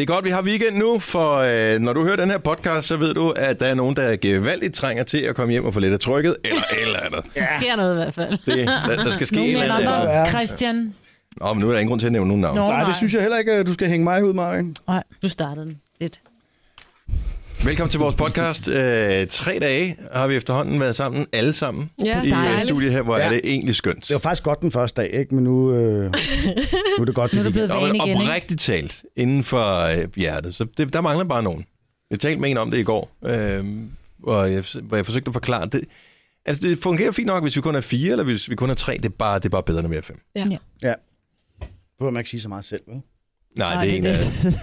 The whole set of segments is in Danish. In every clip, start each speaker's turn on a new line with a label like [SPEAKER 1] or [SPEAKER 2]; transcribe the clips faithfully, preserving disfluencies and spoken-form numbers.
[SPEAKER 1] Det er godt, vi har weekend nu, for øh, når du hører den her podcast, så ved du, at der er nogen, der gevaldigt trænger til at komme hjem og få lidt af trykket, eller eller andet.
[SPEAKER 2] Ja. Der sker noget i hvert fald.
[SPEAKER 1] Det, der, der skal ske
[SPEAKER 2] nogen
[SPEAKER 1] en eller anden.
[SPEAKER 2] Ja. Christian.
[SPEAKER 1] Åh, men nu er der ingen grund til at nævne nogen navn.
[SPEAKER 3] Nå, nej, nej, det synes jeg heller ikke, du skal hænge mig ud, Marie.
[SPEAKER 2] Nej, du startede den lidt.
[SPEAKER 1] Velkommen til vores podcast. Øh, tre dage har vi efterhånden været sammen, alle sammen,
[SPEAKER 4] ja,
[SPEAKER 1] i uh, studiet her, hvor ja. er det egentlig skønt.
[SPEAKER 3] Det var faktisk godt den første dag, ikke? Men nu, øh, nu er det godt.
[SPEAKER 2] Nu er det blevet vane igen,
[SPEAKER 1] og oprigtigt talt, inden for øh, hjertet, så det, der mangler bare nogen. Jeg talte med en om det i går, øh, og jeg, hvor jeg forsøgte at forklare det. Altså, det fungerer fint nok, hvis vi kun er fire, eller hvis vi kun er tre. Det er bare, det er bare bedre, når vi er fem.
[SPEAKER 2] Ja.
[SPEAKER 3] Ja. Du kan man ikke sige så meget selv, vel?
[SPEAKER 1] Nej, Nej, det er en af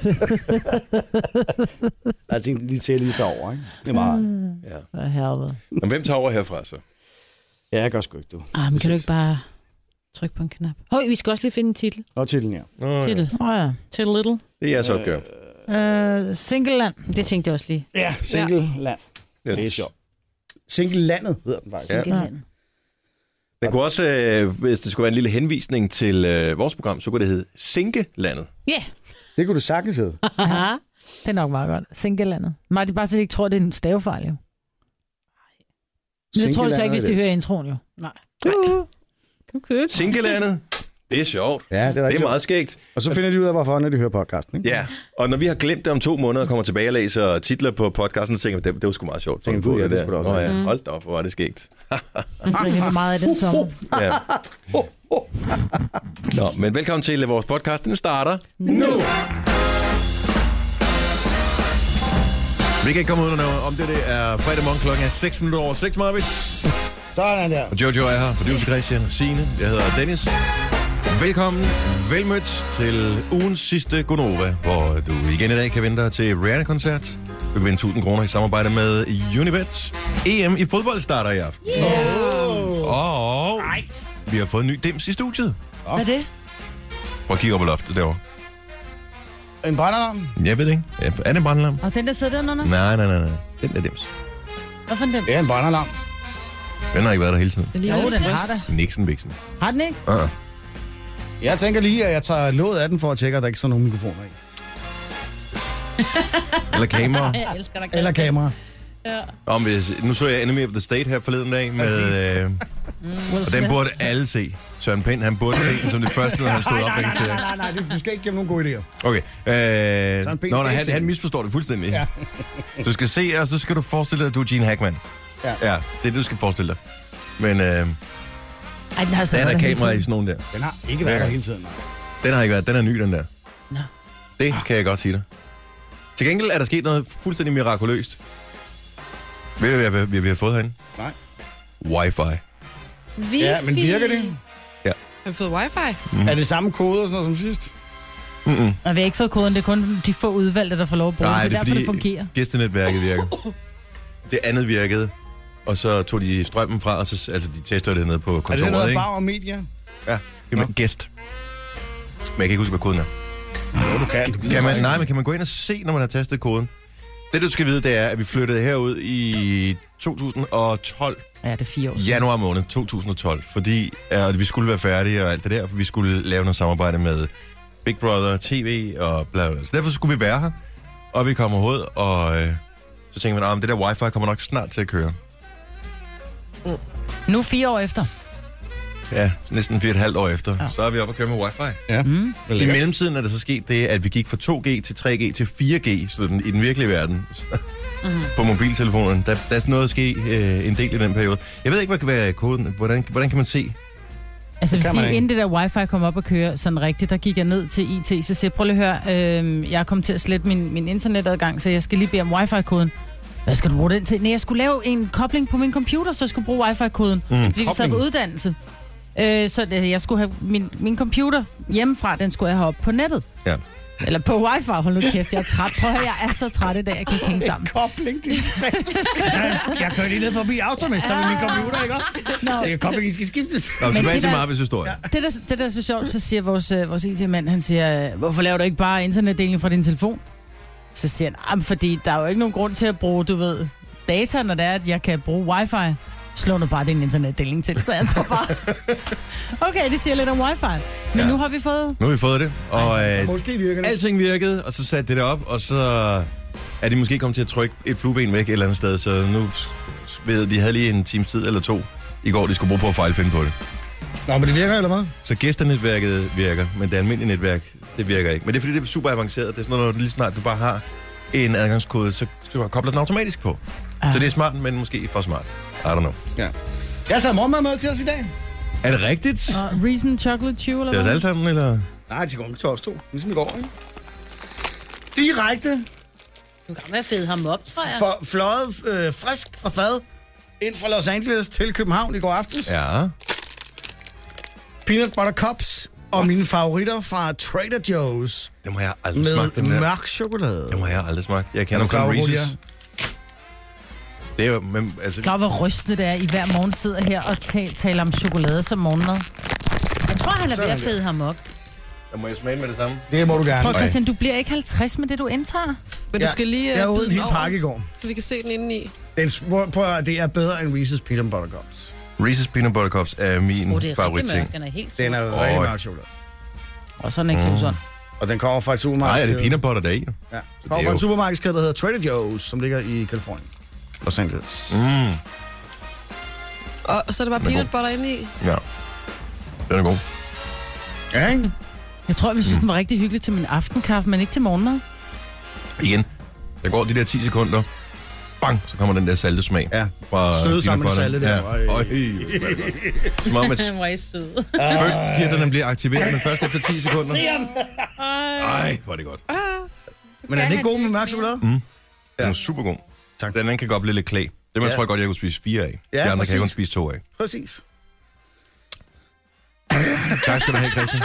[SPEAKER 3] Jeg tænkte lige til at lige tage over, ikke? Det er meget.
[SPEAKER 2] Ja. Herved.
[SPEAKER 1] Men hvem tager over herfra, så?
[SPEAKER 3] Ja, jeg gør sgu ikke, du.
[SPEAKER 2] Ah, men kan du ikke bare trykke på en knap? Høj, vi skal også lige finde en titel.
[SPEAKER 3] Og titlen, ja.
[SPEAKER 1] Nå,
[SPEAKER 2] Titel. Åh ja. Titel Little.
[SPEAKER 1] Det er jeres opgave.
[SPEAKER 2] Øh, Singleland. Det tænkte jeg også lige.
[SPEAKER 3] Ja, Single Land.
[SPEAKER 1] Ja.
[SPEAKER 3] Det er sjovt. Single Landet hedder den faktisk.
[SPEAKER 1] Ja.
[SPEAKER 2] Singleland.
[SPEAKER 1] Den kunne også, øh, hvis det skulle være en lille henvisning til øh, vores program, så kunne det hedde Sinkelandet.
[SPEAKER 2] Ja. Yeah.
[SPEAKER 3] Det kunne du sagtens hedde.
[SPEAKER 2] Aha. Det er nok meget godt. Singlelandet. Nej, det er bare så, de ikke tror, det er en stavefejl, jo. Men det tror jeg så ikke, hvis de hører introen, jo. Nej.
[SPEAKER 1] Okay. Sinkelandet. Det er sjovt.
[SPEAKER 3] Ja, det er,
[SPEAKER 1] det er meget skægt.
[SPEAKER 3] Og så finder de ud af, hvorfor, når de hører podcasten, ikke?
[SPEAKER 1] Ja, og når vi har glemt det om to måneder og kommer tilbage og læser titler på podcasten, så tænker vi, det, det var sgu meget sjovt.
[SPEAKER 3] Tænker du, ja, det skulle også.
[SPEAKER 1] Nå ja, hold da op, hvor var det skægt.
[SPEAKER 2] Man griner meget af den sommer.
[SPEAKER 1] Ja. Nå, men velkommen til vores podcast. Den starter nu. Vi kan ikke komme ud om det. Det er fredag morgen, klokken er seks minutter over seks, Marvitt.
[SPEAKER 3] Sådan der.
[SPEAKER 1] Og Jojo er her, producer Christian og Signe. Jeg hedder Dennis. Velkommen, velmødt til ugens sidste Gonova, hvor du igen i dag kan vinde dig til Rihanna-koncert. Du kan vinde tusind kroner i samarbejde med Unibet. E M i fodbold starter i aften.
[SPEAKER 2] Yeah.
[SPEAKER 1] Og
[SPEAKER 2] right.
[SPEAKER 1] vi har fået en ny dims i studiet.
[SPEAKER 2] Hvad er det?
[SPEAKER 1] Prøv at kigge op på loftet derovre.
[SPEAKER 3] En brændalarm?
[SPEAKER 1] Jeg ved det ikke. Er det en brændalarm?
[SPEAKER 2] Og den, der sidder dernede?
[SPEAKER 1] Nej, nej, nej, nej. Den er dims.
[SPEAKER 2] Hvorfor en dims?
[SPEAKER 3] Det er en brændalarm.
[SPEAKER 1] Den har ikke været der hele tiden.
[SPEAKER 2] Jo, den har der.
[SPEAKER 1] Nixon Bixen.
[SPEAKER 2] Har den ikke?
[SPEAKER 1] Uh-uh.
[SPEAKER 3] Jeg tænker lige, at jeg tager låget af den for at tjekke, at der ikke er nogen mikrofoner i.
[SPEAKER 1] Eller kamera.
[SPEAKER 2] Jeg elsker dig.
[SPEAKER 3] Eller kamera.
[SPEAKER 2] Ja.
[SPEAKER 1] Om, hvis, nu så jeg Enemy of the State her forleden dag med... Øh,
[SPEAKER 2] mm.
[SPEAKER 1] og den burde alle se. Søren Pind, han burde se den som det første, når han stod op.
[SPEAKER 3] Nej, nej, nej, nej, nej, du skal ikke give nogen gode idéer.
[SPEAKER 1] Okay. Øh,
[SPEAKER 3] Pind
[SPEAKER 1] nå, nej, han,
[SPEAKER 3] se
[SPEAKER 1] han misforstår det fuldstændig.
[SPEAKER 3] Ja.
[SPEAKER 1] Du skal se, og så skal du forestille dig, at du er Gene Hackman.
[SPEAKER 3] Ja.
[SPEAKER 1] Ja, det er det, du skal forestille dig. Men øh,
[SPEAKER 2] Ej, den har så
[SPEAKER 1] der er der
[SPEAKER 2] været
[SPEAKER 1] kamera
[SPEAKER 2] hele
[SPEAKER 1] i sådan nogen der.
[SPEAKER 3] Den har ikke været
[SPEAKER 1] Ja.
[SPEAKER 3] der hele tiden. Nej.
[SPEAKER 1] Den har ikke været. Den er ny, den der.
[SPEAKER 2] Nå.
[SPEAKER 1] Det kan jeg godt sige dig. Til gengæld er der sket noget fuldstændig mirakuløst. Ved du, hvad vi, vi har fået herinde?
[SPEAKER 3] Nej.
[SPEAKER 1] Wi-Fi.
[SPEAKER 2] Wifi.
[SPEAKER 3] Ja, men virker det?
[SPEAKER 1] Ja.
[SPEAKER 4] Har vi fået wifi?
[SPEAKER 3] Mm. Er det samme kode og sådan noget som sidst?
[SPEAKER 1] Mm-mm.
[SPEAKER 2] Og vi har ikke fået koden, det er kun de få udvalgte, der får lov at bruge.
[SPEAKER 1] Nej,
[SPEAKER 2] det.
[SPEAKER 1] det
[SPEAKER 2] er
[SPEAKER 1] er
[SPEAKER 2] derfor,
[SPEAKER 1] fordi
[SPEAKER 2] det fungerer.
[SPEAKER 1] gæstenetværket virker. Det andet virkede, og så tog de strømmen fra, og så, altså de tester det nede på kontoret,
[SPEAKER 3] er det noget
[SPEAKER 1] ikke?
[SPEAKER 3] Bauer Media?
[SPEAKER 1] Ja, det er gæst. Men jeg kan ikke huske, hvad koden er.
[SPEAKER 3] Jo, du kan. Du
[SPEAKER 1] kan man, nej, men kan man gå ind og se, når man har tastet koden? Det, du skal vide, det er, at vi flyttede herud i to tusind og tolv.
[SPEAKER 2] Ja, det er fire år siden.
[SPEAKER 1] Januar måned to tusind og tolv, fordi at vi skulle være færdige og alt det der, for vi skulle lave noget samarbejde med Big Brother, T V og bla bla. Så derfor skulle vi være her, og vi kommer ud, og øh, så tænker man, at det der wifi kommer nok snart til at køre.
[SPEAKER 2] Mm. Nu fire år efter.
[SPEAKER 1] Ja, næsten fire og et halvt år efter,
[SPEAKER 2] ja.
[SPEAKER 1] Så er vi oppe og køre med wifi.
[SPEAKER 3] Ja.
[SPEAKER 2] Mm.
[SPEAKER 1] I mellemtiden er der så sket det, at vi gik fra to G til tre G til fire G, så den, i den virkelige verden. Mm-hmm. På mobiltelefonen. Der, der er noget at ske øh, en del i den periode. Jeg ved ikke, hvad kan være koden. Hvordan, hvordan kan man se?
[SPEAKER 2] Altså, hvis sige, inden det der wifi kom op og køre sådan rigtigt, der gik jeg ned til I T, så siger jeg, prøv lige at høre, øh, jeg er kommet til at slette min, min internetadgang, så jeg skal lige bede om wifi-koden. Hvad skal du bruge den til? Nej, jeg skulle lave en kobling på min computer, så jeg skulle bruge wifi-koden. Mm, fordi vi sad på uddannelse. Øh, så det, jeg skulle have min, min computer hjemmefra, den skulle jeg have op på nettet.
[SPEAKER 1] Ja.
[SPEAKER 2] Eller på wifi, hold nu kæft, jeg er træt. Prøv at høre, jeg er så træt i dag, jeg kan ikke hænge sammen.
[SPEAKER 3] Kobling til jeg kører lige ned forbi Automester med min computer, ikke også? No. Så koblingen skal skiftes.
[SPEAKER 1] Nå, tilbage til Marvis historie.
[SPEAKER 2] Ja. Det, der, det der er så sjovt, så siger vores, vores I T-mand, han siger, hvorfor laver du ikke bare internetdelen fra din telefon? Så siger han, fordi der er jo ikke nogen grund til at bruge, du ved, data, når det er, at jeg kan bruge wifi. Slå nu bare din internetdeling til, så jeg tror bare... Okay, det siger lidt om wifi. Men ja. nu har vi fået...
[SPEAKER 1] Nu har vi fået det, og øh,
[SPEAKER 3] måske virker det.
[SPEAKER 1] Alting virkede, og så satte det der op, og så er de måske kommet til at trykke et flueben væk et eller andet sted, så nu ved de havde lige en times tid eller to i går, de skulle bruge på at fejlfinde på det.
[SPEAKER 3] Nå, men det virker, eller hvad?
[SPEAKER 1] Så gæsternetværket virker, men det almindelige netværk, det virker ikke. Men det er fordi, det er super avanceret. Det er sådan noget, når lige snart du bare har en adgangskode, så skal du koble den automatisk på. Ja. Så det er smart, men måske for smart. I don't know.
[SPEAKER 3] Ja. Jeg tager morgenmad med til os i dag.
[SPEAKER 1] Er det rigtigt?
[SPEAKER 2] Uh, Reason Chocolate Chew, eller hvad?
[SPEAKER 1] Det er det alle sammen, eller?
[SPEAKER 3] Nej, det kommer til os to. Ligesom i går, ikke? Direkte.
[SPEAKER 4] Du kan være fed ham op, tror jeg.
[SPEAKER 3] For fløjet øh, frisk fra fad ind fra Los Angeles til København i går aftes.
[SPEAKER 1] Ja.
[SPEAKER 3] Peanut butter cups og What? Mine favoritter fra Trader Joe's.
[SPEAKER 1] Det må jeg aldrig smagt, den
[SPEAKER 3] der.
[SPEAKER 1] Med
[SPEAKER 3] mørk chokolade.
[SPEAKER 1] Det må jeg aldrig smagt. Jeg kender kun Reese's. Det er jo... Men, altså...
[SPEAKER 2] Klar, hvor rystende det er, I hver morgen sidder her og ta- taler om chokolade som morgenmad.
[SPEAKER 4] Jeg tror, han er ved at fede ham op.
[SPEAKER 1] Der må jeg smage med det samme.
[SPEAKER 3] Det må du gerne.
[SPEAKER 2] Prøv, Christian, du bliver ikke halvtreds med det, du indtager.
[SPEAKER 5] Men
[SPEAKER 3] ja,
[SPEAKER 5] du skal lige
[SPEAKER 3] jeg
[SPEAKER 5] uh,
[SPEAKER 3] ude en hel pakke i går.
[SPEAKER 5] Så vi kan se den indeni.
[SPEAKER 3] Den, prøv at det er bedre end Reese's Peanut Butter Cups.
[SPEAKER 1] Reese's Peanut Butter Cups er min
[SPEAKER 4] oh,
[SPEAKER 1] favoritting.
[SPEAKER 4] Den er helt
[SPEAKER 3] Den er
[SPEAKER 1] oh.
[SPEAKER 3] rigtig mørk chokolade.
[SPEAKER 2] Og så er den ikke mm. sådan.
[SPEAKER 3] Og den kommer fra et supermarked.
[SPEAKER 1] Nej, er det peanut butter der i?
[SPEAKER 3] Ja. Den kommer fra en supermarkedskæde, der hedder Trader Joe's, som ligger i Californien. Los Angeles.
[SPEAKER 1] Mm.
[SPEAKER 5] Og så er det bare peanut butter indeni.
[SPEAKER 1] Ja. Den er god.
[SPEAKER 3] Ja, ikke?
[SPEAKER 2] Jeg tror, vi synes, mm. den var rigtig hyggelig til min aftenkaffe, men ikke til morgenmad.
[SPEAKER 1] Igen. Der går de der ti sekunder. Bang, så kommer den der salte smag.
[SPEAKER 3] Ja.
[SPEAKER 1] Fra
[SPEAKER 3] søde sammen salte der.
[SPEAKER 1] Ja. Øj, som om at
[SPEAKER 4] Den var sød.
[SPEAKER 1] spytkirtlerne bliver aktiveret, men først efter ti sekunder.
[SPEAKER 3] Se ham!
[SPEAKER 1] Ej, hvor er det godt.
[SPEAKER 3] Men er det god med mørk chokolade?
[SPEAKER 1] Mm. Den er super god. Tak. Den anden kan godt blive lidt klæ. Det man ja. tror jeg godt, jeg kunne spise fire af.
[SPEAKER 3] Ja,
[SPEAKER 1] De andre
[SPEAKER 3] præcis.
[SPEAKER 1] kan jeg kun spise to af.
[SPEAKER 3] Præcis.
[SPEAKER 1] Tak skal du have, Christian.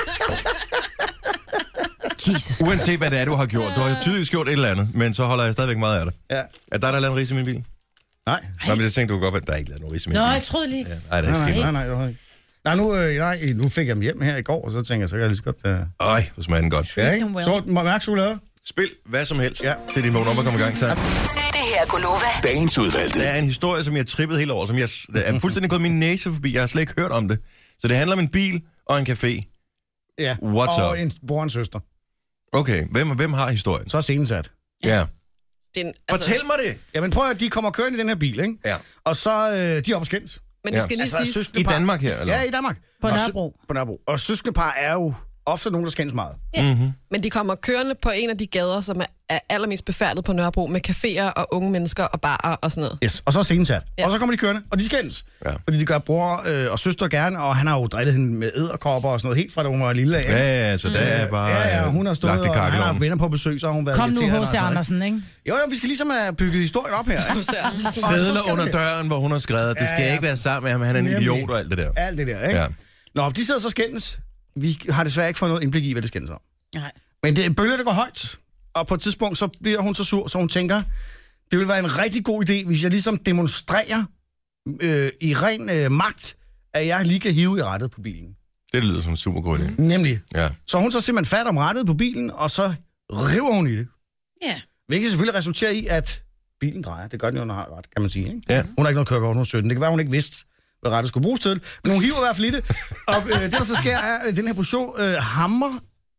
[SPEAKER 2] Jesus
[SPEAKER 1] Uanset
[SPEAKER 2] Christ.
[SPEAKER 1] hvad det er, du har gjort. Du har tydeligvis gjort et eller andet, men så holder jeg stadigvæk meget af det.
[SPEAKER 3] Ja.
[SPEAKER 1] Er der, der lavet en ris i min bil?
[SPEAKER 3] Nej.
[SPEAKER 1] Nej, men jeg tænkte, du godt, at der er ikke lavet nogen ris i min
[SPEAKER 4] Nå,
[SPEAKER 1] bil.
[SPEAKER 4] jeg troede lige.
[SPEAKER 1] Ja. Nej, det er ikke
[SPEAKER 3] Nej,
[SPEAKER 1] sket.
[SPEAKER 3] nej, nej, nej. Nej, nu, øh, nej, nu fik jeg dem hjem her i går, og så tænker jeg, så kan jeg lige så godt... Øh...
[SPEAKER 1] Øj, hvor smager den godt.
[SPEAKER 3] Ja, ikke? Sort mørk chokolade.
[SPEAKER 1] Spil hvad som helst,
[SPEAKER 3] ja.
[SPEAKER 1] til din vågen op og komme i gang sammen.
[SPEAKER 6] Det her er Gunova.
[SPEAKER 1] Dagens udvalgte. Der er en historie, som jeg har trippet hele over, som jeg er fuldstændig gået min næse forbi. Jeg har slet ikke hørt om det. Så det handler om en bil og en café.
[SPEAKER 3] Ja,
[SPEAKER 1] What's
[SPEAKER 3] og
[SPEAKER 1] up?
[SPEAKER 3] en bror og en søster.
[SPEAKER 1] Okay, hvem, hvem har historien?
[SPEAKER 3] Så er scenen sat.
[SPEAKER 1] Ja.
[SPEAKER 5] Den, altså,
[SPEAKER 1] Fortæl mig det!
[SPEAKER 3] Jamen prøv at de kommer kørende i den her bil, ikke?
[SPEAKER 1] Ja.
[SPEAKER 3] Og så øh, de er oppe og skændes.
[SPEAKER 5] men det skal
[SPEAKER 1] Ja.
[SPEAKER 5] lige
[SPEAKER 3] Altså,
[SPEAKER 5] siges.
[SPEAKER 1] I Danmark her, eller?
[SPEAKER 3] Ja, i Danmark.
[SPEAKER 2] På
[SPEAKER 3] Og
[SPEAKER 2] Nørrebro.
[SPEAKER 3] På Nørrebro. Og søskendepar er jo ofte nogen, der skændes meget.
[SPEAKER 4] Ja.
[SPEAKER 1] Mm-hmm.
[SPEAKER 5] Men de kommer kørende på en af de gader, som er, er allermest befærdet på Nørrebro, med caféer og unge mennesker og barer og sådan noget.
[SPEAKER 3] Yes. Og så er scenen sat.
[SPEAKER 5] Ja.
[SPEAKER 3] Og så kommer de kørende, og de skændes.
[SPEAKER 1] Ja.
[SPEAKER 3] Fordi de gør bror øh, og søster gerne, og han har jo drillet hende med edderkopper og sådan noget, helt fra da hun var lille af.
[SPEAKER 1] Ja, ja, så der er bare
[SPEAKER 3] Ja, ja, hun har stået,
[SPEAKER 1] lagt i
[SPEAKER 3] og han har haft
[SPEAKER 1] kakkelovnen.
[SPEAKER 3] venner på besøg, så har hun været
[SPEAKER 2] Kom nu,
[SPEAKER 3] irriterende
[SPEAKER 2] H C
[SPEAKER 3] og sådan,
[SPEAKER 2] Andersen, ikke?
[SPEAKER 3] Jo, jo, vi skal ligesom have bygget historien op her. Ikke?
[SPEAKER 5] Hos Andersen.
[SPEAKER 3] Og så
[SPEAKER 1] Sædler
[SPEAKER 3] skal
[SPEAKER 1] under
[SPEAKER 3] vi-
[SPEAKER 1] døren, hvor hun har skrevet, at det skal
[SPEAKER 3] Ja, ja.
[SPEAKER 1] ikke være sammen med ham, han er en
[SPEAKER 3] Nemlig.
[SPEAKER 1] idiot og alt det der.
[SPEAKER 3] Alt det der, ikke?
[SPEAKER 1] Ja.
[SPEAKER 3] Nå, de sidder så skændes. Vi har desværre ikke fået noget indblik i, hvad det skændes om.
[SPEAKER 2] Nej.
[SPEAKER 3] Men det er bølger, der går højt. Og på et tidspunkt, så bliver hun så sur, så hun tænker, det vil være en rigtig god idé, hvis jeg ligesom demonstrerer øh, i ren øh, magt, at jeg lige kan hive i rettet på bilen.
[SPEAKER 1] Det lyder som en super god idé.
[SPEAKER 3] Nemlig.
[SPEAKER 1] Ja.
[SPEAKER 3] Så hun så simpelthen fat om rettet på bilen, og så river hun i det.
[SPEAKER 4] Ja.
[SPEAKER 3] Hvilket selvfølgelig resulterer i, at bilen drejer. Det gør den jo, når hun har ret, kan man sige. Ikke?
[SPEAKER 1] Ja.
[SPEAKER 3] Hun har ikke noget kørekort, hun er sytten. Det kan være, hun ikke vidste, hvad rettet skulle bruges til. Men hun hiver i hvert fald i det. Og øh, det, der så sker, er, at den her portion øh, hammer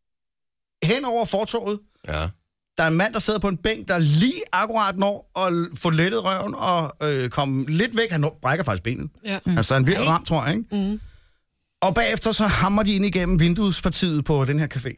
[SPEAKER 3] hen over fortovet.
[SPEAKER 1] Ja.
[SPEAKER 3] Der er en mand, der sidder på en bænk, der lige akkurat når at få lettet røven og øh, komme lidt væk. Han når, brækker faktisk benet.
[SPEAKER 5] Ja.
[SPEAKER 3] Mm. Altså, han bliver ramt, tror jeg, ikke?
[SPEAKER 5] Mm.
[SPEAKER 3] Og bagefter så hammer de ind igennem vinduespartiet på den her café.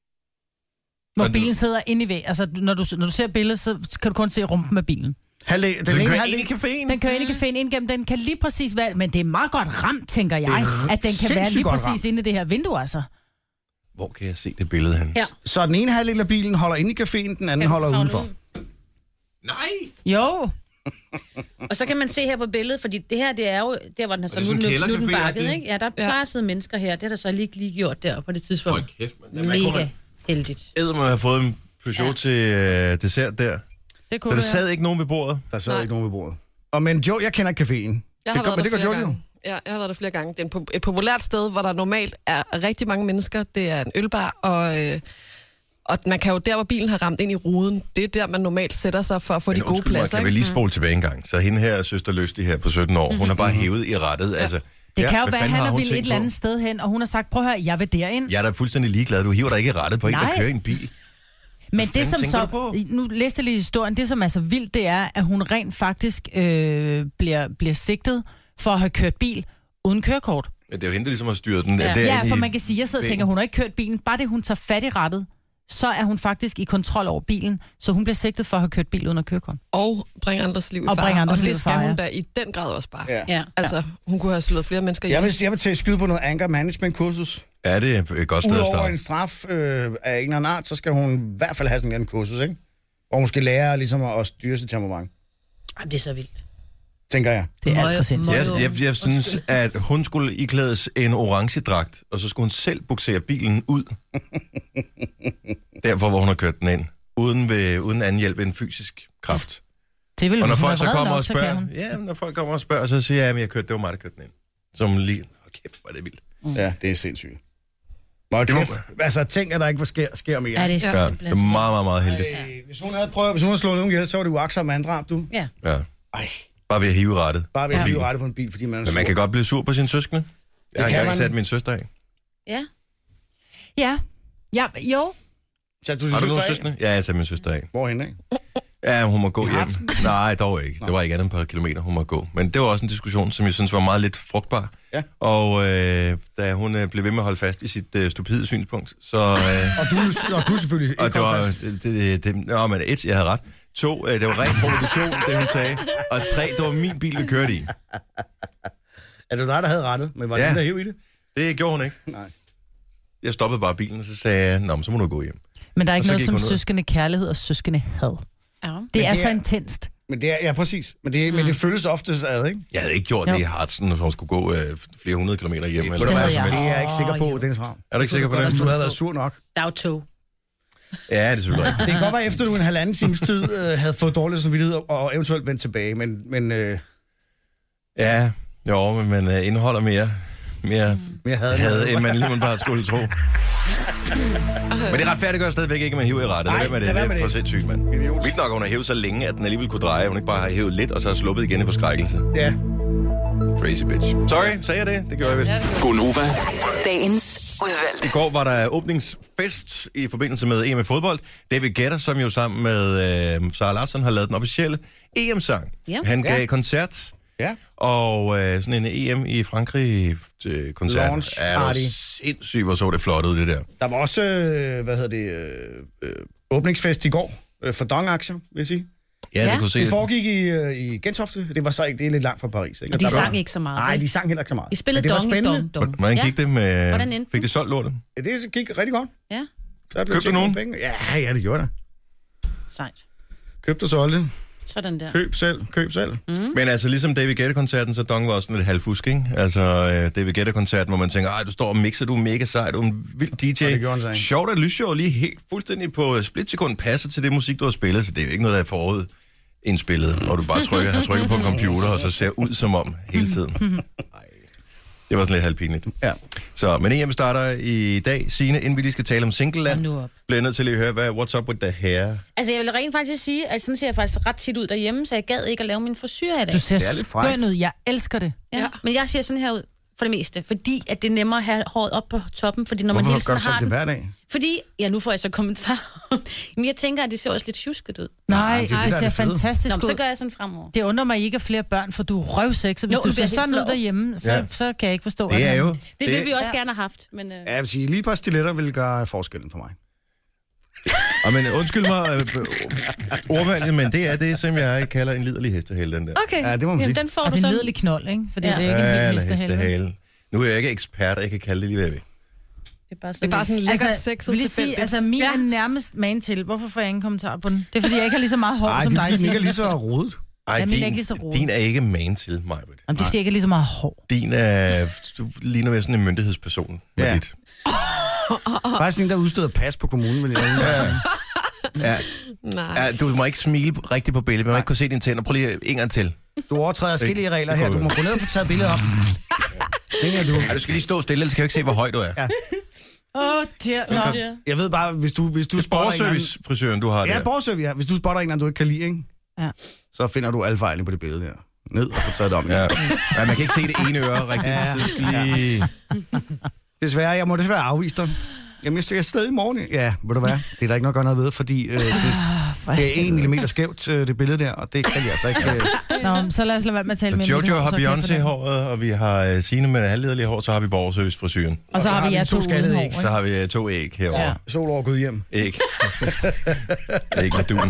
[SPEAKER 2] Hvor
[SPEAKER 1] Og du-
[SPEAKER 2] bilen sidder inde i væg. Altså, når du, når du ser billedet, så kan du kun se rumpen af bilen.
[SPEAKER 3] Halvdel, den
[SPEAKER 1] Så den
[SPEAKER 3] ene
[SPEAKER 1] kører
[SPEAKER 3] halvdel,
[SPEAKER 1] ind i caféen?
[SPEAKER 2] Den kører ind i caféen ind gennem, den kan lige præcis være, men det er meget godt ramt, tænker jeg,
[SPEAKER 3] Det er
[SPEAKER 2] at den kan
[SPEAKER 3] sindssygt
[SPEAKER 2] være lige
[SPEAKER 3] godt
[SPEAKER 2] præcis
[SPEAKER 3] ramt.
[SPEAKER 2] inde i det her vindue, altså.
[SPEAKER 1] Hvor kan jeg se det billede, han?
[SPEAKER 4] Ja.
[SPEAKER 3] Så den ene halvdel af bilen holder inde i caféen, den anden holder udenfor.
[SPEAKER 1] Nej!
[SPEAKER 2] Jo.
[SPEAKER 4] Og så kan man se her på billedet, fordi det her, det er jo, der hvor den er så
[SPEAKER 1] Er det
[SPEAKER 4] nu,
[SPEAKER 1] sådan en
[SPEAKER 4] nu, nu er den
[SPEAKER 1] kældercafé,
[SPEAKER 4] bakket,
[SPEAKER 1] ikke?
[SPEAKER 4] ikke? Ja, der er
[SPEAKER 5] Ja.
[SPEAKER 4] bare siddet mennesker her. Det er der så lige, lige gjort der på det tidspunkt.
[SPEAKER 1] Hold kæft, man. Man kunne
[SPEAKER 4] Mega heldigt.
[SPEAKER 1] æde mig have fået en Peugeot ja. til øh, dessert der.
[SPEAKER 2] Det
[SPEAKER 1] Så
[SPEAKER 2] kunne
[SPEAKER 1] der
[SPEAKER 2] være.
[SPEAKER 1] sad ikke nogen ved bordet.
[SPEAKER 3] Der sad
[SPEAKER 5] Nej.
[SPEAKER 3] ikke nogen ved bordet. Og men Jo, jeg kender ikke caféen.
[SPEAKER 5] Jeg har
[SPEAKER 3] det gør,
[SPEAKER 5] været
[SPEAKER 3] men det
[SPEAKER 5] der
[SPEAKER 3] gør
[SPEAKER 5] flere
[SPEAKER 3] Jojo.
[SPEAKER 5] gange. Ja, jeg har været der flere gange. Det er en, po- et populært sted, hvor der normalt er rigtig mange mennesker. Det er en ølbar, og øh, Og man kan jo der, hvor bilen har ramt ind i ruden, det er der, man normalt sætter sig for at få
[SPEAKER 1] Men
[SPEAKER 5] de gode
[SPEAKER 1] undskyld mig,
[SPEAKER 5] pladser.
[SPEAKER 1] kan vi lige spole tilbage en gang? Så hende her, søster Løstig her på sytten år, hun har bare hævet i rettet. Altså,
[SPEAKER 2] Det kan jo
[SPEAKER 1] hvad
[SPEAKER 2] være, at
[SPEAKER 1] fanden
[SPEAKER 2] han
[SPEAKER 1] har
[SPEAKER 2] har
[SPEAKER 1] hun
[SPEAKER 2] ville et
[SPEAKER 1] tænkt
[SPEAKER 2] eller
[SPEAKER 1] på?
[SPEAKER 2] andet sted hen, og hun har sagt, prøv at høre, jeg vil derind.
[SPEAKER 1] Jeg er da fuldstændig ligeglad. Du hiver dig ikke i rettet på en, der
[SPEAKER 2] Nej.
[SPEAKER 1] kører i en bil.
[SPEAKER 2] Men det, som
[SPEAKER 1] tænker
[SPEAKER 2] så,
[SPEAKER 1] du på?
[SPEAKER 2] nu læste jeg lige historien, det som er så vildt, det er, at hun rent faktisk øh, bliver, bliver sigtet for at have kørt bil uden kørekort.
[SPEAKER 1] Men det er jo hende, der ligesom har styret den.
[SPEAKER 4] Ja.
[SPEAKER 1] Der
[SPEAKER 2] Ja, for man kan sige, jeg sidder og tænker, hun har ikke kørt bilen. Bare det, hun tager fat i rattet, så er hun faktisk i kontrol over bilen, så hun bliver sigtet for at have kørt bil uden at kørekort.
[SPEAKER 5] Og bringe andres liv i
[SPEAKER 2] Og
[SPEAKER 5] fare.
[SPEAKER 2] bringe andres
[SPEAKER 5] og
[SPEAKER 2] liv i
[SPEAKER 5] det skal
[SPEAKER 2] fare, ja.
[SPEAKER 5] hun da i den grad også bare.
[SPEAKER 3] Ja.
[SPEAKER 4] Ja.
[SPEAKER 5] Altså, hun kunne have slået flere mennesker
[SPEAKER 3] Jeg
[SPEAKER 5] ihjel.
[SPEAKER 3] vil, jeg vil tage skyde på noget anger management kursus.
[SPEAKER 1] Ja, det er et godt sted at
[SPEAKER 3] Udover
[SPEAKER 1] starte.
[SPEAKER 3] en straf øh, af en eller anden art, så skal hun i hvert fald have sådan en kursus, ikke? Og måske lære ligesom at, at styre sit temperament,
[SPEAKER 4] Ej, det er så vildt.
[SPEAKER 3] tænker jeg.
[SPEAKER 2] Det er alt for
[SPEAKER 4] Møg-
[SPEAKER 2] sindssygt.
[SPEAKER 1] Jeg, jeg, jeg synes, at hun skulle iklædes en orange dragt, og så skulle hun selv buksere bilen ud. Derfor, hvor hun har kørt den ind. Uden, ved, uden anden hjælp end fysisk kraft.
[SPEAKER 2] Det vil
[SPEAKER 1] Og når
[SPEAKER 2] hun
[SPEAKER 1] folk så
[SPEAKER 2] er vred
[SPEAKER 1] kommer
[SPEAKER 2] nok,
[SPEAKER 1] og
[SPEAKER 2] så kan
[SPEAKER 1] spørger,
[SPEAKER 2] hun.
[SPEAKER 1] ja, når folk kommer og spørger, så siger jeg, at jeg kørte, det var mig, der kørte den ind. Som lige, åh kæft, hvor er det vildt.
[SPEAKER 3] Mm. Ja, det er sindssygt. Nå,
[SPEAKER 1] Det må-
[SPEAKER 3] kæft. Altså, tænk, at der ikke var sker, sker mere.
[SPEAKER 4] Ja, det er
[SPEAKER 1] Ja, det er
[SPEAKER 4] simpelthen
[SPEAKER 1] meget, meget, meget heldigt.
[SPEAKER 3] Ej, hvis hun havde prøvet, hvis hun havde slået nogen ihjel, så var det uagtsomt manddrab, du.
[SPEAKER 4] Ja.
[SPEAKER 1] Ja.
[SPEAKER 3] Ej,
[SPEAKER 1] Bare ved at hive rettet.
[SPEAKER 3] bare ved at
[SPEAKER 1] Ja.
[SPEAKER 3] blive rettet på en bil, fordi man er
[SPEAKER 1] Men man kan godt blive sur på sine søskende. Jeg har
[SPEAKER 3] kan
[SPEAKER 1] engang
[SPEAKER 3] man.
[SPEAKER 1] sat min søster af.
[SPEAKER 4] Ja.
[SPEAKER 2] Ja. Ja, jo.
[SPEAKER 3] Så du
[SPEAKER 1] Har du
[SPEAKER 3] søster
[SPEAKER 1] nogen
[SPEAKER 3] af?
[SPEAKER 1] søskende? Ja, jeg satte min søster af.
[SPEAKER 3] Hvorhen, ikke?
[SPEAKER 1] Ja, hun må gå
[SPEAKER 3] I
[SPEAKER 1] hjem.
[SPEAKER 3] Harzen?
[SPEAKER 1] Nej, dog ikke. Det var ikke andet end et par kilometer, hun må gå. Men det var også en diskussion, som jeg synes var meget lidt frugtbar.
[SPEAKER 3] Ja.
[SPEAKER 1] Og øh, da hun øh, blev ved med at holde fast i sit øh, stupide synspunkt, så... Øh,
[SPEAKER 3] Og du, og du selvfølgelig ikke
[SPEAKER 1] og det var...
[SPEAKER 3] fast.
[SPEAKER 1] Det, det, det, nå, men et, jeg havde ret. To, øh, det var ren provokation, det hun sagde. Og tre, det var min bil, vi kørte i.
[SPEAKER 3] Er det dig, der havde rettet? Men var det
[SPEAKER 1] Ja.
[SPEAKER 3] ja. der hæv i det?
[SPEAKER 1] Det gjorde hun ikke.
[SPEAKER 3] Nej.
[SPEAKER 1] Jeg stoppede bare bilen, og så sagde jeg, nå, men så må du gå hjem.
[SPEAKER 2] Men der er
[SPEAKER 1] Og
[SPEAKER 2] ikke
[SPEAKER 1] så
[SPEAKER 2] noget
[SPEAKER 1] gik
[SPEAKER 2] som
[SPEAKER 1] hun ud.
[SPEAKER 2] søskende kærlighed og søskende had.
[SPEAKER 4] Ja.
[SPEAKER 2] Det
[SPEAKER 3] Men
[SPEAKER 2] er
[SPEAKER 3] det
[SPEAKER 2] så
[SPEAKER 3] er-
[SPEAKER 2] intenst.
[SPEAKER 3] Men det er, ja, præcis. Men det, mm. men det føles oftest ad, ikke?
[SPEAKER 1] Jeg havde ikke gjort
[SPEAKER 2] Jo.
[SPEAKER 1] det i Hartsen, når hun skulle gå øh, flere hundrede kilometer hjem. Eller
[SPEAKER 2] det
[SPEAKER 1] hvad
[SPEAKER 2] havde
[SPEAKER 1] som
[SPEAKER 2] jeg.
[SPEAKER 1] helst.
[SPEAKER 3] Det er jeg ikke sikker på,
[SPEAKER 4] Åh, jo.
[SPEAKER 3] Dennis Ravn.
[SPEAKER 1] Er du ikke sikker på
[SPEAKER 3] Hvis
[SPEAKER 1] det?
[SPEAKER 3] du havde været sur nok.
[SPEAKER 4] Der er jo tog.
[SPEAKER 1] Ja, det er selvfølgelig rigtigt.
[SPEAKER 3] Det kan godt være, efter du en halvanden times tid øh, havde fået dårlig samvittighed og, og eventuelt vendt tilbage, men, men øh,
[SPEAKER 1] Ja, jo, men man øh, indeholder mere, mere
[SPEAKER 3] jeg havde
[SPEAKER 1] had, end man lige bare skulle tro. Men det retfærdiggør stadigvæk ikke, at man hiver i rettet.
[SPEAKER 3] Nej,
[SPEAKER 1] Hvem er det?
[SPEAKER 3] lad være
[SPEAKER 1] Det
[SPEAKER 3] med
[SPEAKER 1] er for
[SPEAKER 3] det.
[SPEAKER 1] sindssygt, mand.
[SPEAKER 3] Idiot.
[SPEAKER 1] Vildt nok, at hun har hævet så længe, at den alligevel kunne dreje. Hun ikke bare har hævet lidt, og så har sluppet igen i forskrækkelse.
[SPEAKER 3] Ja.
[SPEAKER 1] Crazy bitch. Sorry, sagde jeg det? Det gjorde jeg vist.
[SPEAKER 6] Gonova.
[SPEAKER 7] Dagens udvalgte.
[SPEAKER 1] I går var der åbningsfest i forbindelse med E M i fodbold. David Guetta, som jo sammen med øh, Sarah Larsson har lavet den officielle E M-sang.
[SPEAKER 4] Ja.
[SPEAKER 1] Han gav
[SPEAKER 3] Ja.
[SPEAKER 1] koncert,
[SPEAKER 3] Ja.
[SPEAKER 1] og øh, sådan en E M i Frankrig-koncert.
[SPEAKER 3] Launch
[SPEAKER 1] Er
[SPEAKER 3] party.
[SPEAKER 1] du sindssygt, hvor så det flot ud, det der.
[SPEAKER 3] Der var også, øh, hvad hedder det, øh, øh, åbningsfest i går øh, for Dong-aktier, vil jeg sige.
[SPEAKER 1] Ja,
[SPEAKER 4] Ja.
[SPEAKER 1] det kunne se.
[SPEAKER 3] Det foregik i, øh, i Gentofte. Det var så ikke, det er lidt langt fra Paris. Ikke?
[SPEAKER 4] Og de
[SPEAKER 3] Der var-
[SPEAKER 4] sang ikke så meget.
[SPEAKER 3] Nej,
[SPEAKER 4] vel?
[SPEAKER 3] de sang heller ikke så meget.
[SPEAKER 4] De spillede
[SPEAKER 3] Men det var
[SPEAKER 4] dong i
[SPEAKER 3] spændende.
[SPEAKER 4] dong, dong.
[SPEAKER 1] Hvordan gik det med...
[SPEAKER 4] Hvordan endte
[SPEAKER 1] Fik
[SPEAKER 4] den?
[SPEAKER 1] det solgt lortet?
[SPEAKER 3] Ja, det gik rigtig godt.
[SPEAKER 4] Ja,
[SPEAKER 3] Der blev
[SPEAKER 1] Købte
[SPEAKER 3] tjent
[SPEAKER 1] du
[SPEAKER 3] nogle
[SPEAKER 1] nogen?
[SPEAKER 3] penge. Ja, ja, det gjorde det.
[SPEAKER 4] sejt.
[SPEAKER 3] Købte og solgte.
[SPEAKER 4] Sådan der.
[SPEAKER 3] Køb selv, køb selv.
[SPEAKER 4] Mm.
[SPEAKER 1] Men altså, ligesom David Guetta-koncerten, så Dong var også sådan lidt halvfusk, ikke? Altså, øh, David Guetta-koncerten, hvor man tænker, ej, du står og mixer, du er mega sej, du er en vild D J.
[SPEAKER 3] Og det gjorde han så ikke.
[SPEAKER 1] Sjovt, at lysshow lige helt fuldstændig på splitsekund passer til det musik, du har spillet, så det er jo ikke noget, der er forud indspillet, og du bare trykker, har trykket på en computer, og så ser ud som om hele tiden. Ej, det var sådan lidt halvpinligt.
[SPEAKER 3] Ja.
[SPEAKER 1] Så, men E M starter i dag. Signe, inden vi lige skal tale om
[SPEAKER 4] Hold
[SPEAKER 1] Singleland,
[SPEAKER 4] nu op.
[SPEAKER 1] bliver jeg nødt til lige at høre, hvad, what's up with the hair?
[SPEAKER 4] Altså, jeg vil rent faktisk sige, at sådan ser jeg faktisk ret tit ud derhjemme, så jeg gad ikke at lave min frisyr i dag.
[SPEAKER 2] Du ser
[SPEAKER 3] Det er lidt frækt.
[SPEAKER 2] skøn ud. Jeg elsker det.
[SPEAKER 4] Ja. ja. Men jeg ser sådan her ud for det meste, fordi at det er nemmere at have håret op på toppen, fordi når man
[SPEAKER 3] Hvorfor
[SPEAKER 4] hele
[SPEAKER 3] gør
[SPEAKER 4] tiden
[SPEAKER 3] du så
[SPEAKER 4] har
[SPEAKER 3] det
[SPEAKER 4] den...
[SPEAKER 3] hver dag?
[SPEAKER 4] Fordi, ja, nu får jeg så kommentar. Men jeg tænker, at det ser også lidt tjusket ud.
[SPEAKER 2] Nej,
[SPEAKER 3] det
[SPEAKER 2] det,
[SPEAKER 3] er det,
[SPEAKER 2] det
[SPEAKER 3] der er
[SPEAKER 2] ser
[SPEAKER 3] det fede.
[SPEAKER 2] fantastisk
[SPEAKER 4] Nå, men så
[SPEAKER 2] ud.
[SPEAKER 4] gør jeg sådan fremover.
[SPEAKER 2] Det undrer mig ikke at flere børn, for du er røvsexet. Hvis
[SPEAKER 4] Jo,
[SPEAKER 2] du
[SPEAKER 4] det
[SPEAKER 2] ser
[SPEAKER 4] bliver
[SPEAKER 2] sådan
[SPEAKER 4] helt
[SPEAKER 2] ud
[SPEAKER 4] flot.
[SPEAKER 2] derhjemme, så,
[SPEAKER 1] Ja.
[SPEAKER 2] så kan jeg ikke forstå,
[SPEAKER 1] Det er
[SPEAKER 2] at
[SPEAKER 1] jo...
[SPEAKER 2] man-
[SPEAKER 4] Det ville vi også
[SPEAKER 2] Ja.
[SPEAKER 4] gerne have haft, men... Øh...
[SPEAKER 3] Ja, jeg vil sige, lige et par stiletter vil gøre forskellen for mig.
[SPEAKER 1] Og men undskyld mig øh, ordvalget, men det er det, som jeg kalder en liderlig hestehale, den der.
[SPEAKER 4] Okay,
[SPEAKER 3] Ja, det må man
[SPEAKER 4] Jamen,
[SPEAKER 3] sige.
[SPEAKER 4] den får
[SPEAKER 2] Og
[SPEAKER 4] du
[SPEAKER 2] det er en
[SPEAKER 4] sådan.
[SPEAKER 2] lidelig knold, ikke? For det
[SPEAKER 4] Ja.
[SPEAKER 2] er ikke en
[SPEAKER 1] Ja,
[SPEAKER 2] helt
[SPEAKER 1] eller
[SPEAKER 2] hestehale.
[SPEAKER 1] hestehale. Nu er jeg ikke ekspert, og jeg kan kalde det lige, hvad jeg vil.
[SPEAKER 4] Det er bare
[SPEAKER 5] Det
[SPEAKER 4] sådan,
[SPEAKER 5] er bare sådan lækkert
[SPEAKER 2] Altså,
[SPEAKER 5] sexet
[SPEAKER 2] vil jeg
[SPEAKER 5] tilfældigt.
[SPEAKER 2] sige, altså min
[SPEAKER 4] Ja.
[SPEAKER 2] er nærmest man til. Hvorfor får jeg ingen kommentar på den? Det er fordi, jeg ikke har lige så meget hår
[SPEAKER 3] Nej,
[SPEAKER 2] som
[SPEAKER 3] det er
[SPEAKER 2] dig.
[SPEAKER 3] fordi, den ikke er
[SPEAKER 2] Signe.
[SPEAKER 3] lige så rodet.
[SPEAKER 1] Ej,
[SPEAKER 2] Ja, min er
[SPEAKER 1] din,
[SPEAKER 2] ikke lige så rodet.
[SPEAKER 1] din er ikke man til, Majbert.
[SPEAKER 2] Jamen, det er fordi, jeg ikke har lige så meget hår.
[SPEAKER 1] Din er, du ligner mere sådan en myndighedsperson med
[SPEAKER 3] Ja.
[SPEAKER 1] dit.
[SPEAKER 3] Faktisk en, der udsteder pas på kommunen. Vil jeg
[SPEAKER 1] Ja,
[SPEAKER 5] Nej.
[SPEAKER 1] ja, du må ikke smile rigtigt på billedet, man må ikke kunne se dine tænder. Prøv lige en gang til.
[SPEAKER 3] Du overtræder forskellige regler
[SPEAKER 1] det
[SPEAKER 3] her.
[SPEAKER 1] går
[SPEAKER 3] Du må
[SPEAKER 1] vel.
[SPEAKER 3] gå ned og få taget billeder op. Tænker du?
[SPEAKER 1] Ja, du skal lige stå stille, ellers kan jeg ikke se, hvor høj du er.
[SPEAKER 3] Ja.
[SPEAKER 2] Åh, oh, dear.
[SPEAKER 3] Jeg ved bare, hvis du, hvis du
[SPEAKER 1] Det er
[SPEAKER 3] spotter en eller anden...
[SPEAKER 1] borgerservice-frisøren, du har
[SPEAKER 3] Ja,
[SPEAKER 1] der.
[SPEAKER 3] borgerservice, ja. Hvis du spotter en eller anden, du ikke kan lide, ikke?
[SPEAKER 2] Ja.
[SPEAKER 3] Så finder du alle fejlene på det billede her. Ned og få taget det om.
[SPEAKER 1] Ja. Ja, man kan ikke se det ene øre rigtigt.
[SPEAKER 3] Ja.
[SPEAKER 1] Så du skal lige...
[SPEAKER 3] Desværre, jeg må desværre afvise dig. Jamen, jeg skal afsted i morgen. Ja, ved du hvad? Det er der ikke noget at gøre noget ved, fordi øh, det, det er en millimeter skævt, øh, det billede der, og det kan jeg altså ikke... Øh.
[SPEAKER 2] Nå, så lad os lade være med at tale med
[SPEAKER 1] Jojo har Beyoncé-håret, og vi har uh, Signe med halvlederlige hår, så har vi borgerservice-frisyren.
[SPEAKER 2] Og så har vi jer to uden hår,
[SPEAKER 1] Så har vi uh, to æg herovre. Ja.
[SPEAKER 3] Sol over Gud hjem.
[SPEAKER 1] Æg. Æg med duen.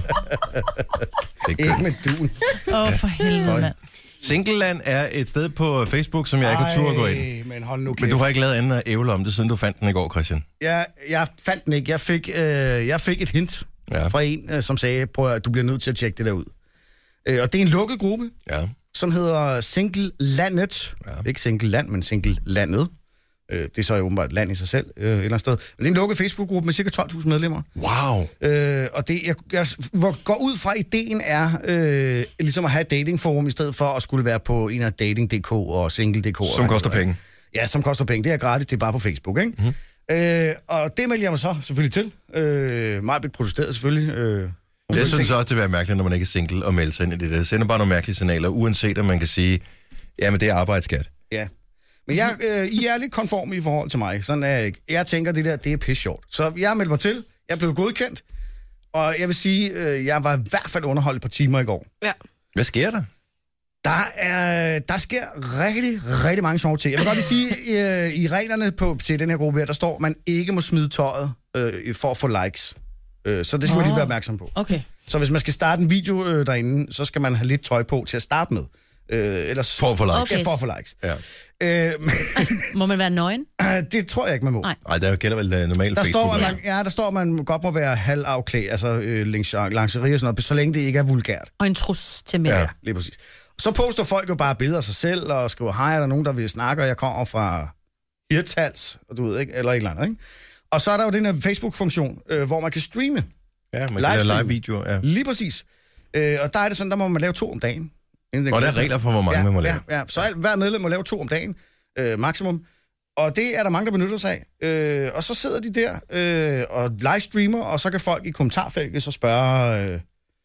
[SPEAKER 3] Æg med duen.
[SPEAKER 2] Åh, oh, for helvede, mand.
[SPEAKER 1] Singleland er et sted på Facebook, som jeg ikke har tur at gå ind.
[SPEAKER 3] Men hold nu kæft.
[SPEAKER 1] Men du har ikke lavet andet at ævle om det, siden du fandt den i går, Christian.
[SPEAKER 3] Jeg, jeg fandt den ikke. Jeg fik, øh, jeg fik et hint
[SPEAKER 1] Ja.
[SPEAKER 3] fra en, øh, som sagde, prøv at du bliver nødt til at tjekke det der ud. Øh, og det er en lukket gruppe,
[SPEAKER 1] Ja.
[SPEAKER 3] som hedder Single Landet.
[SPEAKER 1] Ja.
[SPEAKER 3] Ikke Single Land, men Single Landet. Øh, det er så jo åbenbart et land i sig selv, øh, et eller andet sted. Men det er en lukket Facebook-gruppe med cirka tolv tusind medlemmer.
[SPEAKER 1] Wow.
[SPEAKER 3] Øh, og det, jeg, jeg hvor går ud fra, ideen er øh, ligesom at have et datingforum, i stedet for at skulle være på en af dating punktum d k og single punktum d k.
[SPEAKER 1] Som koster penge.
[SPEAKER 3] Ja, som koster penge. Det er gratis, det er bare på Facebook, ikke? Mm-hmm. Øh, og det meldte jeg mig så selvfølgelig til. Øh, meget blevet protesteret selvfølgelig. Øh,
[SPEAKER 1] Jeg synes også, det vil være mærkeligt, når man ikke er single og melder sig ind i det der. Det sender bare nogle mærkelige signaler, uanset om man kan sige, jamen det er arbejdsskat.
[SPEAKER 3] Ja. Men jeg, øh, I er lidt konforme i forhold til mig. Sådan er jeg ikke. Jeg tænker, det der, det er pisse sjovt. Så jeg meldte mig til. Jeg blev godkendt. Og jeg vil sige, øh, jeg var i hvert fald underholdt et par timer i går.
[SPEAKER 5] Ja.
[SPEAKER 1] Hvad sker der?
[SPEAKER 3] Der, er, der sker rigtig, rigtig mange sjove ting. Jeg vil godt lige sige, øh, i reglerne på, til den her gruppe her, der står, at man ikke må smide tøjet øh, for at få likes. Øh, så det skal man lige være opmærksom på.
[SPEAKER 2] Okay.
[SPEAKER 3] Så hvis man skal starte en video øh, derinde, så skal man have lidt tøj på til at starte med. Øh, ellers,
[SPEAKER 1] For at få likes.
[SPEAKER 4] Okay.
[SPEAKER 3] Ja, for at få likes.
[SPEAKER 1] Ja.
[SPEAKER 3] Øh,
[SPEAKER 4] Må man være nøgen?
[SPEAKER 3] men, det tror jeg ikke, man må.
[SPEAKER 4] Nej.
[SPEAKER 1] Ej, der gælder vel uh, normalt
[SPEAKER 3] Der står,
[SPEAKER 1] Facebook.
[SPEAKER 3] at man, ja, der står, at man godt må være halvafklædt, altså øh, lingerie og sådan noget, så længe det ikke er vulgært.
[SPEAKER 4] Og en trus til mænd.
[SPEAKER 3] Ja,
[SPEAKER 4] Ja.
[SPEAKER 3] lige præcis. Så poster folk jo bare billeder af sig selv, og skriver, hej, er der nogen, der vil snakke, og jeg kommer fra Hirtals, og du ved ikke, eller et eller andet, ikke? Og så er der jo den her Facebook-funktion, øh, hvor man kan streame.
[SPEAKER 1] Ja, man kan
[SPEAKER 3] Livestream.
[SPEAKER 1] lave live-videoer. Ja.
[SPEAKER 3] Lige præcis. Øh, og der er det sådan, der må man lave to om dagen.
[SPEAKER 1] Og der er regler for, hvor mange
[SPEAKER 3] ja,
[SPEAKER 1] man må lave.
[SPEAKER 3] Ja, ja. Så alt, hver medlem må lave to om dagen, øh, maksimum. Og det er der mange, der benytter sig af. Øh, og så sidder de der øh, og livestreamer, og så kan folk i kommentarfeltet så spørge, øh,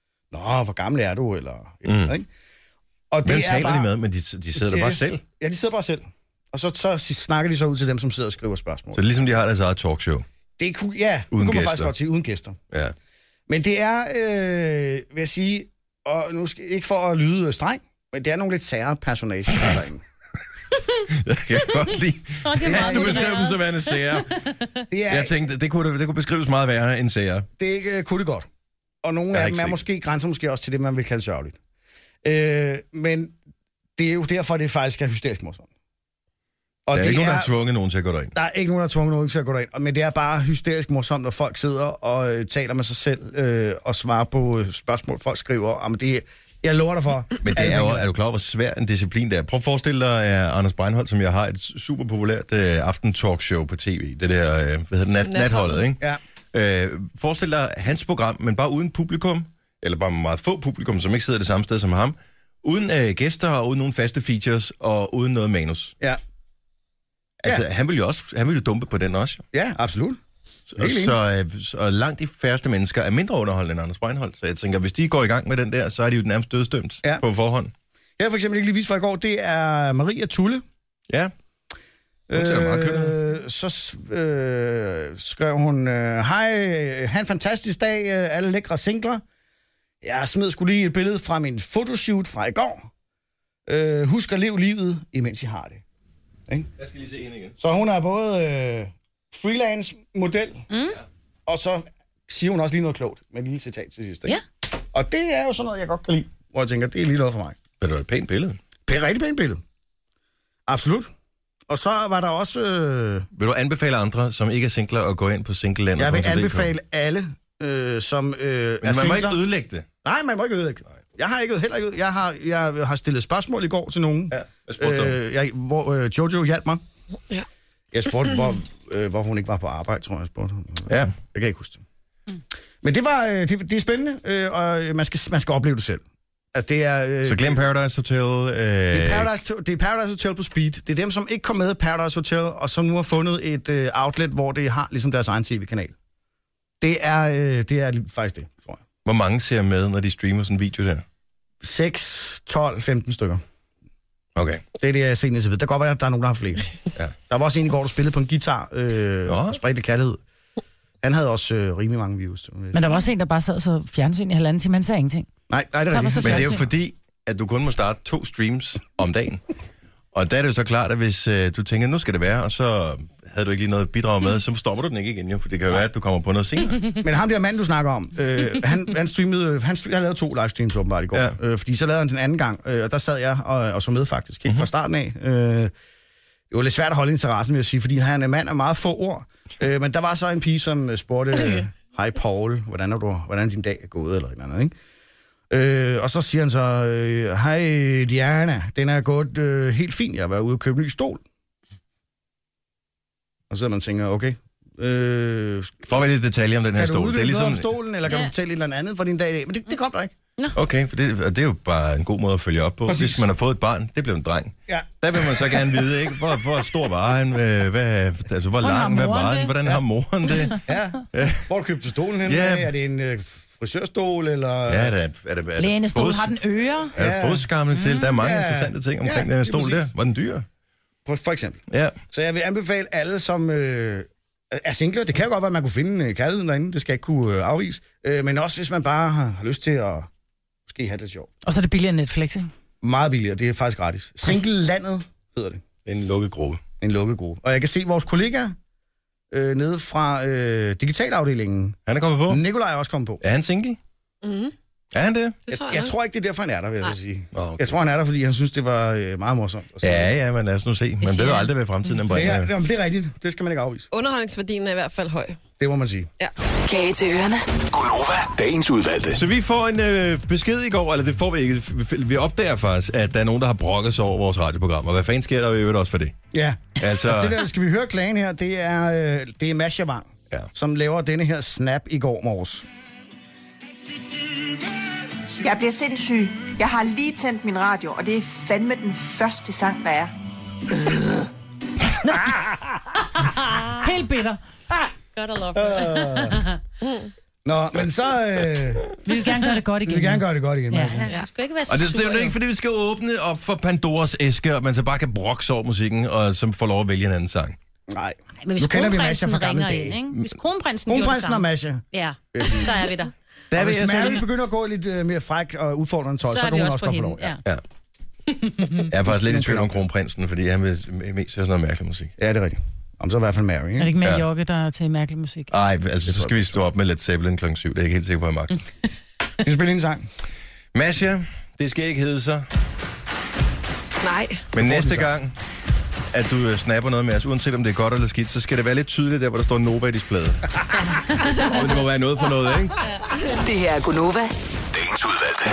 [SPEAKER 3] nå, hvor gammel er du, eller...
[SPEAKER 1] Mm.
[SPEAKER 3] eller ikke? Og
[SPEAKER 1] Hvem
[SPEAKER 3] det er
[SPEAKER 1] taler
[SPEAKER 3] bare,
[SPEAKER 1] de med? Men de, de sidder der bare selv.
[SPEAKER 3] Ja, de sidder bare selv. Og så, så snakker de så ud til dem, som sidder og skriver spørgsmål.
[SPEAKER 1] Så det er ligesom, de har deres eget talkshow.
[SPEAKER 3] Det kunne, ja,
[SPEAKER 1] Uden
[SPEAKER 3] det kunne man
[SPEAKER 1] gæster.
[SPEAKER 3] faktisk godt sige, uden gæster.
[SPEAKER 1] Ja.
[SPEAKER 3] Men det er, øh, vil jeg sige, og nu skal ikke for at lyde streng, men det er nogle lidt sære personager, der er derinde.
[SPEAKER 1] Jeg kan godt lide.
[SPEAKER 4] Nå, det er meget
[SPEAKER 1] Du
[SPEAKER 4] godt.
[SPEAKER 1] beskrev dem som værende sære.
[SPEAKER 3] Det er,
[SPEAKER 1] Jeg tænkte, det kunne, det kunne beskrives meget værre end sære.
[SPEAKER 3] det er ikke uh, kunne det godt. Og nogle
[SPEAKER 1] Jeg har
[SPEAKER 3] af
[SPEAKER 1] ikke
[SPEAKER 3] dem er
[SPEAKER 1] set.
[SPEAKER 3] måske grænser måske også til det, man vil kalde sørgeligt. Øh, men det er jo derfor, det faktisk er hysterisk morsomt. Og
[SPEAKER 1] Der er
[SPEAKER 3] det
[SPEAKER 1] ikke nogen, der har tvunget nogen til at gå derind.
[SPEAKER 3] Der er ikke nogen, der har tvunget nogen til at gå derind. Men det er bare hysterisk morsomt, når folk sidder og øh, taler med sig selv øh, og svarer på øh, spørgsmål, folk skriver. Jamen, det er, jeg lover dig for.
[SPEAKER 1] Men det er jo, er du klar over, hvor svær en disciplin det er? Prøv at forestille dig, at Anders Breinholt, som jeg har et super populært øh, aften-talkshow på tv, det der, øh, hvad hedder det, nat, natholdet, ikke?
[SPEAKER 3] Ja.
[SPEAKER 1] Øh, forestil dig hans program, men bare uden publikum, eller bare meget få publikum, som ikke sidder det samme sted som ham, uden øh, gæster og uden nogen faste features og uden noget manus.
[SPEAKER 3] Ja.
[SPEAKER 1] Altså,
[SPEAKER 3] Ja.
[SPEAKER 1] han vil jo også, han vil jo dumpe på den også.
[SPEAKER 3] Ja, absolut.
[SPEAKER 1] Og,
[SPEAKER 3] Helt enig.
[SPEAKER 1] så, øh, så langt de færreste mennesker er mindre underholdende end Anders Breinholt. Så jeg tænker, hvis de går i gang med den der, så er de jo nærmest dødsdømt
[SPEAKER 3] Ja.
[SPEAKER 1] på forhånd.
[SPEAKER 3] Jeg har for eksempel ikke lige vist fra i går, det er Maria Tulle.
[SPEAKER 1] Ja. Hun ser meget kønnet ud.
[SPEAKER 3] Øh, så øh, skrev hun, øh, hej, ha' en fantastisk dag, øh, alle lækre singler. Jeg smed skulle lige et billede fra min fotoshoot fra i går. Øh, husk at leve livet, imens I har det. Ikke?
[SPEAKER 1] Jeg skal lige se hende igen.
[SPEAKER 3] Så hun er både øh, freelance-model, mm. og så siger hun også lige noget klogt, med et lille citat til sidst. Ikke?
[SPEAKER 4] Ja.
[SPEAKER 3] Og det er jo sådan noget, jeg godt kan lide, hvor jeg tænker, det er lige noget for mig.
[SPEAKER 1] Det er et pænt billede.
[SPEAKER 3] Det er et rigtig pænt billede. Absolut. Og så var der også... Øh,
[SPEAKER 1] Vil du anbefale andre, som ikke er singler, at gå ind på singleland?
[SPEAKER 3] jeg vil anbefale alle, øh, som øh,
[SPEAKER 1] Men
[SPEAKER 3] er
[SPEAKER 1] man må ikke
[SPEAKER 3] singler.
[SPEAKER 1] ødelægge det.
[SPEAKER 3] Nej, man må ikke ødelægge. Jeg har ikke heller ikke jeg har jeg har stillet spørgsmål i går til nogen.
[SPEAKER 1] Ja, hvad spurgte du?
[SPEAKER 3] øh, jeg, hvor øh, Jojo hjalp mig.
[SPEAKER 5] Ja.
[SPEAKER 3] Jeg spurgte, hvor, øh, hvorfor hun ikke var på arbejde, tror jeg, jeg spurgte.
[SPEAKER 1] Ja.
[SPEAKER 3] Jeg kan ikke huske det. Men det var øh, det, det er spændende, øh, og man skal, man skal opleve det selv. Altså, det er... Øh,
[SPEAKER 1] Så glem Paradise Hotel. Øh...
[SPEAKER 3] Det, er Paradise, det er Paradise Hotel på speed. Det er dem, som ikke kom med i Paradise Hotel, og som nu har fundet et øh, outlet, hvor det har ligesom deres egen tv-kanal. Det er, øh, det er faktisk det, tror jeg.
[SPEAKER 1] Hvor mange ser med, når de streamer sådan en video der?
[SPEAKER 3] seks, tolv, femten stykker.
[SPEAKER 1] Okay.
[SPEAKER 3] Det er det, jeg har set indtil videre. Der kan godt være, at der er nogen, der har flere. Ja. Der var også en i går, der spillede på en guitar øh, og spredte kærlighed. Han havde også øh, rimelig mange views.
[SPEAKER 2] Men der var også en, der bare sad så fjernsyn i halvanden time. Han sagde ingenting.
[SPEAKER 3] Nej, nej, det er rigtigt.
[SPEAKER 1] Men det er jo fordi, at du kun må starte to streams om dagen. Og der er det jo så klart, at hvis øh, du tænker, nu skal det være, og så havde du ikke lige noget bidrag med, så stopper du den ikke igen, jo. For det kan jo være, at du kommer på noget senere.
[SPEAKER 3] Men ham der mand, du snakker om, øh, han, han streamede, han, han lavede to livestreams åbenbart i går. Ja. Øh, fordi så lavede han den anden gang, øh, og der sad jeg og, og så med faktisk, helt mm-hmm. fra starten af. Øh, det var lidt svært at holde interessen, vil jeg sige, fordi han er en mand af meget få ord. Øh, men der var så en pige, som spurgte, hej Paul, hvordan er, du, hvordan er din dag er gået, eller et eller andet, ikke? Øh, og så siger han så, hej Diana, den er gået øh, helt fint, jeg har været ude og købe en ny stol. Og så man tænker, okay. Øh,
[SPEAKER 1] For at lidt detaljer om den her
[SPEAKER 3] kan
[SPEAKER 1] stol.
[SPEAKER 3] Kan du
[SPEAKER 1] det er ligesom
[SPEAKER 3] om stolen, eller kan ja. du fortælle et eller andet for din dag i dag? Men det, det kom der ikke.
[SPEAKER 4] Nå.
[SPEAKER 1] Okay, for det, det er jo bare en god måde at følge op på. Præcis. Hvis man har fået et barn, det blev en dreng.
[SPEAKER 3] Ja.
[SPEAKER 1] Der vil man så gerne vide, ikke? Hvor, hvor stor var han? Hvad, altså, hvor lang? Hvad var han? Hvordan ja. har moren det?
[SPEAKER 3] Ja. ja. Hvor købte du stolen hen? Ja. Er det en øh, frisørstol, eller...
[SPEAKER 1] Ja, er det... Er det, er
[SPEAKER 2] Lænestol,
[SPEAKER 1] fods,
[SPEAKER 2] har den ører?
[SPEAKER 1] Er der fodskammel mm. til? Der er mange ja. interessante ting omkring ja, den stol der. Var den dyr?
[SPEAKER 3] For, for eksempel.
[SPEAKER 1] Ja.
[SPEAKER 3] Så jeg vil anbefale alle, som... Øh, er singler. Det kan jo godt være, at man kunne finde kærligheden derinde. Det skal jeg ikke kunne øh, afvise. Øh, men også, hvis man bare har, har lyst til at måske have det sjovt.
[SPEAKER 2] Og så er det billigere end Netflix, ikke?
[SPEAKER 3] Meget billigere. Det er faktisk gratis. Single-landet hedder det.
[SPEAKER 1] En lukket gruppe.
[SPEAKER 3] En lukket gruppe. Og jeg kan se vores kollega øh, nede fra øh, digitalafdelingen.
[SPEAKER 1] Han er kommet på?
[SPEAKER 3] Nikolaj er også kommet på.
[SPEAKER 1] Er han single?
[SPEAKER 5] Mhm.
[SPEAKER 1] Er han det?
[SPEAKER 5] det
[SPEAKER 3] jeg,
[SPEAKER 5] tror jeg,
[SPEAKER 3] jeg tror ikke, det er derfor, han er der, vil jeg sige.
[SPEAKER 1] Oh, okay.
[SPEAKER 3] Jeg tror, han er der, fordi han synes, det var øh, meget morsomt.
[SPEAKER 1] Ja, ja, men lad os nu se. Man ved jo aldrig, hvad fremtiden bringer.
[SPEAKER 3] Det er, det er rigtigt. Det skal man ikke afvise.
[SPEAKER 5] Underholdningsværdien er i hvert fald høj.
[SPEAKER 3] Det må man sige.
[SPEAKER 5] Ja.
[SPEAKER 7] Kage til ørerne.
[SPEAKER 6] Gunova, dagens udvalgte.
[SPEAKER 1] Så vi får en øh, besked i går, eller det får vi ikke. Vi opdager faktisk, at der er nogen, der har brokket sig over vores radioprogram. Og hvad fanden sker der i øvrigt også for det?
[SPEAKER 3] Ja.
[SPEAKER 1] Altså,
[SPEAKER 3] altså det der, skal vi høre klagen her, det er, øh, det er Masha Wang, ja. som laver denne her snap i går morges.
[SPEAKER 8] Jeg bliver sindssyg. Jeg har lige tændt min radio, og det er fandme den første sang, der er.
[SPEAKER 2] Helt bitter.
[SPEAKER 4] God I love
[SPEAKER 3] uh. Nå, men så... Øh,
[SPEAKER 2] vi vil gerne gøre det godt igen.
[SPEAKER 3] Vi vil gerne gøre det godt igen.
[SPEAKER 2] Ja.
[SPEAKER 3] Altså.
[SPEAKER 4] Ja. Det skal ikke være så
[SPEAKER 1] og det,
[SPEAKER 4] sur,
[SPEAKER 1] det er jo ikke, fordi vi skal åbne op for Pandoras æske, og man så bare kan brokke sig over musikken, og så får lov at vælge en anden sang.
[SPEAKER 3] Nej.
[SPEAKER 4] Men hvis kronprinsen ringer ind, ikke? Hvis kronprinsen gjorde det samme.
[SPEAKER 3] og Masha.
[SPEAKER 4] Ja, der er vi der.
[SPEAKER 3] Der og hvis Mary begynder at gå lidt uh, mere fræk og udfordrende tøj, så, så kan hun også, også godt få lov. Ja. Ja.
[SPEAKER 1] Jeg er faktisk lidt i tvivl om kronprinsen, fordi han vil mest høre sådan noget mærkelig musik.
[SPEAKER 3] Ja, det er rigtigt. Om så i hvert fald Mary, ikke?
[SPEAKER 2] Er det ikke mere ja. Jokke, der er til mærkelig musik?
[SPEAKER 1] Nej, altså så skal vi stå op med Led Zeppelin klokken syv. Det er jeg ikke helt sikker på, at jeg magter.
[SPEAKER 3] Vi skal spille en sang.
[SPEAKER 1] Masha, det skal ikke hedde sig.
[SPEAKER 5] Nej.
[SPEAKER 1] Men næste gang, at du snapper noget med os, uanset om det er godt eller skidt, så skal det være lidt tydeligt der, hvor der står Nova i displayet. Og det må være noget for noget, ikke?
[SPEAKER 7] Det her er Gunova.
[SPEAKER 6] Dagens udvalgte.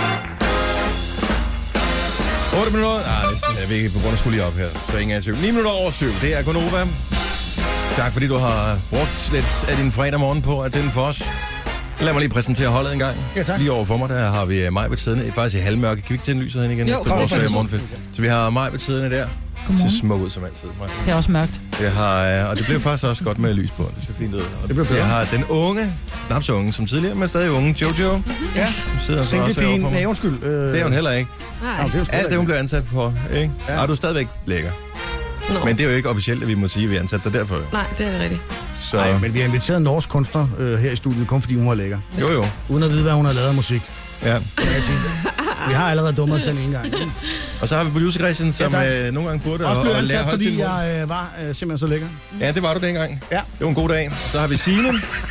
[SPEAKER 1] otte minutter. Nej, jeg ved ikke, på grund af skulle lige op her. Så ingen er i tvivl. ni minutter over syv. Det er Gunova. Tak fordi du har brugt lidt af din fredag morgen på at tænde for os. Lad mig lige præsentere holdet en gang.
[SPEAKER 3] Ja, tak.
[SPEAKER 1] Lige over for mig, der har vi Maj ved siddende. Faktisk i halvmørke. Kan vi ikke tænde lyset hen igen?
[SPEAKER 5] Jo, det er
[SPEAKER 1] faktisk. Så vi har Maj ved siddende der. Det ser smuk ud som altid, Maj.
[SPEAKER 2] Det er også mørkt.
[SPEAKER 1] Jeg har, og det bliver faktisk også godt med lys på. Det ser fint ud. Og det jeg har den unge, knap så unge som tidligere, men stadig unge, Jojo.
[SPEAKER 3] Ja, singlepigen. Nej, undskyld. Øh...
[SPEAKER 1] Det er hun heller ikke.
[SPEAKER 5] Nej.
[SPEAKER 3] Det
[SPEAKER 1] alt det, hun blev ansat for, ikke? Ja. Og du er stadigvæk lækker.
[SPEAKER 5] No.
[SPEAKER 1] Men det er jo ikke officielt, at vi må sige, at vi er ansat dig derfor.
[SPEAKER 5] Nej, det er rigtigt.
[SPEAKER 1] Så...
[SPEAKER 3] Nej, men vi har inviteret en norsk kunstner øh, her i studiet, kun fordi hun var lækker.
[SPEAKER 1] Jo, jo.
[SPEAKER 3] Uden at vide, hvad hun har lavet af musik.
[SPEAKER 1] Ja.
[SPEAKER 3] Kan jeg sige. Vi har allerede dummet os den ene gang.
[SPEAKER 1] Og så har vi producer Christian, som ja, øh, nogle gange burde
[SPEAKER 3] også
[SPEAKER 1] og,
[SPEAKER 3] blev
[SPEAKER 1] og
[SPEAKER 3] ansat,
[SPEAKER 1] lære
[SPEAKER 3] fordi jeg øh, var øh, simpelthen så lækker.
[SPEAKER 1] Ja, det var du dengang.
[SPEAKER 3] Ja.
[SPEAKER 1] Det var en god dag. Og så har vi Signe,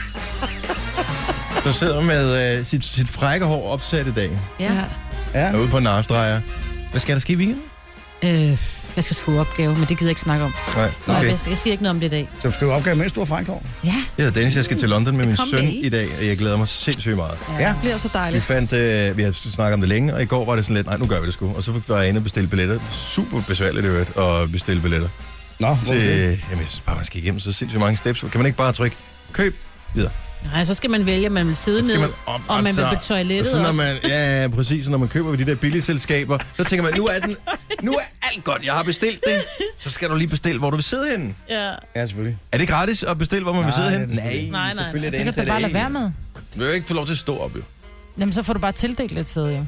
[SPEAKER 1] der sidder med øh, sit, sit frække hår opsat i dag.
[SPEAKER 4] Ja.
[SPEAKER 3] Ja.
[SPEAKER 1] Og ude på Narstreger. Hvad skal der ske i weekenden?
[SPEAKER 4] Øh, jeg skal skrive opgave, men det gider jeg ikke snakke om.
[SPEAKER 1] Nej, okay.
[SPEAKER 4] Nej, jeg, jeg siger ikke noget om det i dag.
[SPEAKER 3] Så du skriver opgave, mens du har frækt hår?
[SPEAKER 4] Ja.
[SPEAKER 1] Jeg hedder Dennis, jeg skal til London med min
[SPEAKER 4] Kom
[SPEAKER 1] søn
[SPEAKER 4] det.
[SPEAKER 1] i dag, og jeg glæder mig sindssygt meget.
[SPEAKER 5] Ja. ja. Det bliver så
[SPEAKER 1] Vi
[SPEAKER 5] dejligt.
[SPEAKER 1] fandt, øh, vi har snakket om det længe, og i går var det sådan lidt, nej, nu gør vi det sgu. Og så var jeg inde og bestille billetter. Super besværligt øvrigt at bestille billetter.
[SPEAKER 3] Nå,
[SPEAKER 1] til, jamen, jeg synes bare, man skal igennem så sindssygt mange steps. Kan man ikke bare trykke, køb, videre,
[SPEAKER 4] Nej, så skal man vælge, om man vil sidde ned,
[SPEAKER 1] man op,
[SPEAKER 4] og man
[SPEAKER 1] altså,
[SPEAKER 4] vil på toilettet
[SPEAKER 1] så når
[SPEAKER 4] også.
[SPEAKER 1] man, ja, præcis. Når man køber ved de der billige selskaber, så tænker man, nu er, den, nu er alt godt, jeg har bestilt det. Så skal du lige bestille, hvor du vil sidde henne.
[SPEAKER 4] Ja.
[SPEAKER 3] Ja, selvfølgelig.
[SPEAKER 1] Er det gratis at bestille, hvor man
[SPEAKER 3] Nej,
[SPEAKER 1] vil sidde
[SPEAKER 3] det er
[SPEAKER 1] henne?
[SPEAKER 3] det
[SPEAKER 1] Nej,
[SPEAKER 3] selvfølgelig.
[SPEAKER 4] Nej, nej,
[SPEAKER 1] selvfølgelig
[SPEAKER 2] Det
[SPEAKER 1] er
[SPEAKER 2] kan
[SPEAKER 1] det
[SPEAKER 2] du bare lade være med.
[SPEAKER 1] Du vil jo ikke få lov til at stå op, jo.
[SPEAKER 2] Jamen, så får du bare tildelt lidt sæde, jo.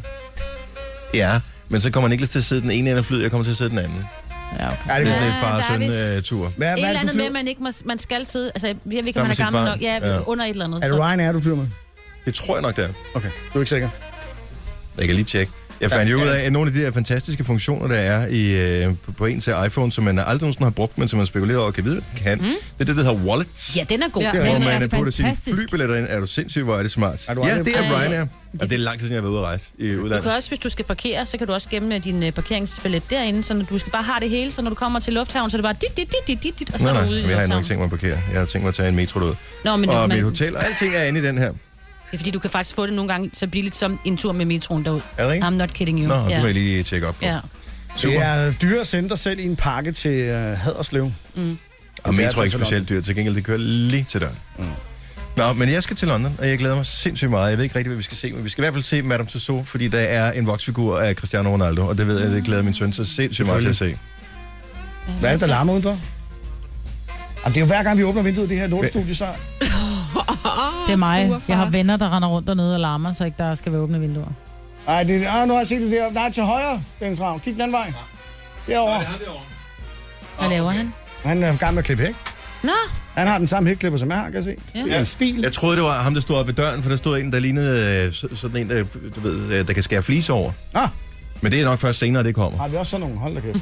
[SPEAKER 1] Ja, men så kommer Niklas til at sidde den ene ende af flyet, jeg kommer til at sidde den anden.
[SPEAKER 2] Ja, okay.
[SPEAKER 3] Ja, det
[SPEAKER 1] Det er
[SPEAKER 3] er
[SPEAKER 1] sådan
[SPEAKER 4] Ja,
[SPEAKER 1] et far
[SPEAKER 4] der er
[SPEAKER 1] søn
[SPEAKER 4] vist-
[SPEAKER 1] uh, tur.
[SPEAKER 3] Hvad,
[SPEAKER 4] Et
[SPEAKER 3] hvad
[SPEAKER 4] eller
[SPEAKER 3] er det,
[SPEAKER 4] andet
[SPEAKER 3] du
[SPEAKER 4] med,
[SPEAKER 3] flyver?
[SPEAKER 4] at man ikke må, man skal sidde... Altså, jeg ved ikke,
[SPEAKER 1] Der
[SPEAKER 4] om man
[SPEAKER 1] med
[SPEAKER 4] er
[SPEAKER 1] sit
[SPEAKER 4] gammel
[SPEAKER 1] barn.
[SPEAKER 4] nok. Ja,
[SPEAKER 1] Ja.
[SPEAKER 4] under et eller andet.
[SPEAKER 3] Er det
[SPEAKER 4] så.
[SPEAKER 3] Ryanair, du flyver med?
[SPEAKER 1] Det tror jeg nok, det er.
[SPEAKER 3] Okay, du er ikke sikker?
[SPEAKER 1] Jeg kan lige tjekke. Jeg fandt jo ud af, at nogle af de der fantastiske funktioner, der er i, øh, på, på en til iPhone, som man aldrig nogensinde har brugt, men som man spekulerer over, kan vide, hvad den kan. Mm. Det er det, der hedder Wallets.
[SPEAKER 4] Ja, den er god.
[SPEAKER 5] Ja.
[SPEAKER 4] Ja.
[SPEAKER 1] Hvor
[SPEAKER 2] Den er
[SPEAKER 1] man putter sine
[SPEAKER 2] fantastisk.
[SPEAKER 1] flybilletter ind. Er du sindssyg, hvor er det smart?
[SPEAKER 3] Er du
[SPEAKER 1] Ja,
[SPEAKER 3] aldrig-
[SPEAKER 1] det er
[SPEAKER 4] Ja, ja.
[SPEAKER 1] Ryanair. Og det er lang tid siden, jeg har været ude at rejse i
[SPEAKER 4] Du
[SPEAKER 1] udlandet.
[SPEAKER 4] kan også, hvis du skal parkere, så kan du også gemme din uh, parkeringsbillet derinde, så du skal bare have det hele, så når du kommer til lufthavnen, så er det bare dit, dit, dit, dit, dit, dit, og så
[SPEAKER 1] Nej,
[SPEAKER 4] er
[SPEAKER 1] nej,
[SPEAKER 4] du ude i
[SPEAKER 1] jeg har endnu
[SPEAKER 4] lufthavnen.
[SPEAKER 1] ikke tænkt mig at parkere. Jeg har tænkt mig at tage en metro derud.
[SPEAKER 4] Nå, men
[SPEAKER 1] Og
[SPEAKER 4] det,
[SPEAKER 1] mit
[SPEAKER 4] man,
[SPEAKER 1] hotel og alting er inde i den her.
[SPEAKER 4] det er fordi, du kan faktisk få det nogle gange så billigt som en tur med metroen derud.
[SPEAKER 1] Er det ikke?
[SPEAKER 4] I'm not kidding you.
[SPEAKER 1] Nå, det
[SPEAKER 4] ja.
[SPEAKER 1] må jeg lige tjekke op på.
[SPEAKER 4] Ja.
[SPEAKER 3] Det er dyre at sende dig selv i en pakke til uh, Haderslev.
[SPEAKER 1] Og
[SPEAKER 3] Det er
[SPEAKER 1] metro er
[SPEAKER 3] altså
[SPEAKER 1] ikke
[SPEAKER 3] til
[SPEAKER 1] specielt dyrt. Til gengæld, det kører lige til døren. Mm. Nå, men jeg skal til London, og jeg glæder mig sindssygt meget. Jeg ved ikke rigtig, hvad vi skal se, men vi skal i hvert fald se Madame Tussauds, fordi der er en voksfigur af Cristiano Ronaldo, og det ved jeg, det glæder min søn så sindssygt meget til at se.
[SPEAKER 3] Hvad er det, der larmer udenfor? Jamen, det er jo hver gang, vi åbner vinduet i det her lortstudie, så...
[SPEAKER 2] Det er mig.
[SPEAKER 5] Surfar.
[SPEAKER 2] Jeg har venner, der render rundt dernede og larmer, så ikke der skal være åbne vinduer.
[SPEAKER 3] Ej, det, ah, nu har jeg set det der. Nej, til højre, Dennis Ravn. Kig den anden vej. Derovre.
[SPEAKER 4] Hvad laver han?
[SPEAKER 3] Han er i gang med at klippe hæk.
[SPEAKER 4] Nå,
[SPEAKER 3] Han har den samme hækklipper, som jeg har, kan jeg se.
[SPEAKER 4] Ja.
[SPEAKER 3] Det er en stil.
[SPEAKER 1] Jeg troede, det var ham, der stod oppe ved døren, for der stod en, der lignede øh, så- sådan en, der, du ved, øh, der kan skære flis over.
[SPEAKER 3] Ah,
[SPEAKER 1] Men det er nok først senere, det kommer.
[SPEAKER 3] har vi også sådan nogle? Hold da kæft.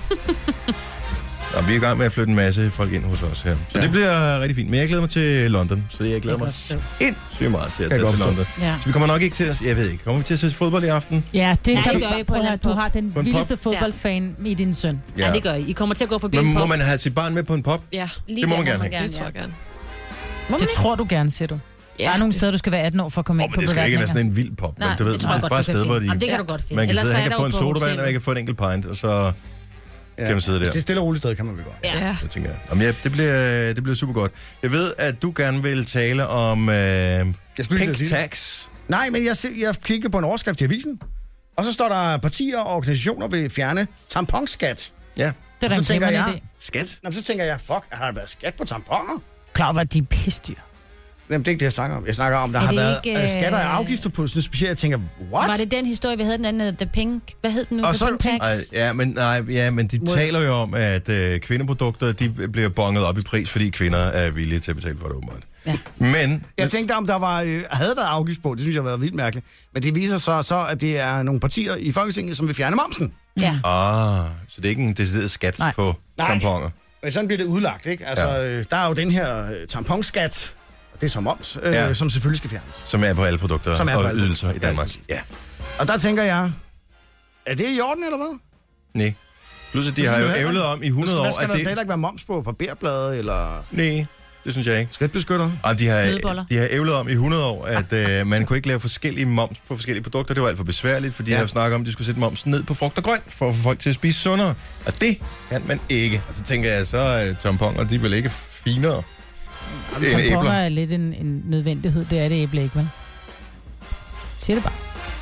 [SPEAKER 1] Og vi er i gang med at flytte en masse folk ind hos os her. Så ja. Det bliver rigtig fint. Men jeg glæder mig til London, så jeg glæder mig sindssygt meget til at
[SPEAKER 3] Kan jeg
[SPEAKER 1] tage
[SPEAKER 3] godt
[SPEAKER 1] til
[SPEAKER 3] forstå.
[SPEAKER 1] London.
[SPEAKER 2] Ja.
[SPEAKER 1] Så vi kommer nok ikke til at... Jeg ved ikke. Kommer vi til at se fodbold i aften?
[SPEAKER 2] Ja, det
[SPEAKER 4] Ja,
[SPEAKER 2] kan
[SPEAKER 4] det
[SPEAKER 2] du
[SPEAKER 4] gør I på
[SPEAKER 2] prøv
[SPEAKER 4] en
[SPEAKER 2] at høre,
[SPEAKER 4] anden
[SPEAKER 2] Du
[SPEAKER 4] pop.
[SPEAKER 2] har den
[SPEAKER 1] På en
[SPEAKER 2] vildeste
[SPEAKER 1] pop?
[SPEAKER 2] fodboldfan i din søn.
[SPEAKER 4] ja. det gør I. I kommer til at gå forbi
[SPEAKER 1] Men
[SPEAKER 4] en
[SPEAKER 1] må
[SPEAKER 4] pop.
[SPEAKER 1] man have sit barn med på en pop?
[SPEAKER 5] Ja,
[SPEAKER 4] Lige
[SPEAKER 1] det må
[SPEAKER 4] der
[SPEAKER 1] man gerne have.
[SPEAKER 5] det tror jeg gerne.
[SPEAKER 4] Må man
[SPEAKER 2] Det
[SPEAKER 4] ikke?
[SPEAKER 2] tror du gerne, siger du.
[SPEAKER 5] Ja,
[SPEAKER 2] Der er nogle
[SPEAKER 5] det-
[SPEAKER 2] steder, du skal være atten år for at komme
[SPEAKER 1] Åh,
[SPEAKER 2] ind
[SPEAKER 1] men
[SPEAKER 2] på
[SPEAKER 1] det skal ikke være
[SPEAKER 2] beværtninger.
[SPEAKER 1] sådan en vild pop.
[SPEAKER 4] Nej,
[SPEAKER 1] du ved,
[SPEAKER 4] det tror jeg godt,
[SPEAKER 1] bare
[SPEAKER 4] du
[SPEAKER 1] et sted,
[SPEAKER 4] kan
[SPEAKER 1] hvor
[SPEAKER 4] finde.
[SPEAKER 1] de...
[SPEAKER 4] Jamen, det kan du godt finde.
[SPEAKER 1] Man kan
[SPEAKER 4] Ellers
[SPEAKER 1] sidde,
[SPEAKER 4] så
[SPEAKER 1] jeg
[SPEAKER 4] er
[SPEAKER 1] kan
[SPEAKER 4] der
[SPEAKER 1] få
[SPEAKER 4] jo
[SPEAKER 1] en
[SPEAKER 4] på
[SPEAKER 1] sodavand,
[SPEAKER 4] hotellet.
[SPEAKER 1] og jeg kan få en enkelt pint, og så
[SPEAKER 3] Ja.
[SPEAKER 1] kan man sidde der.
[SPEAKER 3] Det er stille og roligt sted, kan man vel godt.
[SPEAKER 4] Ja.
[SPEAKER 2] Ja.
[SPEAKER 1] Det tænker jeg. Jamen, ja, det, bliver, det bliver super godt. Jeg ved, at du gerne vil tale om øh,
[SPEAKER 3] Jeg skulle lige
[SPEAKER 1] pink
[SPEAKER 3] til at sige det.
[SPEAKER 1] tax.
[SPEAKER 3] Nej, men jeg, se- jeg klikker på en overskrift i avisen, og så står der, partier og organisationer vil fjerne tamponskat.
[SPEAKER 1] Ja.
[SPEAKER 2] Det er da
[SPEAKER 3] Så
[SPEAKER 2] en
[SPEAKER 3] tænker
[SPEAKER 2] glimrende
[SPEAKER 3] jeg-
[SPEAKER 2] idé.
[SPEAKER 1] Skat.
[SPEAKER 3] Nå, men så tænker jeg, fuck, har der været skat på tamponer?
[SPEAKER 2] Klar, hvor de er pisdyr.
[SPEAKER 3] Jamen, det er ikke det, jeg snakker om. Jeg snakker om, der
[SPEAKER 4] Er
[SPEAKER 3] har
[SPEAKER 4] det
[SPEAKER 3] været
[SPEAKER 4] ikke,
[SPEAKER 3] øh, skatter og
[SPEAKER 4] øh,
[SPEAKER 3] afgifter på sådan specielt. Jeg tænker, what?
[SPEAKER 4] Var det den historie, vi havde den anden, The Pink? Hvad hed den nu?
[SPEAKER 3] Og
[SPEAKER 4] The
[SPEAKER 3] så-
[SPEAKER 4] Pink Tax?
[SPEAKER 1] Ej, ja, men, nej, ja, men de
[SPEAKER 3] Må-
[SPEAKER 1] taler jo om, at øh, kvindeprodukter de bliver bonget op i pris, fordi kvinder er villige til at betale for det, åbenbart.
[SPEAKER 4] Ja.
[SPEAKER 1] Men,
[SPEAKER 3] Jeg tænkte, om der var, øh, havde været afgift på. Det synes jeg har været vildt mærkeligt. Men det viser sig så, at det er nogle partier i Folketinget, som vil fjerne momsen.
[SPEAKER 4] Ja.
[SPEAKER 1] ah, så det er ikke en decideret skat
[SPEAKER 2] Nej.
[SPEAKER 1] på
[SPEAKER 3] Nej.
[SPEAKER 1] tamponer.
[SPEAKER 3] Men sådan bliver det udlagt, ikke? Altså,
[SPEAKER 1] Ja.
[SPEAKER 3] øh, der er jo den her øh, tamponskat, og det er så moms, øh,
[SPEAKER 1] Ja.
[SPEAKER 3] som selvfølgelig skal fjernes.
[SPEAKER 1] Som er på alle produkter
[SPEAKER 3] Som er på
[SPEAKER 1] og
[SPEAKER 3] alle
[SPEAKER 1] ydelser i
[SPEAKER 3] produkter.
[SPEAKER 1] Danmark.
[SPEAKER 3] Ja,
[SPEAKER 1] Ja.
[SPEAKER 3] Og der tænker jeg, er det i orden, eller hvad?
[SPEAKER 1] Nej. Plus, at de har jo ævlet om i hundrede
[SPEAKER 3] Hvad
[SPEAKER 1] år,
[SPEAKER 3] skal
[SPEAKER 1] at
[SPEAKER 3] der
[SPEAKER 1] det...
[SPEAKER 3] heller ikke være moms på papirblade, eller
[SPEAKER 1] Nej, det synes jeg ikke.
[SPEAKER 3] skridtbeskytter?
[SPEAKER 1] Ej, de har,
[SPEAKER 4] Flødeboller.
[SPEAKER 1] de har ævlet om i hundrede år, at øh, man kunne ikke lave forskellige moms på forskellige produkter. Det var alt for besværligt, fordi ja.
[SPEAKER 3] Ja.
[SPEAKER 1] jeg snakker om, at de skulle sætte momsen ned på frugt og grønt, for at få folk til at spise sundere. Og det kan man ikke. Og så tænker jeg, så er tamponer, de er vel ikke finere end
[SPEAKER 2] Tamponer
[SPEAKER 1] æbler.
[SPEAKER 2] er lidt en, en nødvendighed. Det er det æble ikke, vel? Siger det bare.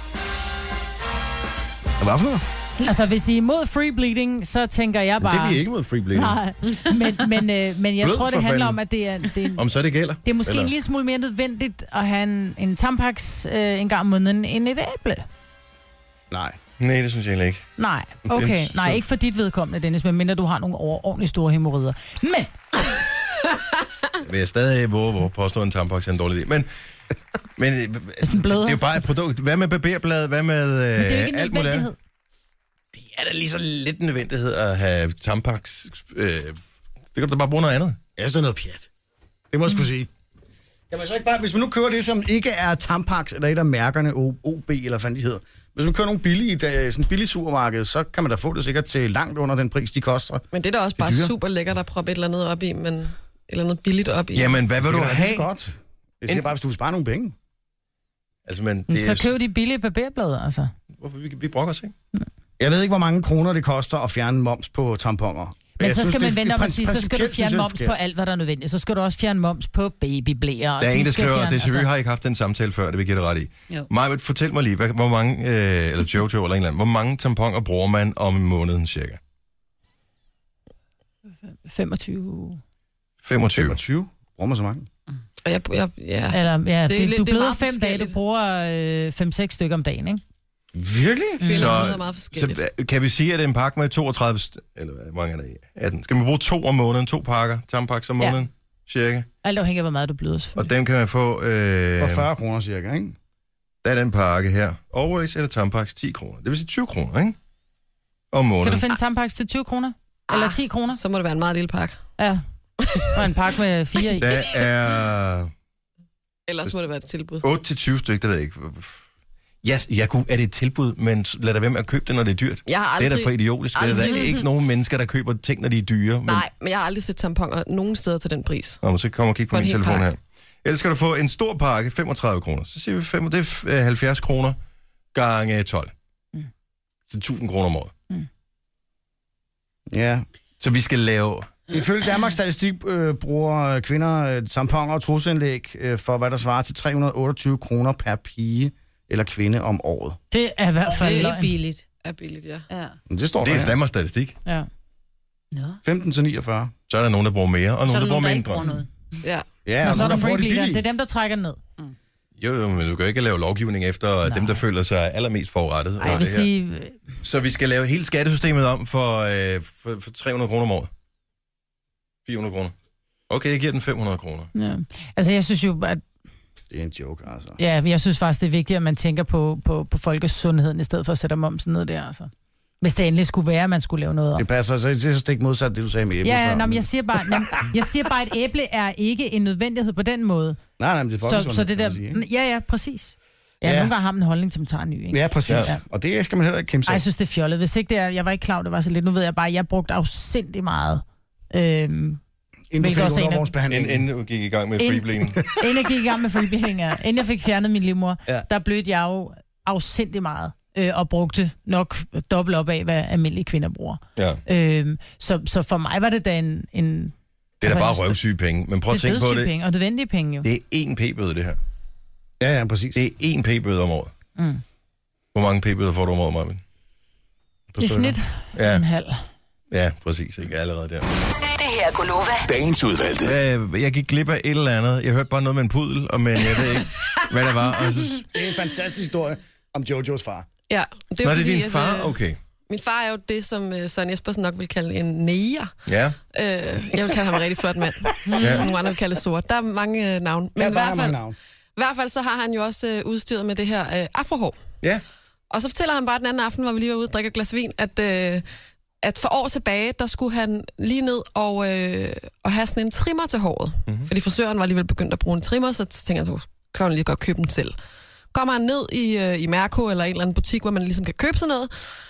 [SPEAKER 3] Hvad for noget?
[SPEAKER 2] Altså, hvis I er imod free bleeding, så tænker jeg
[SPEAKER 1] Men det
[SPEAKER 2] bare...
[SPEAKER 1] er vi ikke mod free bleeding.
[SPEAKER 2] Nej, men, men, øh, men jeg
[SPEAKER 1] Blød
[SPEAKER 2] tror, det
[SPEAKER 1] for
[SPEAKER 2] handler
[SPEAKER 1] fanden.
[SPEAKER 2] om, at det er, det er,
[SPEAKER 1] Om så det gælder.
[SPEAKER 2] det er måske
[SPEAKER 1] Eller?
[SPEAKER 2] en lille smule mere nødvendigt at have en, en tampax øh, en gang om måneden end et æble.
[SPEAKER 3] Nej.
[SPEAKER 1] Nej, det synes jeg egentlig ikke.
[SPEAKER 2] Nej, okay. Nej, ikke for dit vedkommende, Dennis, medmindre du har nogle ordentligt store hemorrider. Men,
[SPEAKER 1] Vil jeg stadig våge, hvor påstå en tampons er en dårlig idé. Men, men øh, altså, det, det
[SPEAKER 2] bløder.
[SPEAKER 1] er jo bare et produkt. Hvad med barberblad? Hvad med øh,
[SPEAKER 2] men det er jo ikke en
[SPEAKER 1] alt muligt andet?
[SPEAKER 2] nødvendighed.
[SPEAKER 1] Det er da lige så lidt en nødvendighed at have tampons. Øh, det kan du da bare bruge noget andet.
[SPEAKER 3] Ja, så er noget pjat. Det må jeg sgu sige. Kan man så ikke bare, hvis man nu kører det, som ikke er Tampax, eller et af mærkerne, O B, eller hvad fanden de hedder. Hvis man kører nogle billige, der, sådan billige supermarked, så kan man da få det sikkert til langt under den pris, de koster.
[SPEAKER 5] Men det er da også
[SPEAKER 3] Det er
[SPEAKER 5] bare
[SPEAKER 3] dyre.
[SPEAKER 5] super lækkert at proppe et eller andet op i, men et eller andet billigt op i.
[SPEAKER 1] Jamen, hvad vil
[SPEAKER 3] Det
[SPEAKER 1] du
[SPEAKER 3] er da
[SPEAKER 1] have?
[SPEAKER 3] lige så godt. Jeg siger
[SPEAKER 1] En-
[SPEAKER 3] bare, hvis du vil spare nogle penge.
[SPEAKER 1] Altså, men
[SPEAKER 2] Men
[SPEAKER 1] det
[SPEAKER 2] så
[SPEAKER 1] er,
[SPEAKER 2] køb de billige barberblade, altså.
[SPEAKER 1] hvorfor vi, vi brokker os, ikke?
[SPEAKER 3] Jeg ved ikke, hvor mange kroner det koster at fjerne moms på tamponer.
[SPEAKER 2] Men
[SPEAKER 3] jeg
[SPEAKER 2] så
[SPEAKER 3] synes,
[SPEAKER 2] skal
[SPEAKER 3] det
[SPEAKER 2] man
[SPEAKER 3] er-
[SPEAKER 2] vente om at
[SPEAKER 3] princi-
[SPEAKER 2] sige, så skal du
[SPEAKER 3] principielt
[SPEAKER 2] fjerne
[SPEAKER 3] synes jeg,
[SPEAKER 2] moms
[SPEAKER 3] det er
[SPEAKER 2] på alt, hvad der er nødvendigt. Så skal du også fjerne moms på babyblæer.
[SPEAKER 1] Der er en, der
[SPEAKER 2] Du skal
[SPEAKER 1] skriver,
[SPEAKER 2] fjerne-
[SPEAKER 1] det selvfølgelig
[SPEAKER 2] altså-
[SPEAKER 1] har ikke haft den samtale før, det vil jeg give det ret i.
[SPEAKER 4] Jo.
[SPEAKER 1] Maja, fortæl mig lige, hvad, hvor mange, øh, eller Jojo eller en eller anden, hvor mange tamponer bruger man om måneden cirka?
[SPEAKER 2] femogtyve
[SPEAKER 1] femogtyve.
[SPEAKER 3] femogtyve. Bruger man så mange?
[SPEAKER 5] Og jeg, jeg, ja.
[SPEAKER 2] Eller, ja,
[SPEAKER 5] Det er
[SPEAKER 2] det,
[SPEAKER 5] lidt-
[SPEAKER 2] du
[SPEAKER 5] det er
[SPEAKER 2] bløder
[SPEAKER 5] meget
[SPEAKER 2] fem dage, du
[SPEAKER 5] forskelligt.
[SPEAKER 2] bruger øh, fem seks stykker om dagen, ikke?
[SPEAKER 3] Virkelig?
[SPEAKER 5] Kvinder
[SPEAKER 1] Så-
[SPEAKER 5] og mænd er meget forskelligt.
[SPEAKER 1] Så øh, kan vi sige, at det er en pakke med toogtredive, st- eller hvor mange er der i? atten. Skal man bruge to om måneden, to pakker, tampaks om
[SPEAKER 2] Ja.
[SPEAKER 1] måneden, cirka?
[SPEAKER 2] Alt afhængig af, hvor meget du bløder,
[SPEAKER 1] Og
[SPEAKER 2] selvfølgelig.
[SPEAKER 1] dem kan man få, øh,
[SPEAKER 3] For fyrre kroner cirka, ikke?
[SPEAKER 1] der er den pakke her. Always eller tampaks ti kroner. Det vil sige tyve kroner, ikke? Om
[SPEAKER 2] Kan
[SPEAKER 1] måneden.
[SPEAKER 2] du finde tampaks til tyve kroner? Eller ti kroner?
[SPEAKER 5] Så må det være en meget lille pakke.
[SPEAKER 2] Ja. Og en pakke med fire i.
[SPEAKER 1] Der er
[SPEAKER 5] Ellers må det være et tilbud.
[SPEAKER 1] otte til tyve stykker, det ved jeg ikke. Ja, jeg kunne, er det et tilbud, men lad da være med at købe det, når det er dyrt.
[SPEAKER 5] Jeg har
[SPEAKER 1] Det er
[SPEAKER 5] aldrig...
[SPEAKER 1] da for idiotisk. Det er der
[SPEAKER 5] aldrig-
[SPEAKER 1] ikke nogen mennesker, der køber ting, når de er dyre. Men,
[SPEAKER 5] Nej, men jeg har aldrig set tamponer nogen steder til den pris.
[SPEAKER 1] Nå, men så kommer og kigge på
[SPEAKER 5] For en
[SPEAKER 1] min
[SPEAKER 5] hel
[SPEAKER 1] telefon
[SPEAKER 5] pakke.
[SPEAKER 1] her. Ellers skal du få en stor pakke, femogtredive kroner. Så siger vi, fem, det er øh, halvfjerds kroner gange tolv.
[SPEAKER 2] Mm.
[SPEAKER 1] Så tusind kroner om året.
[SPEAKER 3] Ja.
[SPEAKER 1] Så vi skal lave...
[SPEAKER 3] Ifølge Danmarks Statistik øh, bruger kvinder øh, tamponer og trusindlæg øh, for, hvad der svarer til tre hundrede og otteogtyve kroner per pige eller kvinde om året.
[SPEAKER 2] Det er i hvert fald
[SPEAKER 4] Det er
[SPEAKER 2] løgn.
[SPEAKER 4] billigt.
[SPEAKER 5] Er billigt, ja.
[SPEAKER 4] Ja.
[SPEAKER 3] Men det står
[SPEAKER 1] Det
[SPEAKER 3] der
[SPEAKER 1] er
[SPEAKER 3] her.
[SPEAKER 1] Danmarks statistik.
[SPEAKER 2] Ja.
[SPEAKER 4] Nå.
[SPEAKER 3] femten til niogfyrre.
[SPEAKER 1] Så er der nogen, der bruger mere, og
[SPEAKER 4] Så er
[SPEAKER 1] nogen, der
[SPEAKER 4] der
[SPEAKER 1] bruger
[SPEAKER 4] nogen, der ikke bruger
[SPEAKER 1] mindre.
[SPEAKER 4] noget.
[SPEAKER 5] Ja.
[SPEAKER 3] Ja,
[SPEAKER 2] Og så er der
[SPEAKER 3] nogen, får det
[SPEAKER 2] freebleederen.
[SPEAKER 3] billigt.
[SPEAKER 2] Det er dem, der trækker den ned.
[SPEAKER 1] Jo, jo, men du kan jo ikke lave lovgivning efter Nej. dem, der føler sig allermest forurettet.
[SPEAKER 2] Ej,
[SPEAKER 1] over
[SPEAKER 2] jeg vil
[SPEAKER 1] det her.
[SPEAKER 2] sige, øh,
[SPEAKER 1] Så vi skal lave hele skattesystemet om for, øh, for, for tre hundrede kroner om året. fire hundrede kroner. Okay, jeg giver den fem hundrede kroner.
[SPEAKER 2] ja. Altså, jeg synes jo, at
[SPEAKER 3] Det er en joke, altså.
[SPEAKER 2] ja, jeg synes faktisk, det er vigtigt, at man tænker på, på, på folkesundheden, i stedet for at sætte momsen ned der, altså. Hvis det endelig skulle være, at man skulle lave noget om.
[SPEAKER 3] Det passer, så det er så stik modsat det, du sagde med æble.
[SPEAKER 2] Ja,
[SPEAKER 3] før.
[SPEAKER 2] nå, men jeg siger bare, jamen, jeg siger bare, at et æble er ikke en nødvendighed på den måde.
[SPEAKER 3] Nej, nej, men det er
[SPEAKER 2] Så,
[SPEAKER 3] folkesundhed,
[SPEAKER 2] så det der,
[SPEAKER 3] kan man sige, ikke?
[SPEAKER 2] ja, ja, præcis. Ja,
[SPEAKER 3] Ja.
[SPEAKER 2] nogle gange har man en holdning til, at man tager en ny, ikke?
[SPEAKER 3] Ja, præcis.
[SPEAKER 1] Ja.
[SPEAKER 3] Ja. Og det skal man heller ikke kæmpe
[SPEAKER 2] Ej,
[SPEAKER 3] sig.
[SPEAKER 2] jeg synes, det er fjollet. Hvis ikke det er, jeg var ikke klar, over, det var så lidt. Nu ved jeg bare, at jeg brugte afsindig meget. Øhm,
[SPEAKER 3] Inden du
[SPEAKER 2] hvilket
[SPEAKER 3] fik
[SPEAKER 2] også er en af-
[SPEAKER 3] undervognsbehandling.
[SPEAKER 1] Inden, inden du gik i gang med
[SPEAKER 2] Ind-
[SPEAKER 1] freebleeding.
[SPEAKER 2] inden jeg gik i gang med freebleeding, inden jeg fik fjernet min livmor,
[SPEAKER 3] Ja.
[SPEAKER 2] der blødte jeg jo afsindig meget. Øh, og brugte nok dobbelt op af, hvad almindelige kvinder bruger.
[SPEAKER 1] Ja.
[SPEAKER 2] Øhm, så, så for mig var det da en... en
[SPEAKER 1] Det er da
[SPEAKER 2] altså,
[SPEAKER 1] bare
[SPEAKER 2] det-
[SPEAKER 1] røvsyge penge. Men prøv at
[SPEAKER 2] det er
[SPEAKER 1] tænke på
[SPEAKER 2] dødssyge
[SPEAKER 1] det.
[SPEAKER 2] penge, og nødvendige penge jo.
[SPEAKER 1] Det er én p-bøde, det her.
[SPEAKER 3] Ja, ja, præcis.
[SPEAKER 1] Det er én p-bøde om året.
[SPEAKER 2] Mm.
[SPEAKER 1] Hvor mange p-bøder får du om året, Marvin?
[SPEAKER 2] I snit
[SPEAKER 1] Ja,
[SPEAKER 2] en halv.
[SPEAKER 1] ja, præcis. Ikke allerede der.
[SPEAKER 7] Det her er Gunova.
[SPEAKER 6] Dagens udvalgte.
[SPEAKER 1] Øh, Jeg gik glip af et eller andet. Jeg hørte bare noget med en pudel, og men jeg ved ikke, hvad det var. Og så...
[SPEAKER 3] Det er en fantastisk historie om Jojos far.
[SPEAKER 5] Ja, det er
[SPEAKER 1] Nå, det er
[SPEAKER 5] fordi,
[SPEAKER 1] din
[SPEAKER 5] at,
[SPEAKER 1] far?
[SPEAKER 5] øh,
[SPEAKER 1] Okay.
[SPEAKER 5] Min far er jo det, som øh, Søren Jespersen nok vil kalde en neger.
[SPEAKER 1] Ja.
[SPEAKER 5] Øh, jeg vil kalde ham en rigtig flot mand.
[SPEAKER 1] Ja.
[SPEAKER 5] Nogle andre vil kalde det sort. Der er mange øh, navne. Men
[SPEAKER 3] Ja,
[SPEAKER 5] i,
[SPEAKER 3] der er
[SPEAKER 5] hvert
[SPEAKER 3] mange
[SPEAKER 5] fald,
[SPEAKER 3] navn.
[SPEAKER 5] i hvert fald så har han jo også øh, udstyret med det her øh, afrohår.
[SPEAKER 1] Ja.
[SPEAKER 5] Og så fortæller han bare den anden aften, hvor vi lige var ude og drikke et glas vin, at, øh, at for år tilbage, der skulle han lige ned og, øh, og have sådan en trimmer til håret. Mm-hmm. Fordi frisøren var alligevel begyndt at bruge en trimmer, så tænker han, så kan han lige godt købe den selv. Kommer han ned i, øh, i Mærko eller en eller anden butik, hvor man ligesom kan købe sådan noget,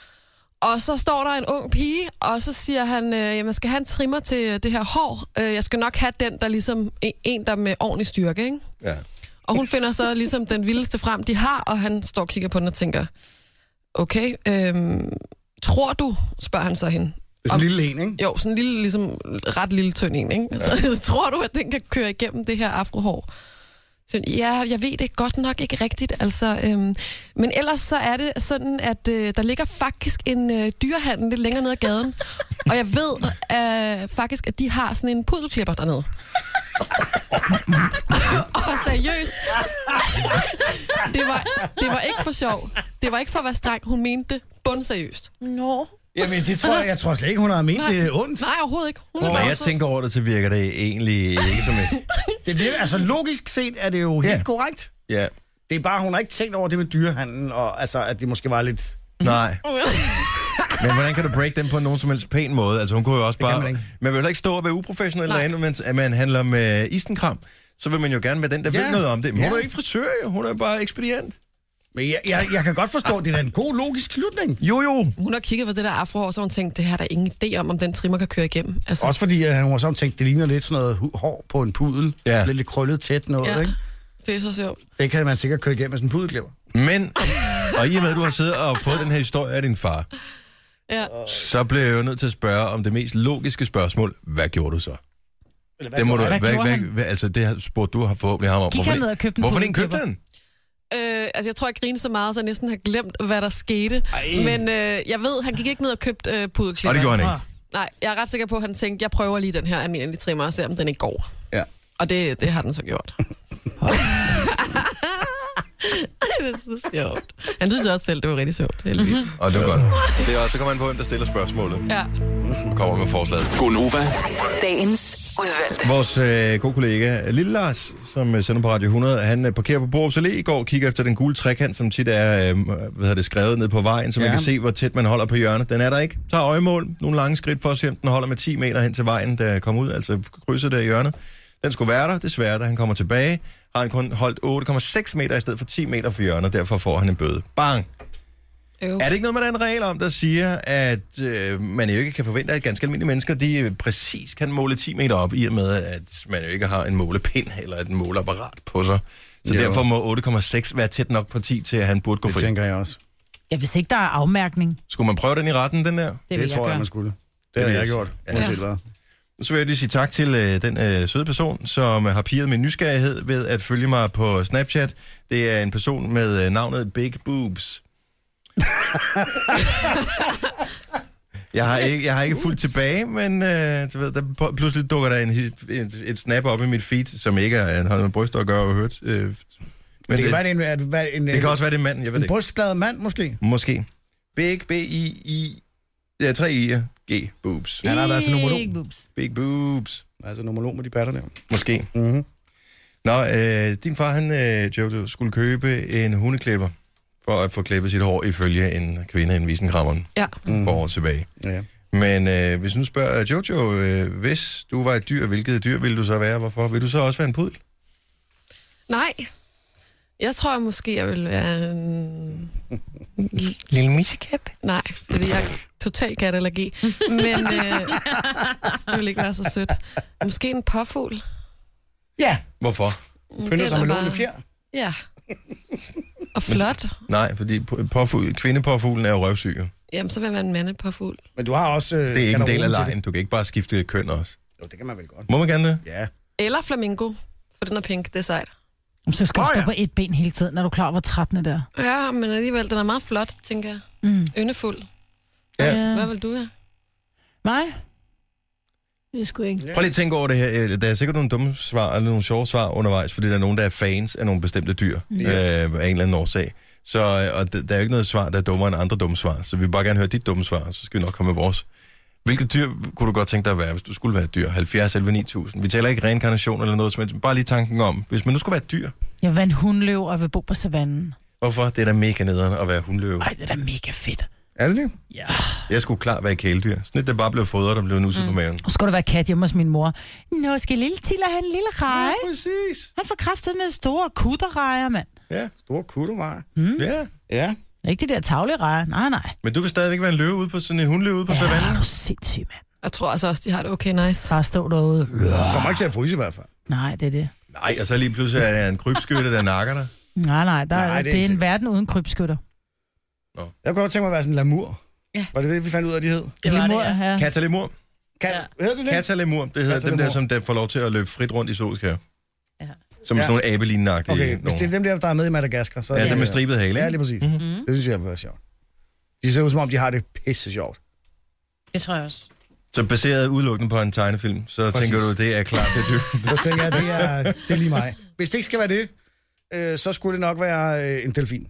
[SPEAKER 5] og så står der en ung pige, og så siger han, øh, jamen, jeg skal have en trimmer til det her hår. Øh, jeg skal nok have den, der ligesom en, en der med ordentlig styrke, ikke?
[SPEAKER 1] Ja.
[SPEAKER 5] Og hun finder så ligesom den vildeste frem, de har, og han står og kigger på den og tænker, okay, øhm, tror du, spørger han så hende.
[SPEAKER 3] Det er sådan en lille en, ikke?
[SPEAKER 5] Jo, sådan en lille, ligesom ret lille tynd en, ikke? Ja. Så tror du, at den kan køre igennem det her afrohår? Så, ja, jeg ved det godt nok ikke rigtigt, altså. Øhm, men ellers så er det sådan, at øh, der ligger faktisk en øh, dyrehandel lidt længere ned ad gaden. Og jeg ved øh, faktisk, at de har sådan en pudelklipper dernede. Og seriøst, det var, det var ikke for sjov. Det var ikke for at være streng. Hun mente det bundseriøst.
[SPEAKER 4] Nå.
[SPEAKER 3] Jamen, det tror jeg, jeg tror slet ikke, hun har ment det ondt.
[SPEAKER 5] Nej, overhovedet ikke. Hun
[SPEAKER 1] Når
[SPEAKER 5] var
[SPEAKER 1] jeg
[SPEAKER 5] så-
[SPEAKER 1] tænker over det, så virker det egentlig ikke som et...
[SPEAKER 3] Det, er det, altså, logisk set er det jo helt
[SPEAKER 1] Ja.
[SPEAKER 3] korrekt.
[SPEAKER 1] Ja.
[SPEAKER 3] Det er bare, hun har ikke tænkt over det med dyrehandlen, og altså, at det måske var lidt...
[SPEAKER 1] Nej. Men hvordan kan du break den på nogen som helst pæn måde? Altså hun kunne jo også
[SPEAKER 3] kan
[SPEAKER 1] bare...
[SPEAKER 3] man ikke.
[SPEAKER 1] Man vil jo ikke stå og være uprofessionel
[SPEAKER 5] Nej.
[SPEAKER 1] derinde, mens at man handler med isenkram. Så vil man jo gerne være den, der
[SPEAKER 3] Ja.
[SPEAKER 1] ved noget om det. Men hun
[SPEAKER 3] Ja.
[SPEAKER 1] er jo ikke frisør, jo. Hun er jo bare ekspedient.
[SPEAKER 3] Men jeg, jeg, jeg kan godt forstå, at det er en god logisk slutning.
[SPEAKER 1] Jo, jo.
[SPEAKER 5] Hun har kigget på det der afrohår, så hun tænkte, det her er der ingen idé om, om den trimmer kan køre igennem. Altså,
[SPEAKER 3] Også fordi at hun har sådan tænkt, det ligner lidt sådan noget hu- hår på en pudel.
[SPEAKER 1] Ja.
[SPEAKER 3] Lidt, lidt krøllet tæt noget,
[SPEAKER 5] ja,
[SPEAKER 3] ikke?
[SPEAKER 5] det er så sjovt.
[SPEAKER 3] Det kan man sikkert køre igennem med sådan en pudelklipper.
[SPEAKER 1] Men, og i og med, at du har siddet og fået den her historie af din far,
[SPEAKER 5] Ja.
[SPEAKER 1] Så blev jeg jo nødt til at spørge om det mest logiske spørgsmål. Hvad gjorde du så?
[SPEAKER 3] Hvad
[SPEAKER 1] Det må du,
[SPEAKER 2] Hvad
[SPEAKER 1] hvad,
[SPEAKER 2] gjorde
[SPEAKER 1] hvad,
[SPEAKER 2] han?
[SPEAKER 1] hvad, altså, det har spurgt du har forhåbentlig ham om.
[SPEAKER 2] Gik
[SPEAKER 1] Hvorfor,
[SPEAKER 2] han ned og købte en
[SPEAKER 1] hvorfor den købte
[SPEAKER 2] pudelklipper?
[SPEAKER 1] han?
[SPEAKER 5] Øh, altså, jeg tror, jeg grinede så meget, så jeg næsten har glemt, hvad der skete. Ej. Men øh, jeg ved, han gik ikke ned og købte øh, pudelklipper.
[SPEAKER 1] Og det gjorde han ikke.
[SPEAKER 5] Nej, jeg er ret sikker på, at han tænkte, jeg prøver lige den her almindelige trimmer og ser, om den ikke går.
[SPEAKER 3] Ja.
[SPEAKER 5] Og det, det har den så gjort. Det er så sjovt. Han synes også selv, det var rigtig sjovt. Heldigvis.
[SPEAKER 1] Og det var godt. Det er også, så kommer man på, hvem der stiller spørgsmålet.
[SPEAKER 5] Ja.
[SPEAKER 1] Og kommer med forslaget.
[SPEAKER 6] Gonova.
[SPEAKER 7] Dagens udvalgte.
[SPEAKER 1] Vores øh, gode kollega Lille Lars, som øh, sender på Radio hundrede, han øh, parkerer på Borups Allé i går og kigger efter den gule trekant, som tit er øh, hvad hedder det, skrevet ned på vejen, så man
[SPEAKER 3] Ja.
[SPEAKER 1] kan se, hvor tæt man holder på hjørnet. Den er der ikke. Tager øjemål, nogle lange skridt for at se, om den holder med ti meter hen til vejen, der kommer ud, altså krydset der i hjørnet. Den skulle være der, desværre, da han kommer tilbage, har han kun holdt otte komma seks meter i stedet for ti meter for hjørnet, derfor får han en bøde. Bang!
[SPEAKER 5] Øv.
[SPEAKER 1] Er det ikke noget med den regel om, der siger, at øh, man jo ikke kan forvente, at ganske almindelige mennesker, de øh, præcis kan måle ti meter op, i og med, at man jo ikke har en målepind eller et måleapparat på sig. Så
[SPEAKER 3] Jo.
[SPEAKER 1] derfor må otte komma seks være tæt nok på ti til, at han burde gå
[SPEAKER 3] Det
[SPEAKER 1] fri.
[SPEAKER 3] tænker jeg også.
[SPEAKER 2] Ja, hvis ikke der er afmærkning,
[SPEAKER 1] Skulle man prøve den i retten, den der?
[SPEAKER 2] det,
[SPEAKER 3] Det,
[SPEAKER 2] vil
[SPEAKER 3] det
[SPEAKER 2] jeg
[SPEAKER 3] tror jeg,
[SPEAKER 2] gøre.
[SPEAKER 3] man skulle. Det,
[SPEAKER 1] Det
[SPEAKER 3] har
[SPEAKER 1] vil
[SPEAKER 3] jeg
[SPEAKER 1] jeg
[SPEAKER 3] gjort,
[SPEAKER 1] Ja.
[SPEAKER 3] uanset hvad.
[SPEAKER 1] Så vil jeg lige sige tak til øh, den øh, søde person, som har pirret min nysgerrighed ved at følge mig på Snapchat. Det er en person med øh, navnet Big Boobs. Jeg har ikke, jeg har ikke fulgt tilbage, men øh, du ved, der p- pludselig dukker der en, et, et snap op i mit feed, som ikke er, har med bryster at gøre og hørt. Øh, men
[SPEAKER 3] Det kan
[SPEAKER 1] det,
[SPEAKER 3] være, det er en, at- hvad- en,
[SPEAKER 1] det kan også være, det er manden, jeg ved
[SPEAKER 3] en
[SPEAKER 1] det ikke.
[SPEAKER 3] brystglad mand, måske.
[SPEAKER 1] Måske. Big, B-I-I, ja, tre I'er, G, boobs.
[SPEAKER 3] Han har været til numerolog.
[SPEAKER 2] Big boobs.
[SPEAKER 1] Big boobs.
[SPEAKER 3] Altså numerolog med de patter der.
[SPEAKER 1] Måske.
[SPEAKER 3] Mm-hmm.
[SPEAKER 1] Nå, øh, din far, han, øh, Jojo, skulle købe en hundeklipper for at få klippet sit hår ifølge en kvinde, en visenkrammeren,
[SPEAKER 5] Ja.
[SPEAKER 1] mm. for år tilbage.
[SPEAKER 3] Ja.
[SPEAKER 1] Men øh, hvis du nu spørger Jojo, øh, hvis du var et dyr, hvilket dyr ville du så være? Hvorfor? Vil du så også være en pudel?
[SPEAKER 5] Nej. Jeg tror måske, jeg vil være en...
[SPEAKER 1] Lille missekat?
[SPEAKER 5] Nej, fordi jeg har total katallergi. Men øh, det vil ikke være så sødt. Måske en påfugl.
[SPEAKER 3] Ja,
[SPEAKER 1] Hvorfor?
[SPEAKER 3] pynter sig med lånende fjer.
[SPEAKER 5] Ja. Og flot.
[SPEAKER 1] Nej, fordi på- påfugl, kvindepåfuglen er jo røvsyg. jo.
[SPEAKER 5] Jamen, så vil jeg være en mandepåfugl.
[SPEAKER 3] Men du har også... Øh,
[SPEAKER 1] Det er ikke en del af
[SPEAKER 3] garderoben til
[SPEAKER 1] lejen. Du kan ikke bare skifte køn også.
[SPEAKER 3] det. Jo, det kan man vel godt.
[SPEAKER 1] Må man gerne det?
[SPEAKER 3] Ja.
[SPEAKER 5] Eller flamingo, for den er pink, det er sejt.
[SPEAKER 2] Så skal du
[SPEAKER 3] Åh,
[SPEAKER 2] stå
[SPEAKER 3] ja.
[SPEAKER 2] på et ben hele tiden, når du er klar over, hvor trættende der.
[SPEAKER 5] Ja, men alligevel, den er meget flot, tænker jeg.
[SPEAKER 2] Mm.
[SPEAKER 5] Yndefuld.
[SPEAKER 1] Ja.
[SPEAKER 5] Hvad vil du have?
[SPEAKER 2] Nej? Det er sgu ikke.
[SPEAKER 1] Prøv lige at tænke over det her. Øh, Der er sikkert nogle dumme svar, eller nogle sjove svar undervejs, fordi der er nogen, der er fans af nogle bestemte dyr, mm. øh, af en eller anden årsag. Så, øh, og d- der er jo ikke noget svar, der er dummere end andre dumme svar. Så vi vil bare gerne høre dit dumme svar, så skal vi nok komme med vores. Hvilket dyr kunne du godt tænke dig at være, hvis du skulle være et dyr? halvfjerds elleve ni tusind. Vi taler ikke reinkarnation eller noget, men bare lige tanken om, hvis man nu skulle være et dyr.
[SPEAKER 2] Jeg vil være en hundløv og vil bo på savannen.
[SPEAKER 1] Hvorfor? Det er da mega nederen at være hundløve.
[SPEAKER 2] Ej, det er da mega fedt.
[SPEAKER 3] Er det det?
[SPEAKER 2] Ja.
[SPEAKER 1] Jeg skulle klart være kæledyr. Sådan et, der bare blev fodret og blev nusset mm. på maven.
[SPEAKER 2] Og så skal du være kat hjemme hos min mor. Nå, skal lille Tiller have en lille reje?
[SPEAKER 1] Ja, præcis.
[SPEAKER 2] Han får kraftet med store kutterrejer, mand.
[SPEAKER 1] Ja,
[SPEAKER 3] Store kuttervejer.
[SPEAKER 2] Mm.
[SPEAKER 1] ja.
[SPEAKER 3] Ja.
[SPEAKER 2] Ikke de der tavlige rejer. Nej, nej.
[SPEAKER 1] Men du vil stadigvæk være en løve ude på sådan en hundløve ude på
[SPEAKER 2] Ja,
[SPEAKER 1] savannen?
[SPEAKER 2] er du sindssyg, mand.
[SPEAKER 5] Jeg tror altså også, de har det okay nice.
[SPEAKER 2] Bare stå derude.
[SPEAKER 3] Kommer ikke til at fryse i hvert fald.
[SPEAKER 2] Nej, det er det.
[SPEAKER 1] Nej, og så lige pludselig er der en krybskytte, der nakker dig.
[SPEAKER 2] Nej, nej, der,
[SPEAKER 3] Nej,
[SPEAKER 2] nej
[SPEAKER 3] det er
[SPEAKER 2] det, det er
[SPEAKER 3] ikke
[SPEAKER 2] en verden uden krybskytter.
[SPEAKER 3] Jeg kunne godt tænke mig at være sådan en lamur.
[SPEAKER 4] Ja.
[SPEAKER 3] Var det det, vi fandt ud af, de hed?
[SPEAKER 4] Det var det,
[SPEAKER 2] Lemur,
[SPEAKER 4] ja.
[SPEAKER 2] ja.
[SPEAKER 1] Katalemur.
[SPEAKER 3] Kan,
[SPEAKER 4] Ja.
[SPEAKER 3] Hedder det det?
[SPEAKER 1] Katalemur, det hedder dem der,
[SPEAKER 3] Katalemur.
[SPEAKER 1] som der får lov til at løbe frit rundt i zoologisk have.
[SPEAKER 4] Ja.
[SPEAKER 1] Som
[SPEAKER 3] Ja.
[SPEAKER 1] sådan nogle abelignende-agtige.
[SPEAKER 3] Okay, hvis det er dem der, der er med i Madagaskar, så...
[SPEAKER 1] Ja,
[SPEAKER 3] er
[SPEAKER 1] dem med stribet hale,
[SPEAKER 3] Ja,
[SPEAKER 1] ikke?
[SPEAKER 3] lige præcis.
[SPEAKER 1] Mhm.
[SPEAKER 3] Mm-hmm. Det synes jeg vil være sjovt. De ser ud som om, de har det pisse sjovt.
[SPEAKER 4] Det tror jeg også.
[SPEAKER 1] Så baseret udelukkende på en tegnefilm, så
[SPEAKER 3] Præcis.
[SPEAKER 1] tænker du, det er klart, det er dyrt.
[SPEAKER 3] Så tænker jeg, det er, det er lige mig. Hvis det ikke skal være det, øh, så skulle det nok være øh, en delfin.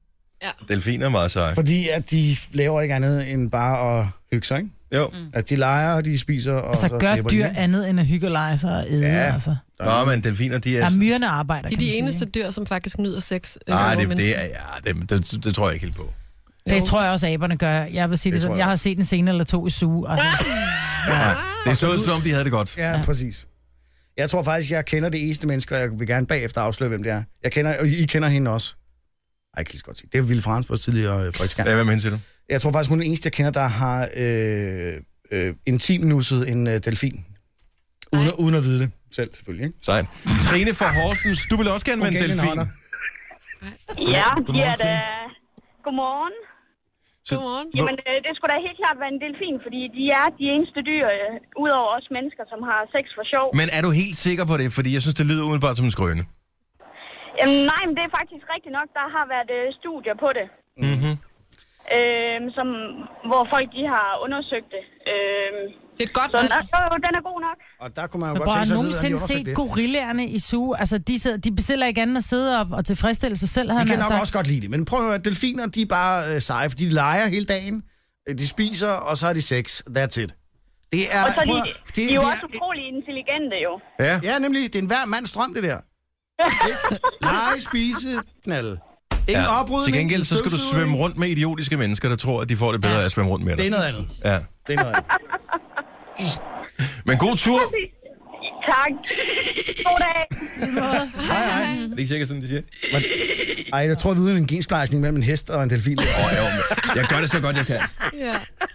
[SPEAKER 1] Delfiner er meget seje.
[SPEAKER 3] Fordi at de laver ikke andet end bare at hygge sig, ikke?
[SPEAKER 1] Jo.
[SPEAKER 4] Mm.
[SPEAKER 3] At de leger, og de spiser, og
[SPEAKER 2] Altså,
[SPEAKER 3] så
[SPEAKER 2] gør
[SPEAKER 3] knipper de,
[SPEAKER 2] dyr
[SPEAKER 3] ikke?
[SPEAKER 2] andet end at hygge og lege sig og æde,
[SPEAKER 3] Ja.
[SPEAKER 2] altså.
[SPEAKER 1] Nå, men delfiner, de er...
[SPEAKER 2] Der er myrerne arbejder,
[SPEAKER 5] De er
[SPEAKER 2] kan
[SPEAKER 5] de
[SPEAKER 2] man sige,
[SPEAKER 5] eneste
[SPEAKER 2] ikke?
[SPEAKER 5] dyr, som faktisk nyder sex. øh,
[SPEAKER 1] Nej,
[SPEAKER 5] over
[SPEAKER 1] det, det,
[SPEAKER 5] mennesker.
[SPEAKER 1] er, ja, det, det, det, tror jeg ikke helt på.
[SPEAKER 2] Det tror jeg også, aberne gør. Jeg vil sige det,
[SPEAKER 3] Det tror
[SPEAKER 2] sådan.
[SPEAKER 3] jeg
[SPEAKER 2] Jeg har
[SPEAKER 3] også.
[SPEAKER 2] set en scene eller to i suge. Altså,
[SPEAKER 1] Ja, det så ud, som om de havde det godt.
[SPEAKER 3] Ja, præcis. Jeg tror faktisk, jeg kender det eneste menneske, og jeg vil gerne bagefter afsløre, hvem det er. Jeg kender, og I kender hende også. Ej, jeg kan lige så godt sige. Det er Ville Frans, vores tidligere øh, praktikant.
[SPEAKER 1] Ja, hvad med hende, siger du?
[SPEAKER 3] Jeg tror faktisk, hun er den eneste, jeg kender, der har øh, øh, intimnusset en øh, delfin. Uden, uden at vide det selv, selvfølgelig. Ikke?
[SPEAKER 1] Sejt. Trine fra Horsens, du vil også gerne være en
[SPEAKER 3] Okay,
[SPEAKER 1] delfin.
[SPEAKER 3] Lena Hånder.
[SPEAKER 9] Ja,
[SPEAKER 1] Godmorgen,
[SPEAKER 9] ja
[SPEAKER 1] Trine.
[SPEAKER 9] da. Godmorgen.
[SPEAKER 5] Godmorgen.
[SPEAKER 9] Jamen, øh, det skulle da helt klart være en delfin, fordi de er de eneste dyr, øh, udover os mennesker, som har sex for sjov.
[SPEAKER 1] Men er du helt sikker på det? Fordi jeg synes, det lyder umiddelbart som en skrøne.
[SPEAKER 9] Jamen, nej, men det er faktisk rigtigt nok. Der har været øh, studier på det.
[SPEAKER 1] Mhm.
[SPEAKER 9] Øh, som, hvor folk de har undersøgt det. Øh,
[SPEAKER 5] Det er et godt
[SPEAKER 9] så
[SPEAKER 5] valg.
[SPEAKER 9] den, den er god nok.
[SPEAKER 3] Og der kunne man jo
[SPEAKER 2] Men
[SPEAKER 3] godt
[SPEAKER 2] bror,
[SPEAKER 3] tænke
[SPEAKER 2] har
[SPEAKER 3] sig
[SPEAKER 2] du
[SPEAKER 3] at vide, at de
[SPEAKER 2] nogensinde
[SPEAKER 3] undersøgte
[SPEAKER 2] set
[SPEAKER 3] det.
[SPEAKER 2] gorillaerne i zoo? Altså, de, sidder, de bestiller ikke andet at sidde op og tilfredsstille sig selv, havde
[SPEAKER 3] De kan
[SPEAKER 2] han
[SPEAKER 3] nok
[SPEAKER 2] sagt.
[SPEAKER 3] også godt lide det. Men prøv at høre, delfiner, de er bare øh, seje, fordi de leger hele dagen. Øh, De spiser, og så har de sex. That's it. Det er...
[SPEAKER 9] Og så er de,
[SPEAKER 3] prøv at-
[SPEAKER 9] de, de er jo også utrolig intelligente, jo.
[SPEAKER 1] Ja.
[SPEAKER 3] Ja, nemlig. Det er en hver mands drøm, det der. Lege, spise, knalde. Ingen
[SPEAKER 1] Ja.
[SPEAKER 3] oprydning.
[SPEAKER 1] Til gengæld, så skal du
[SPEAKER 3] støvsugning.
[SPEAKER 1] svømme rundt med idiotiske mennesker, der tror, at de får det bedre af at svømme rundt med dig.
[SPEAKER 3] Det er noget andet.
[SPEAKER 1] Ja.
[SPEAKER 3] Det er noget andet.
[SPEAKER 1] Men god tur.
[SPEAKER 9] Tak. God dag.
[SPEAKER 3] Hej, hej.
[SPEAKER 1] Det er ikke sikkert sådan, de siger.
[SPEAKER 3] Ej, jeg tror, vi er ude i en gensplejsning mellem en hest og en delfin.
[SPEAKER 1] Åh, jo, men jeg gør det så godt, jeg kan.
[SPEAKER 5] Ja.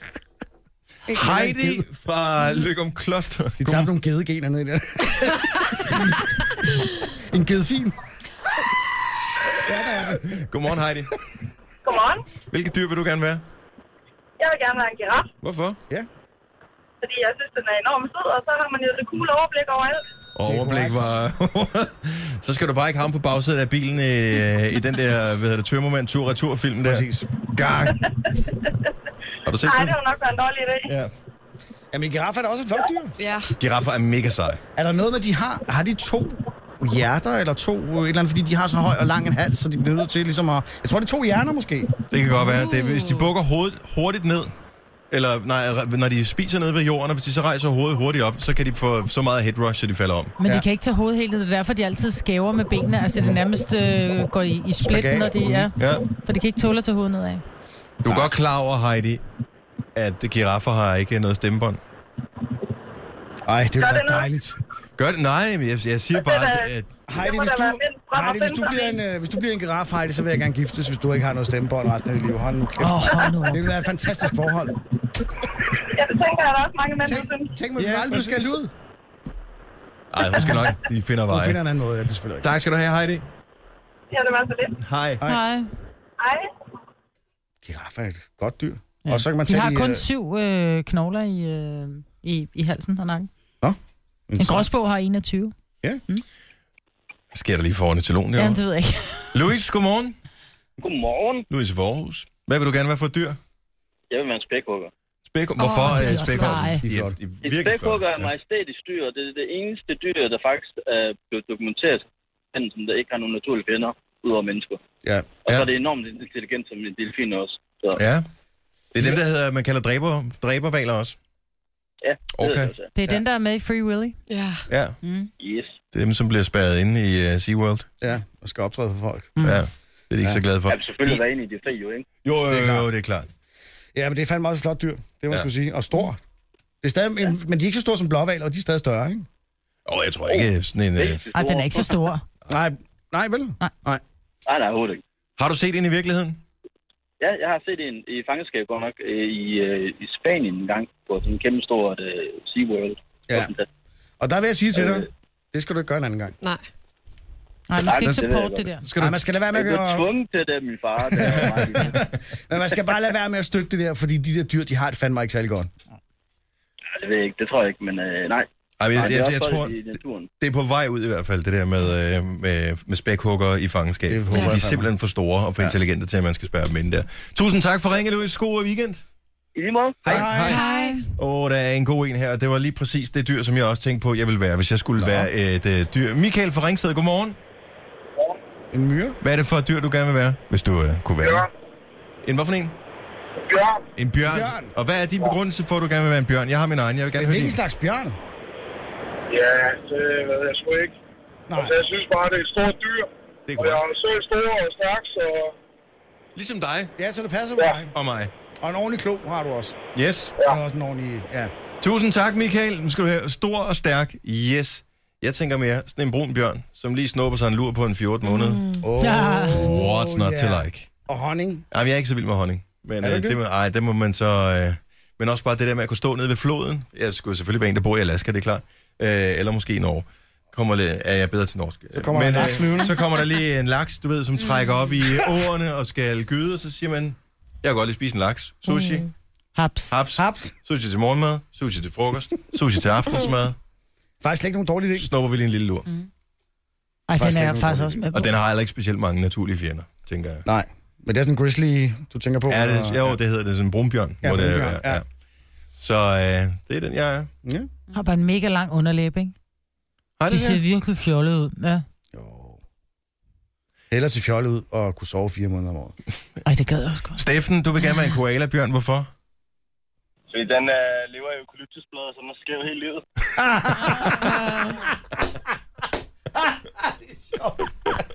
[SPEAKER 1] Heidi fra Løgum Kloster.
[SPEAKER 3] Vi tabte nogle gedegener ned i der. En gedefin.
[SPEAKER 1] Godmorgen, Heidi.
[SPEAKER 9] Godmorgen.
[SPEAKER 1] Hvilket dyr vil du gerne være?
[SPEAKER 9] Jeg vil gerne være en giraf,
[SPEAKER 1] Hvorfor?
[SPEAKER 3] Ja.
[SPEAKER 9] fordi jeg synes, den er enormt sød, og så har man jo det cool overblik over alt.
[SPEAKER 1] Overblik var... Så skal du bare ikke havne på bagsædet af bilen i, i den der, hvad hedder det, Tømmermand tur-retur-film der.
[SPEAKER 3] Præcis.
[SPEAKER 1] Gang. Har du set
[SPEAKER 9] Nej,
[SPEAKER 1] den?
[SPEAKER 9] det var nok være en dårlig idé.
[SPEAKER 1] Ja.
[SPEAKER 3] Jamen, giraffer er da også et flot dyr.
[SPEAKER 5] Ja.
[SPEAKER 1] Giraffer er mega seje.
[SPEAKER 3] Er der noget med, de har... Har de to hjerter, eller to... Et eller andet, fordi de har så høj og lang en hals, så de bliver nødt til ligesom at... Jeg tror, det er to hjerner, måske.
[SPEAKER 1] Det kan godt være. Det, er, hvis de bukker hovedet hurtigt ned, eller nej, når de spiser ned ved jorden, og hvis de så rejser hovedet hurtigt op, så kan de få så meget headrush, at de falder om.
[SPEAKER 2] Men
[SPEAKER 3] Ja.
[SPEAKER 2] de kan ikke tage hovedet helt ned. Det er derfor, de altid skæver med benene. Altså, det nærmest øh, går i, i split, når de er.
[SPEAKER 1] Ja.
[SPEAKER 2] For de kan ikke tåle at tage hovedet nedad.
[SPEAKER 1] Du er godt klar over, Heidi, at giraffer har ikke noget stemmebånd.
[SPEAKER 3] Ej, det
[SPEAKER 9] Gør
[SPEAKER 3] er
[SPEAKER 9] det
[SPEAKER 3] da
[SPEAKER 9] noget?
[SPEAKER 3] dejligt.
[SPEAKER 1] Gør det? Nej, men jeg, jeg siger
[SPEAKER 9] Men det
[SPEAKER 1] bare,
[SPEAKER 9] er da-
[SPEAKER 1] at...
[SPEAKER 3] Heidi,
[SPEAKER 9] må
[SPEAKER 3] hvis
[SPEAKER 9] da
[SPEAKER 3] du,
[SPEAKER 9] være fedt. Drøm
[SPEAKER 3] Heidi,
[SPEAKER 9] og
[SPEAKER 3] hvis, du
[SPEAKER 9] finde
[SPEAKER 3] bliver en, øh, hvis du bliver en giraf, Heidi, så vil jeg gerne giftes, hvis du ikke har noget stemmebånd resten af dit liv. Hold nu kæft.
[SPEAKER 2] Åh, hold nu op.
[SPEAKER 3] Det vil være et fantastisk forhold.
[SPEAKER 9] Ja, det tænker jeg, der er også mange mænd, der
[SPEAKER 3] Tænk,
[SPEAKER 9] synes.
[SPEAKER 3] tænk mig,
[SPEAKER 1] Ja,
[SPEAKER 3] ja, aldrig bliver skældt ud.
[SPEAKER 1] Ej, hun skal nok. De finder
[SPEAKER 3] Du
[SPEAKER 1] veje.
[SPEAKER 3] finder en anden måde, ja, det er selvfølgelig ikke.
[SPEAKER 1] Tak skal du have, Heidi.
[SPEAKER 9] Ja, det var så lidt.
[SPEAKER 1] Hej.
[SPEAKER 2] Hej.
[SPEAKER 9] Hej.
[SPEAKER 3] Giraffer er et godt dyr.
[SPEAKER 2] Ja.
[SPEAKER 3] Og så kan man
[SPEAKER 2] De
[SPEAKER 3] tage
[SPEAKER 2] har
[SPEAKER 3] de,
[SPEAKER 2] kun
[SPEAKER 3] øh,
[SPEAKER 2] syv øh, knogler i, øh, i, i halsen og nakken.
[SPEAKER 3] Nå.
[SPEAKER 2] En gråsbog har enogtyve.
[SPEAKER 1] Hvad sker der lige for ornitologen
[SPEAKER 2] Ja,
[SPEAKER 1] derovre?
[SPEAKER 2] det ved jeg ikke.
[SPEAKER 1] Louis, godmorgen.
[SPEAKER 10] Godmorgen.
[SPEAKER 1] Louis i Forhus. Hvad vil du gerne være for et dyr?
[SPEAKER 10] Jeg vil være en spækhugger.
[SPEAKER 1] Spæk... Hvorfor
[SPEAKER 2] Åh, de
[SPEAKER 1] er
[SPEAKER 2] er også
[SPEAKER 1] spækhugger?
[SPEAKER 2] seje.
[SPEAKER 1] De er, de er
[SPEAKER 10] Et
[SPEAKER 1] virkelig
[SPEAKER 10] spækhugger er
[SPEAKER 1] flotte.
[SPEAKER 10] majestætisk dyr, og det er det eneste dyr, der faktisk er blevet dokumenteret, som der ikke har nogen naturlige fjender, udover mennesker.
[SPEAKER 3] Ja.
[SPEAKER 10] Og så
[SPEAKER 1] Ja.
[SPEAKER 10] er det enormt intelligent som en delfin også. Så,
[SPEAKER 1] Ja. Det er dem, der hedder, man kalder dræber, dræbervaler også.
[SPEAKER 10] ja, det
[SPEAKER 1] Okay.
[SPEAKER 10] er det også.
[SPEAKER 2] Det er den, der er med i Free Willy.
[SPEAKER 5] Ja.
[SPEAKER 1] Ja.
[SPEAKER 10] Yes.
[SPEAKER 1] Det er dem, som bliver spærret inde i uh, SeaWorld.
[SPEAKER 3] Ja, og skal optræde for folk.
[SPEAKER 1] Mm. Ja. Det er de ikke
[SPEAKER 3] Ja.
[SPEAKER 1] så glade for.
[SPEAKER 10] Jeg vil selvfølgelig være enig i det fri, jo, ikke?
[SPEAKER 1] Jo, jo,
[SPEAKER 3] Det er
[SPEAKER 1] jo,
[SPEAKER 3] klart.
[SPEAKER 1] jo, det er klart.
[SPEAKER 3] Ja, men det er fandme også et flot dyr. Det må
[SPEAKER 1] Ja.
[SPEAKER 3] jeg skulle sige. Og stor. Det er stadig, men, men de er ikke så store som blåvaler, og de er stadig større, ikke?
[SPEAKER 1] Åh, jeg tror ikke sådan en... Uh...
[SPEAKER 2] Ej, den er ikke så stor.
[SPEAKER 3] Nej, nej vel?
[SPEAKER 2] Nej.
[SPEAKER 3] Nej.
[SPEAKER 10] Nej, nej, overhovedet ikke.
[SPEAKER 1] Har du set en i virkeligheden?
[SPEAKER 10] Ja, jeg har set en i fangenskab godt nok øh, i, øh, i Spanien en gang, på sådan en kæmpe stort øh, SeaWorld.
[SPEAKER 3] Ja. Og der vil jeg sige til dig,
[SPEAKER 10] Øh.
[SPEAKER 3] det skal du ikke gøre en anden gang.
[SPEAKER 5] Nej.
[SPEAKER 2] Nej, man skal ikke
[SPEAKER 10] det ved jeg
[SPEAKER 2] supporte
[SPEAKER 10] godt.
[SPEAKER 2] det der.
[SPEAKER 1] Skal
[SPEAKER 3] Nej,
[SPEAKER 1] du...
[SPEAKER 3] man skal lade være med
[SPEAKER 10] Jeg
[SPEAKER 3] at
[SPEAKER 10] blev
[SPEAKER 3] gøre...
[SPEAKER 10] tvunget til det af min far. Det er meget lille.
[SPEAKER 3] Men man skal bare lade være med at støtte det der, fordi de der dyr, de har det fandme ikke særlig godt.
[SPEAKER 10] Ja, det ved jeg ikke, det tror jeg ikke, men øh, nej.
[SPEAKER 1] Ej, men
[SPEAKER 10] nej
[SPEAKER 1] jeg,
[SPEAKER 10] det er
[SPEAKER 1] jeg,
[SPEAKER 10] også
[SPEAKER 1] jeg
[SPEAKER 10] folk
[SPEAKER 1] tror,
[SPEAKER 10] i naturen.
[SPEAKER 1] det er på vej ud i hvert fald, det der med, øh, med, med spækhugger i fangenskab.
[SPEAKER 3] Det
[SPEAKER 1] De
[SPEAKER 3] håber jeg
[SPEAKER 1] er
[SPEAKER 3] fandme.
[SPEAKER 1] simpelthen for store og for
[SPEAKER 3] Ja.
[SPEAKER 1] intelligente til, at man skal spærre dem inde der. Tusind tak for ringe, Louis. God weekend.
[SPEAKER 10] I lige måde.
[SPEAKER 1] Hej.
[SPEAKER 3] Hej.
[SPEAKER 5] Hej.
[SPEAKER 1] Åh, der er en god en her, og det var lige præcis det dyr, som jeg også tænkte på, jeg ville være, hvis jeg skulle Nå. være et uh, dyr. Michael fra Ringsted, godmorgen.
[SPEAKER 3] En myre?
[SPEAKER 1] Hvad er det for et dyr, du gerne vil være, hvis du uh, kunne være?
[SPEAKER 11] Bjørn.
[SPEAKER 1] En hvad for en?
[SPEAKER 11] Bjørn.
[SPEAKER 1] En bjørn.
[SPEAKER 3] Bjørn.
[SPEAKER 1] Og hvad er din begrundelse for, at du gerne vil være en bjørn? Jeg har min egen, jeg vil gerne høre
[SPEAKER 3] Hvilken
[SPEAKER 1] din.
[SPEAKER 3] slags bjørn?
[SPEAKER 11] Ja, det ved jeg sgu ikke.
[SPEAKER 3] Nej.
[SPEAKER 11] Altså, jeg synes bare, det er et stort dyr.
[SPEAKER 1] Det er
[SPEAKER 11] Og jeg
[SPEAKER 1] godt.
[SPEAKER 11] er så stor og stærk, så...
[SPEAKER 1] Ligesom dig
[SPEAKER 3] Ja, så det passer på
[SPEAKER 11] Ja.
[SPEAKER 3] dig.
[SPEAKER 1] og mig.
[SPEAKER 3] Og en ordentlig klo har du også.
[SPEAKER 1] Yes.
[SPEAKER 3] Ja. Og også en ordentlig... Ja.
[SPEAKER 1] Tusind tak, Michael. Nu skal du høre. Stor og stærk. Yes. Jeg tænker mere, sådan en brun bjørn, som lige snupper sig en lur på en fjorten måneder. Mm.
[SPEAKER 3] Oh,
[SPEAKER 2] Ja.
[SPEAKER 1] What's not
[SPEAKER 3] ja.
[SPEAKER 1] to like?
[SPEAKER 3] Og honning.
[SPEAKER 1] Ej, men jeg er ikke så vild med honning. Men
[SPEAKER 3] Er du
[SPEAKER 1] øh,
[SPEAKER 3] ikke
[SPEAKER 1] det, må, ej, det må man så... Øh, men også bare det der med at kunne stå nede ved floden. Jeg skulle selvfølgelig være en, der bor i Alaska, det er klart. Øh, eller måske i Norge. Kommer lidt, er jeg bedre til norsk.
[SPEAKER 3] Så kommer
[SPEAKER 1] men,
[SPEAKER 3] der en laks flyvende.
[SPEAKER 1] så kommer der lige en laks, du ved, som trækker op i åerne og skal gyde, og så siger man, Jeg kan godt lide spise en laks. Sushi. Mm.
[SPEAKER 2] Haps.
[SPEAKER 1] Haps.
[SPEAKER 3] Haps.
[SPEAKER 1] Sushi til morgenmad. Sushi til frokost. Sushi til aftensmad.
[SPEAKER 3] Faktisk ikke nogen dårlige idé.
[SPEAKER 1] Snupper vi lige en lille lur.
[SPEAKER 2] Mm. Ej, den er jeg faktisk også med på.
[SPEAKER 1] Og den har heller ikke specielt mange naturlige fjender, tænker jeg.
[SPEAKER 3] Nej, men det er sådan en grizzly, du tænker på.
[SPEAKER 1] Ja, det, jo, det hedder det sådan en brunbjørn.
[SPEAKER 3] Ja,
[SPEAKER 1] hvor det,
[SPEAKER 3] brunbjørn, ja.
[SPEAKER 1] ja. Så øh, det er den, jeg er.
[SPEAKER 3] Ja.
[SPEAKER 2] Har bare en mega lang underlæb, ikke?
[SPEAKER 1] Har det
[SPEAKER 2] De ser
[SPEAKER 1] det?
[SPEAKER 2] virkelig fjollet ud, ja.
[SPEAKER 3] Jo. Hellere se fjollet ud og kunne sove fire måneder om året.
[SPEAKER 2] Ej, det gad jeg også godt.
[SPEAKER 1] Steffen, du vil gerne være en koala-bjørn. Hvorfor?
[SPEAKER 11] Fordi den øh, lever i eukalyptusbladet, så den er skæv hele livet.
[SPEAKER 3] Det er sjovt.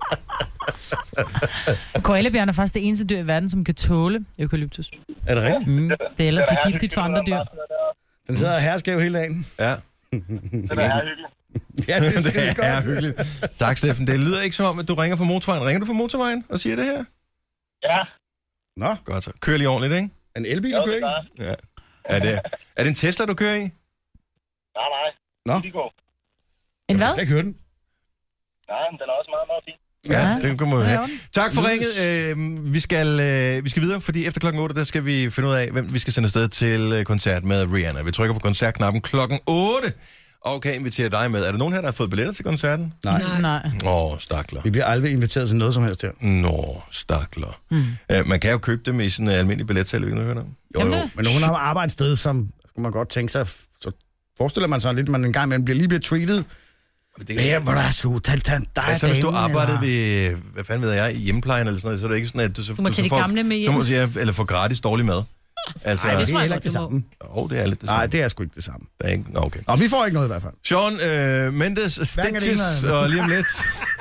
[SPEAKER 2] Koalabjørn er faktisk det eneste dyr i verden, som kan tåle eukalyptus.
[SPEAKER 3] Er det rigtigt?
[SPEAKER 2] Mm. Det er ellers det er giftigt for andre dyr.
[SPEAKER 3] Den sidder her skæv hele dagen.
[SPEAKER 1] Ja.
[SPEAKER 11] Så det er hyggeligt.
[SPEAKER 3] Ja, det er,
[SPEAKER 1] det
[SPEAKER 3] det
[SPEAKER 1] er hyggeligt. Tak, Steffen. Det lyder ikke som om, at du ringer fra motorvejen. Ringer du fra motorvejen og siger det her?
[SPEAKER 11] Ja.
[SPEAKER 3] Nå.
[SPEAKER 1] Godt så. Kører lige ordentligt, ikke?
[SPEAKER 3] En elbil, du kører i?
[SPEAKER 1] Ja. Er det, er det en Tesla, du kører i?
[SPEAKER 11] Nej, nej.
[SPEAKER 3] Nå.
[SPEAKER 11] De går.
[SPEAKER 2] En hvad?
[SPEAKER 3] Jeg har ikke hørt den.
[SPEAKER 11] Nej, men den er også meget, meget fin.
[SPEAKER 1] Ja, det kan man have. Tak for ringet. Øh, vi, skal, øh, vi skal videre, fordi efter klokken otte, der skal vi finde ud af, hvem vi skal sende afsted til øh, koncert med Rihanna. Vi trykker på koncertknappen klokken otte, og kan invitere dig med. Er der nogen her, der har fået billetter til koncerten?
[SPEAKER 3] Nej.
[SPEAKER 2] Nej.
[SPEAKER 1] Åh, oh, stakler.
[SPEAKER 3] Vi bliver aldrig inviteret til noget som helst her.
[SPEAKER 1] Nå, stakler. Mm. Øh, man kan jo købe dem i sådan en almindelig billetsalg, vi kan høre dem.
[SPEAKER 3] Jo, jo. Men nogen har arbejdet et sted, som skulle man godt tænke sig, så forestiller man sig lidt, at man en gang imellem bliver lige bliver treated. Det er, hvor der er sgu talt dig.
[SPEAKER 1] Altså, hvis du arbejdede ved, hvad fanden ved jeg, i hjemmeplejen eller sådan noget, så er det ikke sådan, at du, så,
[SPEAKER 4] du må
[SPEAKER 1] du,
[SPEAKER 4] tage de
[SPEAKER 1] får,
[SPEAKER 4] gamle med hjem.
[SPEAKER 1] så må, ja, eller få gratis dårlig mad. Altså,
[SPEAKER 3] Nej, det,
[SPEAKER 4] det
[SPEAKER 3] er
[SPEAKER 4] tror
[SPEAKER 3] heller
[SPEAKER 4] jeg
[SPEAKER 3] ikke det
[SPEAKER 4] godt, du
[SPEAKER 3] samme.
[SPEAKER 1] Åh, det er lidt det samme.
[SPEAKER 3] Nej, det er sgu ikke det samme.
[SPEAKER 1] Det er ikke, okay.
[SPEAKER 3] Og vi får ikke noget i hvert fald.
[SPEAKER 1] Sean øh, Mendes, Stitches, og lige om lidt.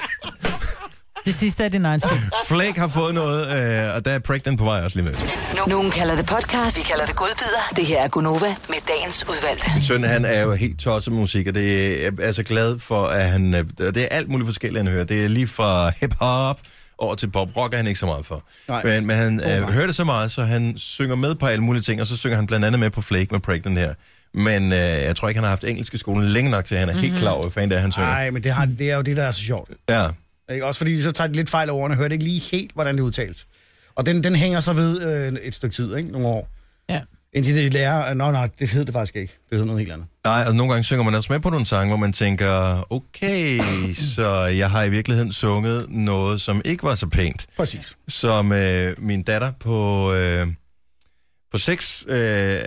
[SPEAKER 2] Det sidste er din egen skyld.
[SPEAKER 1] Flake har fået noget, øh, og der er Pregnant på vej også lige med.
[SPEAKER 7] Nogen kalder det podcast, vi kalder det godbider. Det her er Gunova med dagens udvalgte.
[SPEAKER 1] Min søn, han er jo helt tosset med musik, og det er, er så glad for, at han... Det er alt muligt forskelligt, han hører. Det er lige fra hip-hop over til pop-rock, er han ikke så meget for.
[SPEAKER 3] Nej.
[SPEAKER 1] Men, men han
[SPEAKER 3] Oh,
[SPEAKER 1] øh,
[SPEAKER 3] nej.
[SPEAKER 1] hører det så meget, så han synger med på alle mulige ting, og så synger han blandt andet med på Flake med Pregnant her. Men øh, jeg tror ikke, han har haft engelsk i skolen længe nok til, at han er mm-hmm. helt klar over, hvad fanden det er, han synger.
[SPEAKER 3] Nej, men det, har, det er jo det, der er så sjovt.
[SPEAKER 1] Ja.
[SPEAKER 3] Ikke? Også fordi så tager de lidt fejl over ordene og hører det ikke lige helt, hvordan det udtales. Og den, den hænger så ved øh, et stykke tid, ikke? Nogle år.
[SPEAKER 2] Ja.
[SPEAKER 3] Indtil de lærer, at nå, nej, det hed det faktisk ikke. Det hed noget helt andet.
[SPEAKER 1] Nej, og nogle gange synger man også med på nogle sange, hvor man tænker, okay, så jeg har i virkeligheden sunget noget, som ikke var så pænt.
[SPEAKER 3] Præcis.
[SPEAKER 1] Som øh, min datter på, øh, på seks, øh,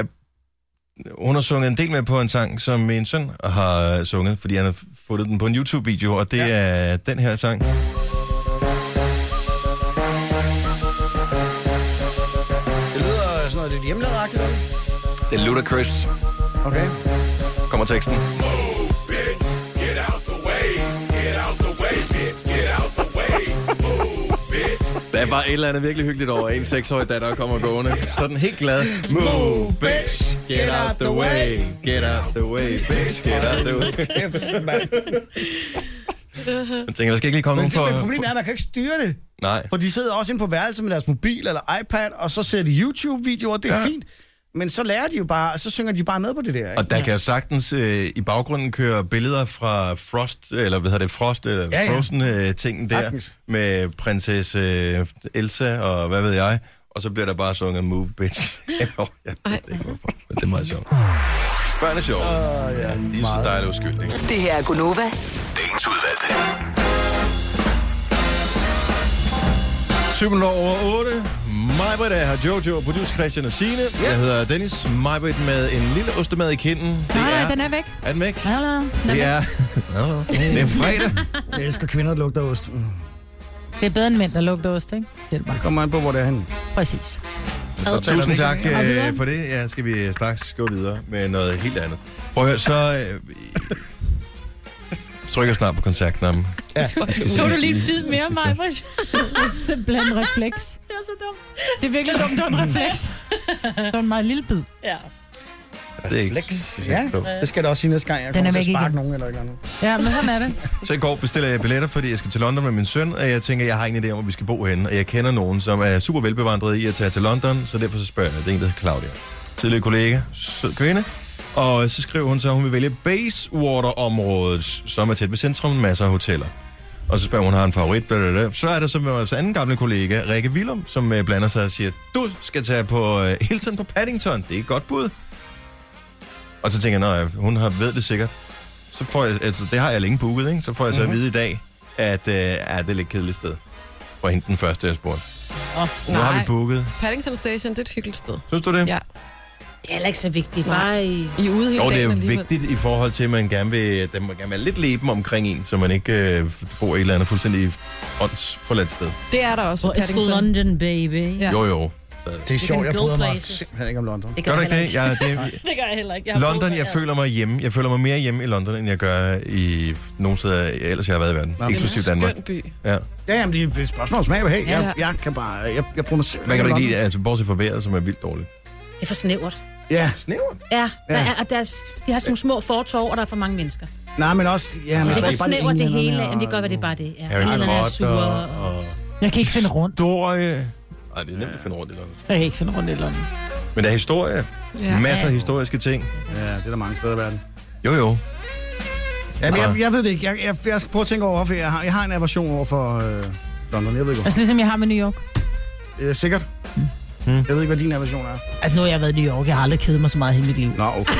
[SPEAKER 1] hun har sunget en del med på en sang, som min søn har sunget, fordi han har fundet den på en YouTube-video, og det ja. er den her sang.
[SPEAKER 3] Det lyder sådan noget lidt hjemmeladeragtigt, eller?
[SPEAKER 1] Det er Ludacris.
[SPEAKER 3] Okay.
[SPEAKER 1] Kommer teksten. Der var et eller andet virkelig hyggeligt over en seksårig datter, der kommer gående. Sådan helt glad. Move, bitch, get out the way. Get out the way, bitch, get out the way. Jeg tænker, der skal ikke lige komme
[SPEAKER 3] Men,
[SPEAKER 1] nogen for...
[SPEAKER 3] men problemet er, at man kan ikke styre det.
[SPEAKER 1] Nej.
[SPEAKER 3] For de sidder også inde på værelset med deres mobil eller iPad, og så ser de YouTube-videoer, det er
[SPEAKER 1] Ja.
[SPEAKER 3] ja. fint. Men så lærer de jo bare, så synger de bare med på det der. Ikke?
[SPEAKER 1] Og der kan jo sagtens øh, i baggrunden køre billeder fra Frost, eller hvad hedder det, Frost, eller
[SPEAKER 3] Ja, ja.
[SPEAKER 1] Frozen-tingen der,
[SPEAKER 3] Sagtens.
[SPEAKER 1] med prinsesse øh, Elsa og hvad ved jeg, og så bliver der bare sunget Move, bitch. Jeg ved ikke hvorfor, men det er meget sjovt. Børn er sjovt.
[SPEAKER 3] Uh, ja,
[SPEAKER 1] De er så dejligt uskyldige.
[SPEAKER 7] Det her er Gunova.
[SPEAKER 6] Dagens udvalgte.
[SPEAKER 1] syv over otte. Majbrit er her, Jojo, producer Christian og Signe. Yeah. Jeg hedder Dennis. Majbrit med en lille ostemad i kinden. Det
[SPEAKER 2] Nej,
[SPEAKER 1] er...
[SPEAKER 2] nej, den er væk.
[SPEAKER 1] Er den væk?
[SPEAKER 2] Hallo. Den
[SPEAKER 1] Det er... Hallo. Det er fredag.
[SPEAKER 3] Jeg elsker kvinder, der lugter ost. Mm.
[SPEAKER 2] Det er bedre end mænd, der lugter ost, ikke? Siger det bare.
[SPEAKER 3] Kommer an på, hvor det er henne.
[SPEAKER 2] Præcis.
[SPEAKER 1] Så tusind tak
[SPEAKER 2] Og videre.
[SPEAKER 1] øh, for det. Ja, skal vi straks gå videre med noget helt andet. Prøv at høre, så... Øh, trykker snart på koncertknappen.
[SPEAKER 3] Ja.
[SPEAKER 4] Så du lige en bid mere, Majbrit?
[SPEAKER 2] Det er simpelthen en refleks.
[SPEAKER 4] Det er så dumt.
[SPEAKER 2] Det er virkelig dumt, det var en refleks. Det var en meget lille bid.
[SPEAKER 4] Ja.
[SPEAKER 1] Det er ikke...
[SPEAKER 3] Flex. Ja, det skal jeg også sige næste gang, jeg
[SPEAKER 2] Den er
[SPEAKER 3] kommer til
[SPEAKER 2] væk
[SPEAKER 3] at sparke
[SPEAKER 2] igen.
[SPEAKER 3] nogen eller et eller andet.
[SPEAKER 2] Ja, men sådan er det.
[SPEAKER 1] Så i går bestiller jeg billetter, fordi jeg skal til London med min søn, og jeg tænker, jeg har ingen idé om, hvor vi skal bo henne. Og jeg kender nogen, som er super velbevandret i at tage til London, så derfor så spørger jeg. Det er en, der hedder Claudia. Tidligere kollega, sød kvinde. Og så skriver hun så, at hun vil vælge Bayswater-området, som er tæt ved centrum, masser af hoteller. Og så spørger hun, har en favorit? Blablabla. Så er der så vores anden gamle kollega, Rikke Willum, som øh, blander sig og siger, du skal tage på øh, Hilton på Paddington. Det er et godt bud. Og så tænker jeg, nej, hun har ved det sikkert. Så får jeg, altså det har jeg længe booket, ikke? Så får jeg så mm-hmm. at vide i dag, at øh, er det er lidt kedeligt sted. For hende den første, jeg spurgte.
[SPEAKER 5] Oh,
[SPEAKER 1] så har vi booket.
[SPEAKER 5] Paddington Station, det er et hyggeligt sted.
[SPEAKER 1] Synes du det?
[SPEAKER 5] Ja.
[SPEAKER 4] Det er heller ikke så vigtigt. Bare i...
[SPEAKER 5] I er ude hele
[SPEAKER 1] jo, det er
[SPEAKER 5] dagen
[SPEAKER 1] vigtigt i forhold til, at man gerne vil, der må gerne være lidt leben omkring en, så man ikke øh, bor i et eller andet fuldstændig åndsforladt sted.
[SPEAKER 5] Det er der også
[SPEAKER 4] på Paddington. London, baby.
[SPEAKER 1] Ja. Jo, jo.
[SPEAKER 3] Det er sjovt, jeg bryder mig simpelthen ikke om London.
[SPEAKER 4] Det
[SPEAKER 1] gør du ikke det? Jeg, det,
[SPEAKER 4] det gør jeg heller ikke. Jeg
[SPEAKER 1] London, jeg føler mig hjemme. Jeg føler mig mere hjemme i London, end jeg gør i nogle steder, ellers jeg har været i verden. Inklusiv Danmark.
[SPEAKER 5] Skøn by.
[SPEAKER 1] Ja.
[SPEAKER 3] Ja, jamen, det er et spørgsmål om smag. Hey, jeg, jeg kan bare... Jeg, jeg bruger mig simpelthen.
[SPEAKER 1] Hvad kan du ikke lide? Altså, bortset fra vejret, som er vildt dårligt.
[SPEAKER 4] Det er for snævert.
[SPEAKER 3] Ja.
[SPEAKER 1] Snævert?
[SPEAKER 4] Ja, der er, og der er, de har sådan nogle små fortov, og der er for mange mennesker.
[SPEAKER 3] Nej, men også... Ja, men
[SPEAKER 4] det er for snævert det hele. Jamen, det gør, hvad det er bare det. Ja.
[SPEAKER 1] Harry Potter og...
[SPEAKER 2] Jeg kan ikke finde rundt.
[SPEAKER 1] Historie... Nej, det er nemt at finde rundt i London.
[SPEAKER 2] Jeg kan ikke finde rundt i London.
[SPEAKER 1] Men der er historie. Ja. Masser af historiske ting.
[SPEAKER 3] Ja, det er der mange steder i verden.
[SPEAKER 1] Jo, jo.
[SPEAKER 3] Jamen, jeg, jeg ved det ikke. Jeg, jeg, jeg skal prøve at tænke over, for jeg har, jeg har en aversion over for øh, London. Jeg ved ikke.
[SPEAKER 2] Altså ligesom jeg har med New York?
[SPEAKER 3] Øh, sikkert. Hmm. Hmm. Jeg ved ikke, hvad din aversion er.
[SPEAKER 2] Altså nu har jeg været i New York. Jeg har aldrig kedet mig så meget i hele mit liv.
[SPEAKER 3] Nå, okay.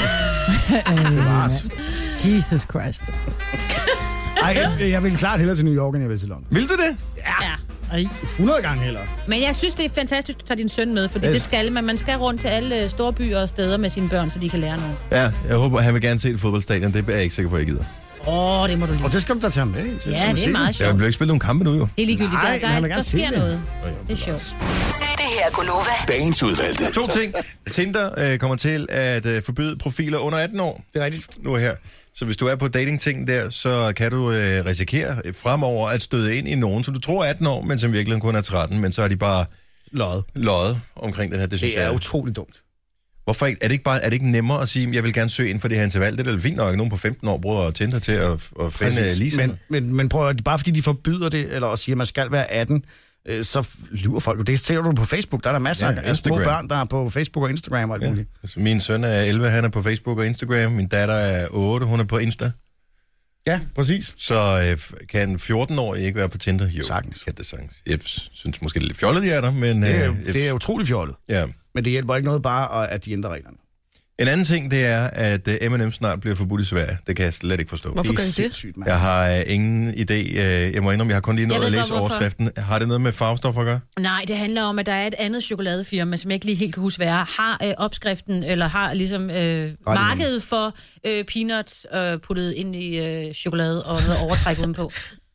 [SPEAKER 2] Jesus Christ.
[SPEAKER 3] Ej, jeg, jeg vil klart hellere til New York, end jeg vil til London.
[SPEAKER 1] Vil du det?
[SPEAKER 4] Ja. ja.
[SPEAKER 3] hundrede gange heller.
[SPEAKER 4] Men jeg synes, det er fantastisk, at du tager din søn med, fordi yes. det skal man. Man skal rundt til alle store byer og steder med sine børn, så de kan lære noget.
[SPEAKER 1] Ja, jeg håber, han vil gerne se et fodboldstadion. Det er jeg ikke sikker på, at jeg gider.
[SPEAKER 4] Åh, oh, det må du lige.
[SPEAKER 3] Og det skal du da tage med til.
[SPEAKER 4] Ja, det er meget sjovt.
[SPEAKER 1] Jeg vil ikke spille nogle kampe nu, jo.
[SPEAKER 4] Det er ligegyldigt.
[SPEAKER 3] Nej,
[SPEAKER 4] der, der, der, der sker noget. Det er sjovt.
[SPEAKER 7] Det her er Gunova.
[SPEAKER 6] Dagens udvalgte.
[SPEAKER 1] To ting. Tinder øh, kommer til at øh, forbyde profiler under atten år.
[SPEAKER 3] Det er rigtigt.
[SPEAKER 1] Nu her. Så hvis du er på dating-ting der, så kan du øh, risikere fremover at støde ind i nogen, som du tror er atten år, men som virkelig kun er tretten, men så er de bare
[SPEAKER 3] løjet,
[SPEAKER 1] løjet omkring den her. Det, synes
[SPEAKER 3] det er
[SPEAKER 1] jeg,
[SPEAKER 3] utroligt dumt.
[SPEAKER 1] Hvorfor ikke? Er det ikke, bare, er det ikke nemmere at sige, at jeg vil gerne søge ind for det her interval? Det er da fint nok, at nogen på femten år bruger Tinder til at, at finde lige
[SPEAKER 3] men, men, men prøv at, bare fordi de forbyder det, eller siger, at man skal være atten, øh, så lyver folk. Det ser du på Facebook. Der er der masser ja, af små børn, der er på Facebook og Instagram og alt muligt.
[SPEAKER 1] Ja. Altså, min søn er elleve, han er på Facebook og Instagram. Min datter er otte, hun er på Insta.
[SPEAKER 3] Ja, præcis.
[SPEAKER 1] Så øh, kan en fjorten-årig ikke være på Tinder? Jo,
[SPEAKER 3] sagtens.
[SPEAKER 1] Kan det sagtens. Jeg synes måske, det er lidt fjollet, de er der, men...
[SPEAKER 3] Det er,
[SPEAKER 1] øh,
[SPEAKER 3] det er utroligt fjollet.
[SPEAKER 1] Ja.
[SPEAKER 3] Men det hjælper ikke noget bare, at de ændrer reglerne.
[SPEAKER 1] En anden ting, det er, at M and M snart bliver forbudt i Sverige. Det kan jeg slet ikke forstå.
[SPEAKER 5] Hvorfor gør I det?
[SPEAKER 1] Jeg har uh, ingen idé. Uh, jeg må indrømme, jeg har kun lige nået at læse overskriften. Har det noget med farvestoffer at gøre?
[SPEAKER 4] Nej, det handler om, at der er et andet chokoladefirma, som jeg ikke lige helt kan huske, hvad er, har øh, opskriften, eller har ligesom øh, markedet for øh, peanuts øh, puttet ind i øh, chokolade og noget overtræk udenpå.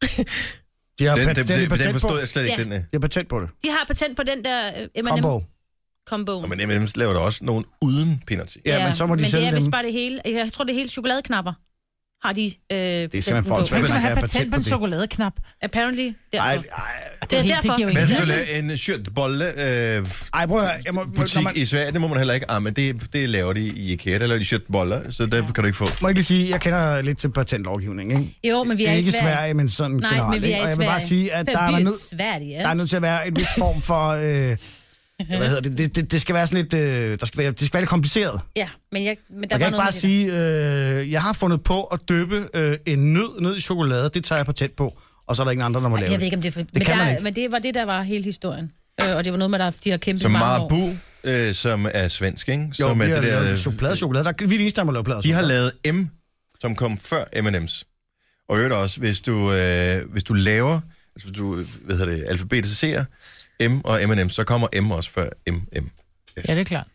[SPEAKER 3] De har
[SPEAKER 1] den,
[SPEAKER 3] pat-
[SPEAKER 1] den,
[SPEAKER 3] den,
[SPEAKER 1] den,
[SPEAKER 3] patent
[SPEAKER 1] den forstod
[SPEAKER 3] på.
[SPEAKER 1] jeg slet ikke,
[SPEAKER 3] Ja.
[SPEAKER 1] den er.
[SPEAKER 3] De har patent på det.
[SPEAKER 4] De har patent på den der øh, M and M.
[SPEAKER 3] Combo.
[SPEAKER 4] Combo.
[SPEAKER 1] Nå, men M and M's laver der også nogen uden peanuts i.
[SPEAKER 3] Ja, ja, men så må de
[SPEAKER 4] men
[SPEAKER 3] sælge
[SPEAKER 4] det er
[SPEAKER 3] dem.
[SPEAKER 4] vist bare det hele. Jeg tror, det er hele chokoladeknapper. Har de... Øh,
[SPEAKER 3] det er simpelthen folk,
[SPEAKER 2] som har have patent på en chokoladeknap.
[SPEAKER 4] Apparently.
[SPEAKER 3] Ej, ej,
[SPEAKER 4] det er
[SPEAKER 2] helt,
[SPEAKER 4] derfor.
[SPEAKER 2] Det
[SPEAKER 1] men hvis du laver en shirtbolle øh,
[SPEAKER 3] ej, prøv at, jeg må,
[SPEAKER 1] butik
[SPEAKER 3] man,
[SPEAKER 1] i Sverige, det må man heller ikke. Ah, men det, det laver de i IKEA, der laver de shirtboller, så det kan du ikke få.
[SPEAKER 3] Må jeg ikke lige sige, jeg kender lidt til patentlovgivning, ikke?
[SPEAKER 4] Jo, men vi er i
[SPEAKER 3] ikke
[SPEAKER 4] Sverige.
[SPEAKER 3] Sverige, men sådan
[SPEAKER 4] Nej,
[SPEAKER 3] generelt.
[SPEAKER 4] men vi er i
[SPEAKER 3] og jeg vil bare sige, at der er, nød,
[SPEAKER 4] Sverige, ja.
[SPEAKER 3] der er nødt til at være en vis form for... Øh, hvad hedder det? Det, det? Det skal være sådan lidt... Øh, der skal være, det skal være lidt kompliceret.
[SPEAKER 4] Ja, men jeg... Men der
[SPEAKER 3] jeg kan ikke bare sige, øh, jeg har fundet på at døbe øh, en nød ned i chokolade. Det tager jeg patent på. Og så er der ingen andre, der må lave det.
[SPEAKER 4] Jeg ved ikke, om det er for...
[SPEAKER 3] Det
[SPEAKER 4] men,
[SPEAKER 3] kan
[SPEAKER 4] der,
[SPEAKER 3] man ikke.
[SPEAKER 4] men det var det, der var hele historien. Øh, og det var noget med, der de har kæmpet
[SPEAKER 1] Som
[SPEAKER 4] mange år.
[SPEAKER 1] Marabu, øh, som er svensk, ikke?
[SPEAKER 3] Jo,
[SPEAKER 1] Som
[SPEAKER 3] vi
[SPEAKER 1] er
[SPEAKER 3] har
[SPEAKER 1] det der,
[SPEAKER 3] lavet chokolade, chokolade. Der er vi er de eneste, der må lave plader.
[SPEAKER 1] De har lavet M, som kom før M and M's. Og øvrigt også, hvis du, øh, hvis du laver, altså hvis du, hvad hedder det, alfabetiserer M og M and M, så kommer M også før M M.
[SPEAKER 2] Ja, det er klart.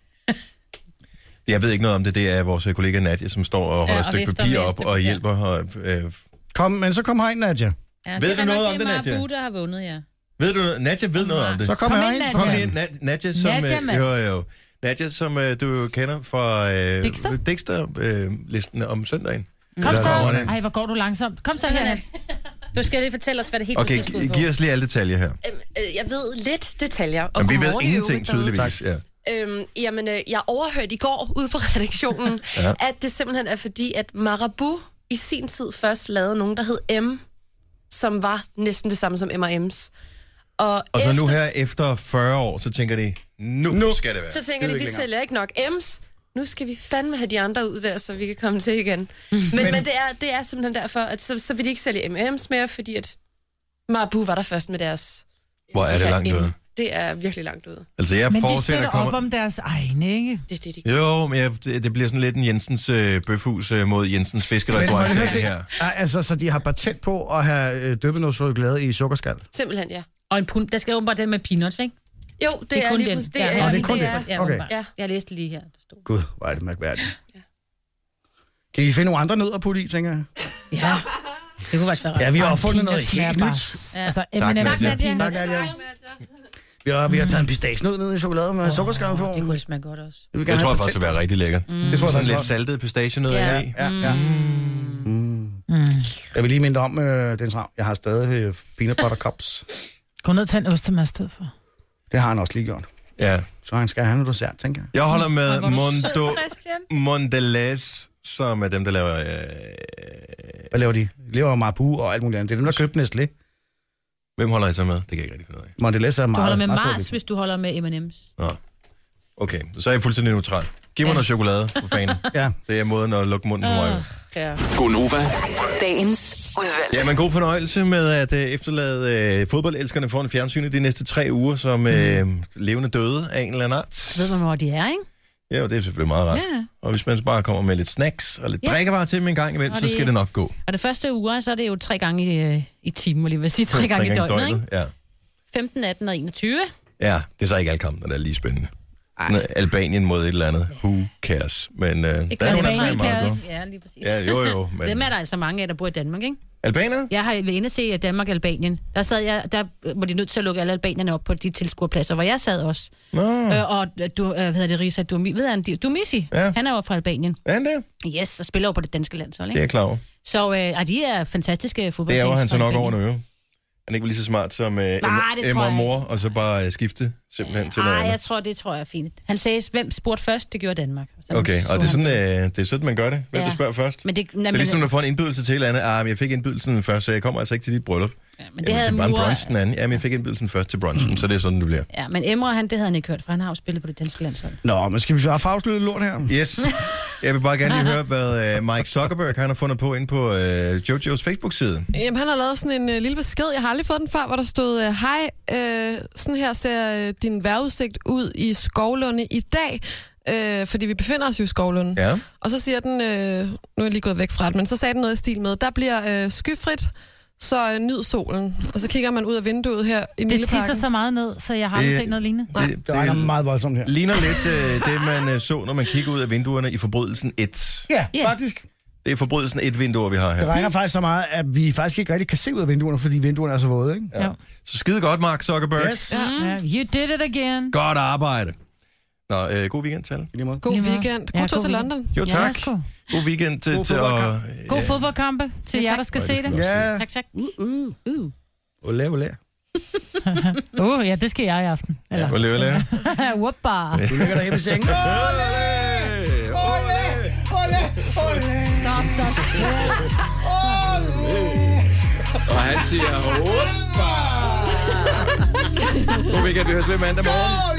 [SPEAKER 1] Jeg ved ikke noget om det. Det er vores kollega Nadia, som står og holder ja, og et stykke papir op og hjælper. Og, øh...
[SPEAKER 3] Kom, men så kom herind, Nadia.
[SPEAKER 4] Ja,
[SPEAKER 1] ved du noget om det,
[SPEAKER 4] Nadia? Det
[SPEAKER 1] Nadia?
[SPEAKER 4] er Marabu, der har vundet, ja.
[SPEAKER 1] Ved du noget? Nadia ved noget om det.
[SPEAKER 3] Så kom, kom herind.
[SPEAKER 1] Kom ind, Nadia. Nadia, som,
[SPEAKER 2] Nadia,
[SPEAKER 1] øh, jo, jo. Nadia, som øh, du kender fra øh,
[SPEAKER 2] Dexter?
[SPEAKER 1] Dexter-listen øh, om søndagen.
[SPEAKER 2] Kom så. Ej, hvor går du langsomt. Kom så her.
[SPEAKER 4] Du skal lige fortælle os, hvad det helt
[SPEAKER 1] okay,
[SPEAKER 4] præcis går på.
[SPEAKER 1] Giv os lige alle detaljer her.
[SPEAKER 5] Øhm, jeg ved lidt detaljer. Og
[SPEAKER 1] men vi ved ingenting tydeligvis. Ja.
[SPEAKER 5] Øhm, jamen, øh, jeg overhørte i går ude på redaktionen, ja. at det simpelthen er fordi, at Marabu i sin tid først lavede nogen, der hed M, som var næsten det samme som M og M's. Og,
[SPEAKER 1] og
[SPEAKER 5] efter,
[SPEAKER 1] så nu her efter fyrre år, så tænker de, nu, nu skal det være.
[SPEAKER 5] Så tænker de, vi sælger ikke nok M's. Nu skal vi fandme have de andre ud der, så vi kan komme til igen. Men, men, men det, er, det er simpelthen derfor, at så, så vil de ikke sælge M og M's mere, fordi at Marabu var der først med deres...
[SPEAKER 1] Hvor er det langt ude?
[SPEAKER 5] Det er virkelig langt ude.
[SPEAKER 1] Altså, jeg
[SPEAKER 2] men de
[SPEAKER 1] forestiller,
[SPEAKER 2] støtter
[SPEAKER 1] kommer...
[SPEAKER 2] op om deres egne, ikke?
[SPEAKER 5] Det er det, de
[SPEAKER 1] Jo, men jeg, det, det bliver sådan lidt en Jensens øh, bøfhus øh, mod Jensens fiskerestaurant her.
[SPEAKER 3] Altså, så de har patent på at have øh, dyppet noget chokolade i sukkerskal?
[SPEAKER 5] Simpelthen, ja.
[SPEAKER 4] Og en pund, der skal jo bare den med peanuts, ikke?
[SPEAKER 5] Jo, det,
[SPEAKER 4] det er,
[SPEAKER 5] er
[SPEAKER 4] kun
[SPEAKER 5] lige
[SPEAKER 4] den.
[SPEAKER 5] pludselig.
[SPEAKER 3] Det er,
[SPEAKER 5] er,
[SPEAKER 3] det er kun det.
[SPEAKER 5] er.
[SPEAKER 4] Ja,
[SPEAKER 3] Okay.
[SPEAKER 4] ja. Jeg læste lige her. Der stod.
[SPEAKER 3] Gud, hvor er det mærkværdigt. Ja. Kan I finde nogle andre nødder at putte i, tænker jeg?
[SPEAKER 4] Ja, det kunne faktisk være ret.
[SPEAKER 3] Ja, vi har
[SPEAKER 2] Og
[SPEAKER 3] fundet
[SPEAKER 2] en
[SPEAKER 3] noget
[SPEAKER 2] peanut
[SPEAKER 3] helt
[SPEAKER 2] smager
[SPEAKER 3] nyt.
[SPEAKER 2] bare- Altså,
[SPEAKER 1] Tak,
[SPEAKER 2] M and M's
[SPEAKER 1] Nadia.
[SPEAKER 2] med peanuts.
[SPEAKER 3] Tak, Nadia. Vi har, vi har taget en pistagenød ned i chokolade med oh, sukkerskal på.
[SPEAKER 4] Det kunne smage godt også.
[SPEAKER 3] Det,
[SPEAKER 1] Det tror jeg faktisk vil være rigtig lækkert. Mm. Det tror jeg sådan lidt
[SPEAKER 3] også.
[SPEAKER 1] saltet pistagenød
[SPEAKER 4] Ja.
[SPEAKER 1] i.
[SPEAKER 3] Ja, ja. Mm. Mm. Jeg vil lige minde om, øh, den ram. Jeg har stadig øh, peanut butter cups.
[SPEAKER 2] Gå ned og tage en ostemad i stedet for.
[SPEAKER 3] Det har han også lige gjort.
[SPEAKER 1] Ja.
[SPEAKER 3] Så han skal have noget dessert, tænker jeg.
[SPEAKER 1] Jeg holder med
[SPEAKER 4] Hvor er du
[SPEAKER 1] Mondo
[SPEAKER 4] sød, Christian.
[SPEAKER 1] Mondelez, som er dem, der laver... Øh...
[SPEAKER 3] Hvad laver de? De laver Marabu og alt muligt andet. Det er dem, der købte Nestlé.
[SPEAKER 1] Hvem holder I så med? Det kan jeg ikke rigtig finde ud af.
[SPEAKER 3] Mondelez er
[SPEAKER 4] Du
[SPEAKER 3] meget...
[SPEAKER 4] holder med
[SPEAKER 3] meget stor
[SPEAKER 4] Mars,
[SPEAKER 3] business.
[SPEAKER 4] hvis du holder med M and M's.
[SPEAKER 1] Nå. Okay, så er jeg fuldstændig neutral. Giv mig
[SPEAKER 4] Ja.
[SPEAKER 1] noget chokolade, for fanden.
[SPEAKER 3] Ja.
[SPEAKER 1] Det er måden at lukke munden på mig.
[SPEAKER 4] Ja.
[SPEAKER 6] Gonova.
[SPEAKER 7] Dagens udvalgte.
[SPEAKER 1] Ja, men god fornøjelse med at øh, efterlade øh, fodboldelskerne foran fjernsynet de næste tre uger som øh, levende døde af en eller anden art.
[SPEAKER 4] Ved man, hvor de er, ikke?
[SPEAKER 1] Ja, det er selvfølgelig meget rart.
[SPEAKER 4] Ja.
[SPEAKER 1] Og hvis man bare kommer med lidt snacks og lidt
[SPEAKER 4] Yes.
[SPEAKER 1] drikkevarer til dem en gang imellem,
[SPEAKER 4] Og
[SPEAKER 1] så
[SPEAKER 4] det-
[SPEAKER 1] skal det nok gå.
[SPEAKER 4] Og det første uge, så er det jo tre gange i, øh, i timen, lige vil sige. Tre, gange i døgnet, ikke?
[SPEAKER 1] Ja.
[SPEAKER 4] femten, atten og enogtyve.
[SPEAKER 1] Ja, det er så ikke alle kampen, der er lige spændende. Sådan, Albanien mod et eller andet. Who cares? Men øh, der
[SPEAKER 4] Ikke
[SPEAKER 1] er nogle, der
[SPEAKER 2] Albanien
[SPEAKER 1] er meget
[SPEAKER 2] cares.
[SPEAKER 1] gode.
[SPEAKER 4] Ja, lige præcis.
[SPEAKER 1] Ja, jo jo. Men...
[SPEAKER 4] Dem er der altså mange af, der bor i Danmark, ikke?
[SPEAKER 1] Albaner?
[SPEAKER 4] Jeg har været inde at se Danmark og Albanien. Der sad jeg, der var de nødt til at lukke alle albanierne op på de tilskuerpladser, hvor jeg sad også.
[SPEAKER 1] Nå.
[SPEAKER 4] Øh, og du, øh, hvad hedder det, Risa Dumi, ved han, Dumisi,
[SPEAKER 1] Ja.
[SPEAKER 4] han er jo fra Albanien.
[SPEAKER 1] Er han det?
[SPEAKER 4] Yes, og spiller jo på det danske landshold,
[SPEAKER 1] Det er
[SPEAKER 4] ikke?
[SPEAKER 1] jeg klar over.
[SPEAKER 4] Så øh, de er fantastiske
[SPEAKER 1] Det
[SPEAKER 4] fodboldfans.
[SPEAKER 1] er jo han så
[SPEAKER 4] fra
[SPEAKER 1] nok over
[SPEAKER 4] Albanien.
[SPEAKER 1] en øre. Han er ikke lige så smart som øh,
[SPEAKER 4] Nej, det
[SPEAKER 1] Emma,
[SPEAKER 4] tror
[SPEAKER 1] Emma og
[SPEAKER 4] jeg
[SPEAKER 1] mor, og så bare øh, skifte simpelthen til noget
[SPEAKER 4] Nej,
[SPEAKER 1] andet.
[SPEAKER 4] jeg tror, det tror jeg er fint. Han sagde, hvem spurgte først? Det gjorde Danmark. Så
[SPEAKER 1] Okay,
[SPEAKER 4] så
[SPEAKER 1] og det er,
[SPEAKER 4] han-
[SPEAKER 1] sådan, øh, det er sådan, man gør det. Hvem
[SPEAKER 4] Ja.
[SPEAKER 1] der spørger først?
[SPEAKER 4] Men det, nej,
[SPEAKER 1] Det er
[SPEAKER 4] men,
[SPEAKER 1] ligesom, når du får en indbydelse til et eller andet. Ah, men jeg fik indbydelsen først, så jeg kommer altså ikke til dit bryllup.
[SPEAKER 4] ja, men det
[SPEAKER 1] Jamen,
[SPEAKER 4] havde
[SPEAKER 1] det er bare en
[SPEAKER 4] Mura-
[SPEAKER 1] brunch den anden. Jamen, jeg fik indbydelsen først til brunchen, så det er sådan, det bliver.
[SPEAKER 4] Ja, men Emre, han, det havde han ikke hørt, for han har jo spillet på det danske landshold.
[SPEAKER 3] Nå, men skal vi så have afsluttet lort her?
[SPEAKER 1] Yes. Jeg vil bare gerne lige høre, hvad øh, Mike Zuckerberg han har fundet på inde på øh, Jojos Facebook-side.
[SPEAKER 5] Jamen, han har lavet sådan en øh, lille besked. Jeg har aldrig fået den før, hvor der stod, øh, hej, øh, sådan her ser øh, din vejrudsigt ud i Skovlunde i dag. Øh, fordi vi befinder os jo i Skovlunde.
[SPEAKER 1] Ja.
[SPEAKER 5] Og så siger den, øh, nu er jeg lige gået væk fra det, men så sagde den noget i stil med, der bliver øh, skyfrit, så øh, nyd solen. Og så kigger man ud af vinduet her i
[SPEAKER 2] Det
[SPEAKER 5] Milleparken.
[SPEAKER 2] tisser så meget ned, så jeg har aldrig
[SPEAKER 1] Det-
[SPEAKER 2] set noget lignende.
[SPEAKER 1] Det,
[SPEAKER 3] Det regner meget voldsomt her.
[SPEAKER 1] ligner lidt øh, det, man øh, så, når man kigger ud af vinduerne i Forbrydelsen et.
[SPEAKER 3] Ja,
[SPEAKER 4] Ja.
[SPEAKER 3] faktisk.
[SPEAKER 1] Det er Forbrydelsen et vinduer, vi har
[SPEAKER 3] Det
[SPEAKER 1] her.
[SPEAKER 3] regner faktisk så meget, at vi faktisk ikke rigtig kan se ud af vinduerne, fordi vinduerne er så våde, ikke?
[SPEAKER 1] Ja. Så skide godt, Mark Zuckerberg.
[SPEAKER 3] Yes.
[SPEAKER 2] Ja. Ja, you did it again.
[SPEAKER 1] Godt arbejde. Nå, øh, god weekend til alle.
[SPEAKER 3] I lige måde.
[SPEAKER 5] God
[SPEAKER 2] Lige måde.
[SPEAKER 5] weekend. God
[SPEAKER 2] Ja,
[SPEAKER 5] tur
[SPEAKER 2] god
[SPEAKER 5] til
[SPEAKER 2] weekend.
[SPEAKER 5] London.
[SPEAKER 1] Jo,
[SPEAKER 2] Ja,
[SPEAKER 1] tak.
[SPEAKER 2] værsgo.
[SPEAKER 1] God weekend til,
[SPEAKER 3] God
[SPEAKER 1] til at...
[SPEAKER 3] fodboldkamp.
[SPEAKER 2] God
[SPEAKER 1] Ja.
[SPEAKER 2] fodboldkampe til jer, der skal
[SPEAKER 1] Ej,
[SPEAKER 2] se
[SPEAKER 1] det skal
[SPEAKER 2] det.
[SPEAKER 1] vi også
[SPEAKER 3] Ja.
[SPEAKER 4] Tak, tak.
[SPEAKER 3] Uh, uh.
[SPEAKER 4] Uh.
[SPEAKER 3] Olé, olé.
[SPEAKER 2] Uh, ja, det skal jeg i aften. Eller,
[SPEAKER 1] Hvad lever det?
[SPEAKER 2] Whoppa.
[SPEAKER 3] Du ligger derhjemme i sengen.
[SPEAKER 2] Stop dig selv.
[SPEAKER 1] Og han siger... Hoppa! God weekend, vi høres ved mandag morgen.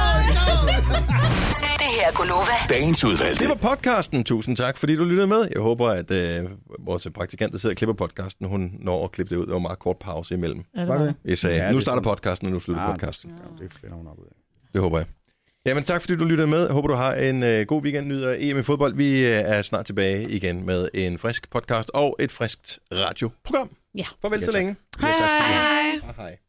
[SPEAKER 7] Det her er Gonova.
[SPEAKER 6] Dagens udvalgte.
[SPEAKER 1] Det var podcasten. Tusind tak, fordi du lyttede med. Jeg håber, at øh, vores praktikant, der sidder og klipper podcasten, hun når at klippe det ud. Der var meget kort pause imellem.
[SPEAKER 3] Var det?
[SPEAKER 1] Jeg sagde,
[SPEAKER 3] Ja,
[SPEAKER 1] nu
[SPEAKER 3] det-
[SPEAKER 1] starter podcasten, og nu slutter
[SPEAKER 3] Ah,
[SPEAKER 1] podcasten.
[SPEAKER 3] Det finder hun nok ud af.
[SPEAKER 1] Det håber jeg. Jamen tak, fordi du lyttede med. Jeg håber, du har en øh, god weekend. Nyder E M i fodbold. Vi øh, er snart tilbage igen med en frisk podcast og et friskt radioprogram.
[SPEAKER 4] Ja.
[SPEAKER 1] Farvel så
[SPEAKER 3] Ja, tak.
[SPEAKER 1] længe.
[SPEAKER 2] Hej,
[SPEAKER 1] Ja, tak skal du have.
[SPEAKER 5] Hej.
[SPEAKER 1] Hej hej.